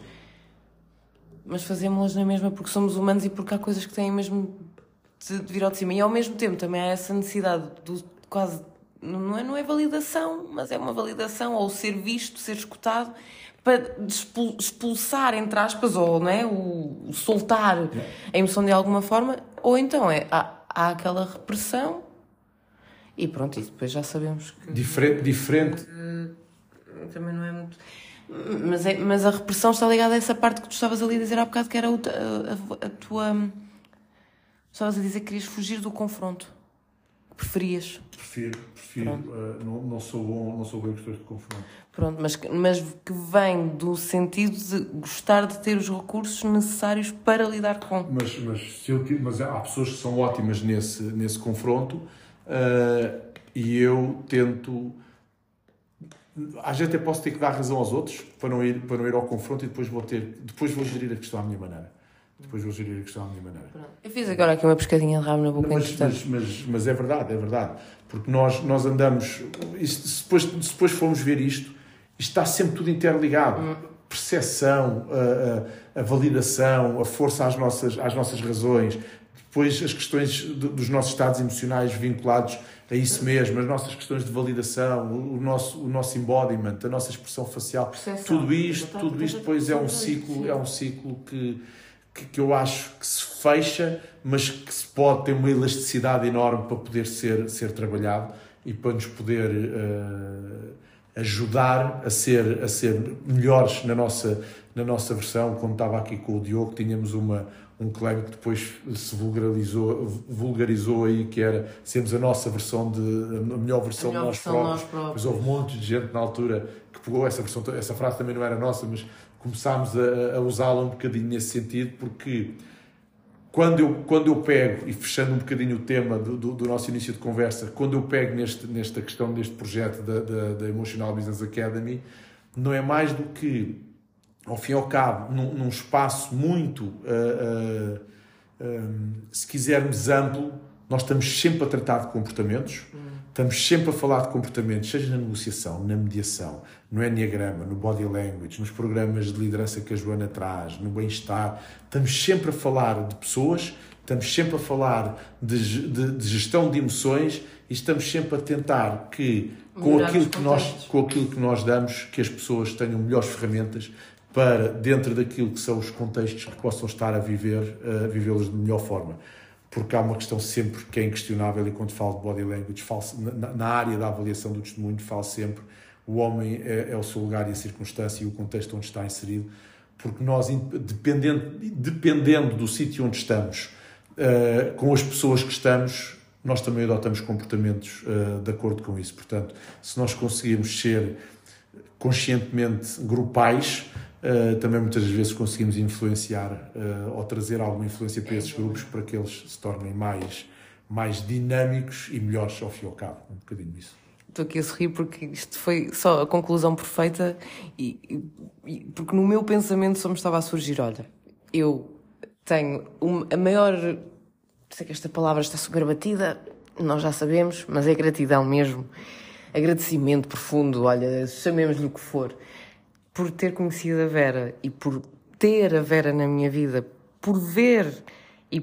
Mas fazemos-las na mesma porque somos humanos e porque há coisas que têm mesmo de, de vir ao de cima. E ao mesmo tempo também há essa necessidade do quase, não é, não é validação, mas é uma validação, ou ser visto, ser escutado, para expulsar, entre aspas, ou não é, o, o soltar a emoção de alguma forma, ou então é, há, há aquela repressão e pronto, e depois já sabemos que... Diferente... diferente. Que, também não é muito... Mas, é, mas a repressão está ligada a essa parte que tu estavas ali a dizer há bocado, que era a, a, a tua... Estavas a dizer que querias fugir do confronto. Preferias? Prefiro, prefiro. Uh, não, não sou bom, não sou bom em questões de confronto. Pronto, mas, mas que vem do sentido de gostar de ter os recursos necessários para lidar com. Mas, mas, se eu, mas há pessoas que são ótimas nesse, nesse confronto uh, e eu tento... Às vezes até posso ter que dar razão aos outros para não ir, para não ir ao confronto e depois vou, ter, depois vou gerir a questão à minha maneira. Depois vou gerir a questão à minha maneira. Eu fiz agora aqui uma pescadinha de rabo na boca. Mas, mas, mas, mas é verdade, é verdade. Porque nós, nós andamos... Isto, se, depois, se depois formos ver isto, isto está sempre tudo interligado. Hum. Percepção, a, a, a validação, a força às nossas, às nossas razões, depois as questões de, dos nossos estados emocionais vinculados a isso mesmo, as nossas questões de validação, o, o, nosso, o nosso embodiment, a nossa expressão facial, percepção. tudo isto, tudo isto depois é um ciclo, é um ciclo que, que, que eu acho que se fecha, mas que se pode ter uma elasticidade enorme para poder ser, ser trabalhado e para nos poder uh, ajudar a ser, a ser melhores na nossa, na nossa versão. Como estava aqui com o Diogo, tínhamos uma, um claim que depois se vulgarizou, vulgarizou aí, que era sermos a nossa versão, de, a melhor versão, a melhor de, nós versão próprios. nós próprios. Mas houve um monte de gente na altura que pegou essa versão, essa frase também não era nossa, mas começámos a, a usá-la um bocadinho nesse sentido, porque quando eu, quando eu pego, e fechando um bocadinho o tema do, do, do nosso início de conversa, quando eu pego neste, nesta questão deste projeto da, da, da Emotional Business Academy, não é mais do que, ao fim e ao cabo, num, num espaço muito, uh, uh, um, se quisermos, amplo, nós estamos sempre a tratar de comportamentos, hum. estamos sempre a falar de comportamentos, seja na negociação, na mediação, no enneagrama, no body language, nos programas de liderança que a Joana traz, no bem-estar. Estamos sempre a falar de pessoas, estamos sempre a falar de, de, de gestão de emoções e estamos sempre a tentar que, com aquilo que, nós, com aquilo que nós damos, que as pessoas tenham melhores ferramentas para, dentro daquilo que são os contextos, que possam estar a viver, a vivê-los de melhor forma. Porque há uma questão sempre que é inquestionável, e quando falo de body language, falo, na, na área da avaliação do testemunho, falo sempre o homem é, é o seu lugar e a circunstância e o contexto onde está inserido, porque nós, dependendo, dependendo do sítio onde estamos, uh, com as pessoas que estamos, nós também adotamos comportamentos uh, de acordo com isso. Portanto, se nós conseguirmos ser conscientemente grupais, Uh, também muitas vezes conseguimos influenciar uh, ou trazer alguma influência para esses grupos para que eles se tornem mais, mais dinâmicos e melhores ao fim e ao cabo. Um bocadinho isso. Estou aqui a sorrir porque isto foi só a conclusão perfeita e, e porque no meu pensamento só me estava a surgir, olha, eu tenho uma, a maior, sei que esta palavra está super batida, nós já sabemos, mas é gratidão mesmo, agradecimento profundo, olha, chamemos-lhe o que for, por ter conhecido a Vera e por ter a Vera na minha vida, por ver, e,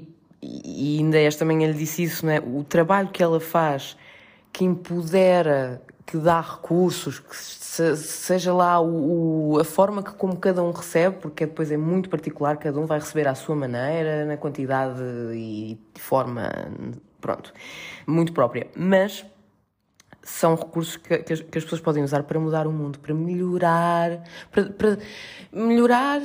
e ainda esta manhã lhe disse isso, não é? O trabalho que ela faz, que empodera, que dá recursos, que se, seja lá o, o, a forma que como cada um recebe, porque depois é muito particular, cada um vai receber à sua maneira, na quantidade e forma, pronto, muito própria. Mas são recursos que, que, as, que as pessoas podem usar para mudar o mundo, para melhorar, para, para melhorar,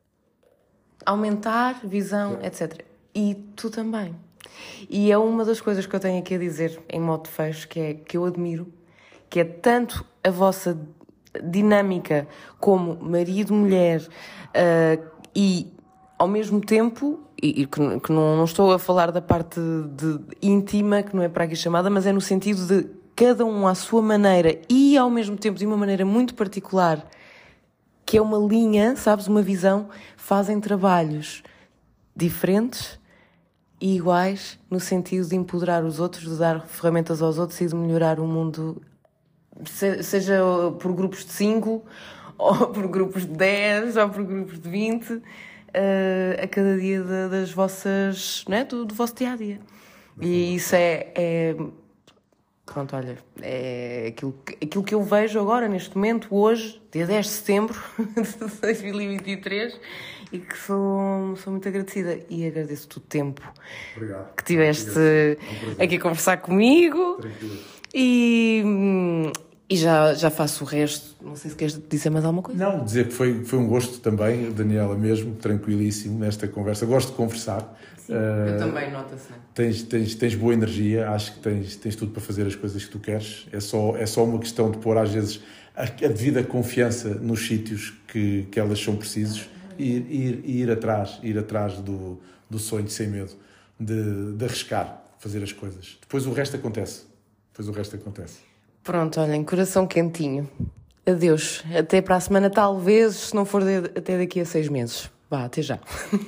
aumentar visão, etcétera. E tu também. E é uma das coisas que eu tenho aqui a dizer em modo de fecho, que é que eu admiro, que é tanto a vossa dinâmica como marido-mulher uh, e, ao mesmo tempo, e, e que, que não, não estou a falar da parte de, de íntima, que não é para aqui chamada, mas é no sentido de cada um à sua maneira e, ao mesmo tempo, de uma maneira muito particular, que é uma linha, sabes, uma visão, fazem trabalhos diferentes, iguais no sentido de empoderar os outros, de dar ferramentas aos outros e de melhorar o mundo, seja por grupos de cinco, ou por grupos de dez, ou por grupos de vinte, uh, a cada dia de, das vossas, não é? do, do vosso dia-a-dia. E isso é, é... Pronto, olha, é aquilo que, aquilo que eu vejo agora, neste momento, hoje, dia dez de setembro de dois mil e vinte e três, e que sou, sou muito agradecida. E agradeço-te o tempo Obrigado. que tiveste é um aqui a conversar comigo. Tranquilo. E, e já, já faço o resto. Não sei se queres dizer mais alguma coisa. Não, dizer que foi, foi um gosto também, Daniela, mesmo, tranquilíssimo, nesta conversa. Gosto de conversar. Sim, uh, eu também, nota-se, não é? Tens, tens, tens boa energia, acho que tens, tens tudo para fazer as coisas que tu queres. É só, é só uma questão de pôr, às vezes, a, a devida confiança nos sítios que, que elas são precisos e ir, ir, ir atrás, ir atrás do, do sonho sem medo, de, de arriscar, fazer as coisas. Depois o resto acontece. Depois o resto acontece. Pronto, olhem, coração quentinho. Adeus. Até para a semana, talvez, se não for de, até daqui a seis meses. Vá, até já.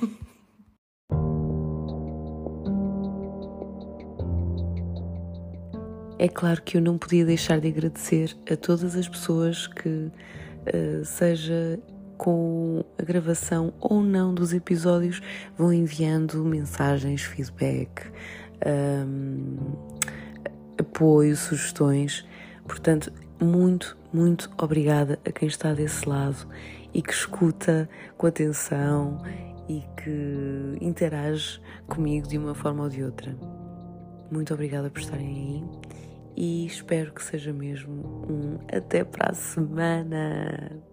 É claro que eu não podia deixar de agradecer a todas as pessoas que, uh, seja com a gravação ou não dos episódios, vão enviando mensagens, feedback, um, apoio, sugestões. Portanto, muito, muito obrigada a quem está desse lado e que escuta com atenção e que interage comigo de uma forma ou de outra. Muito obrigada por estarem aí. E espero que seja mesmo um até para a semana.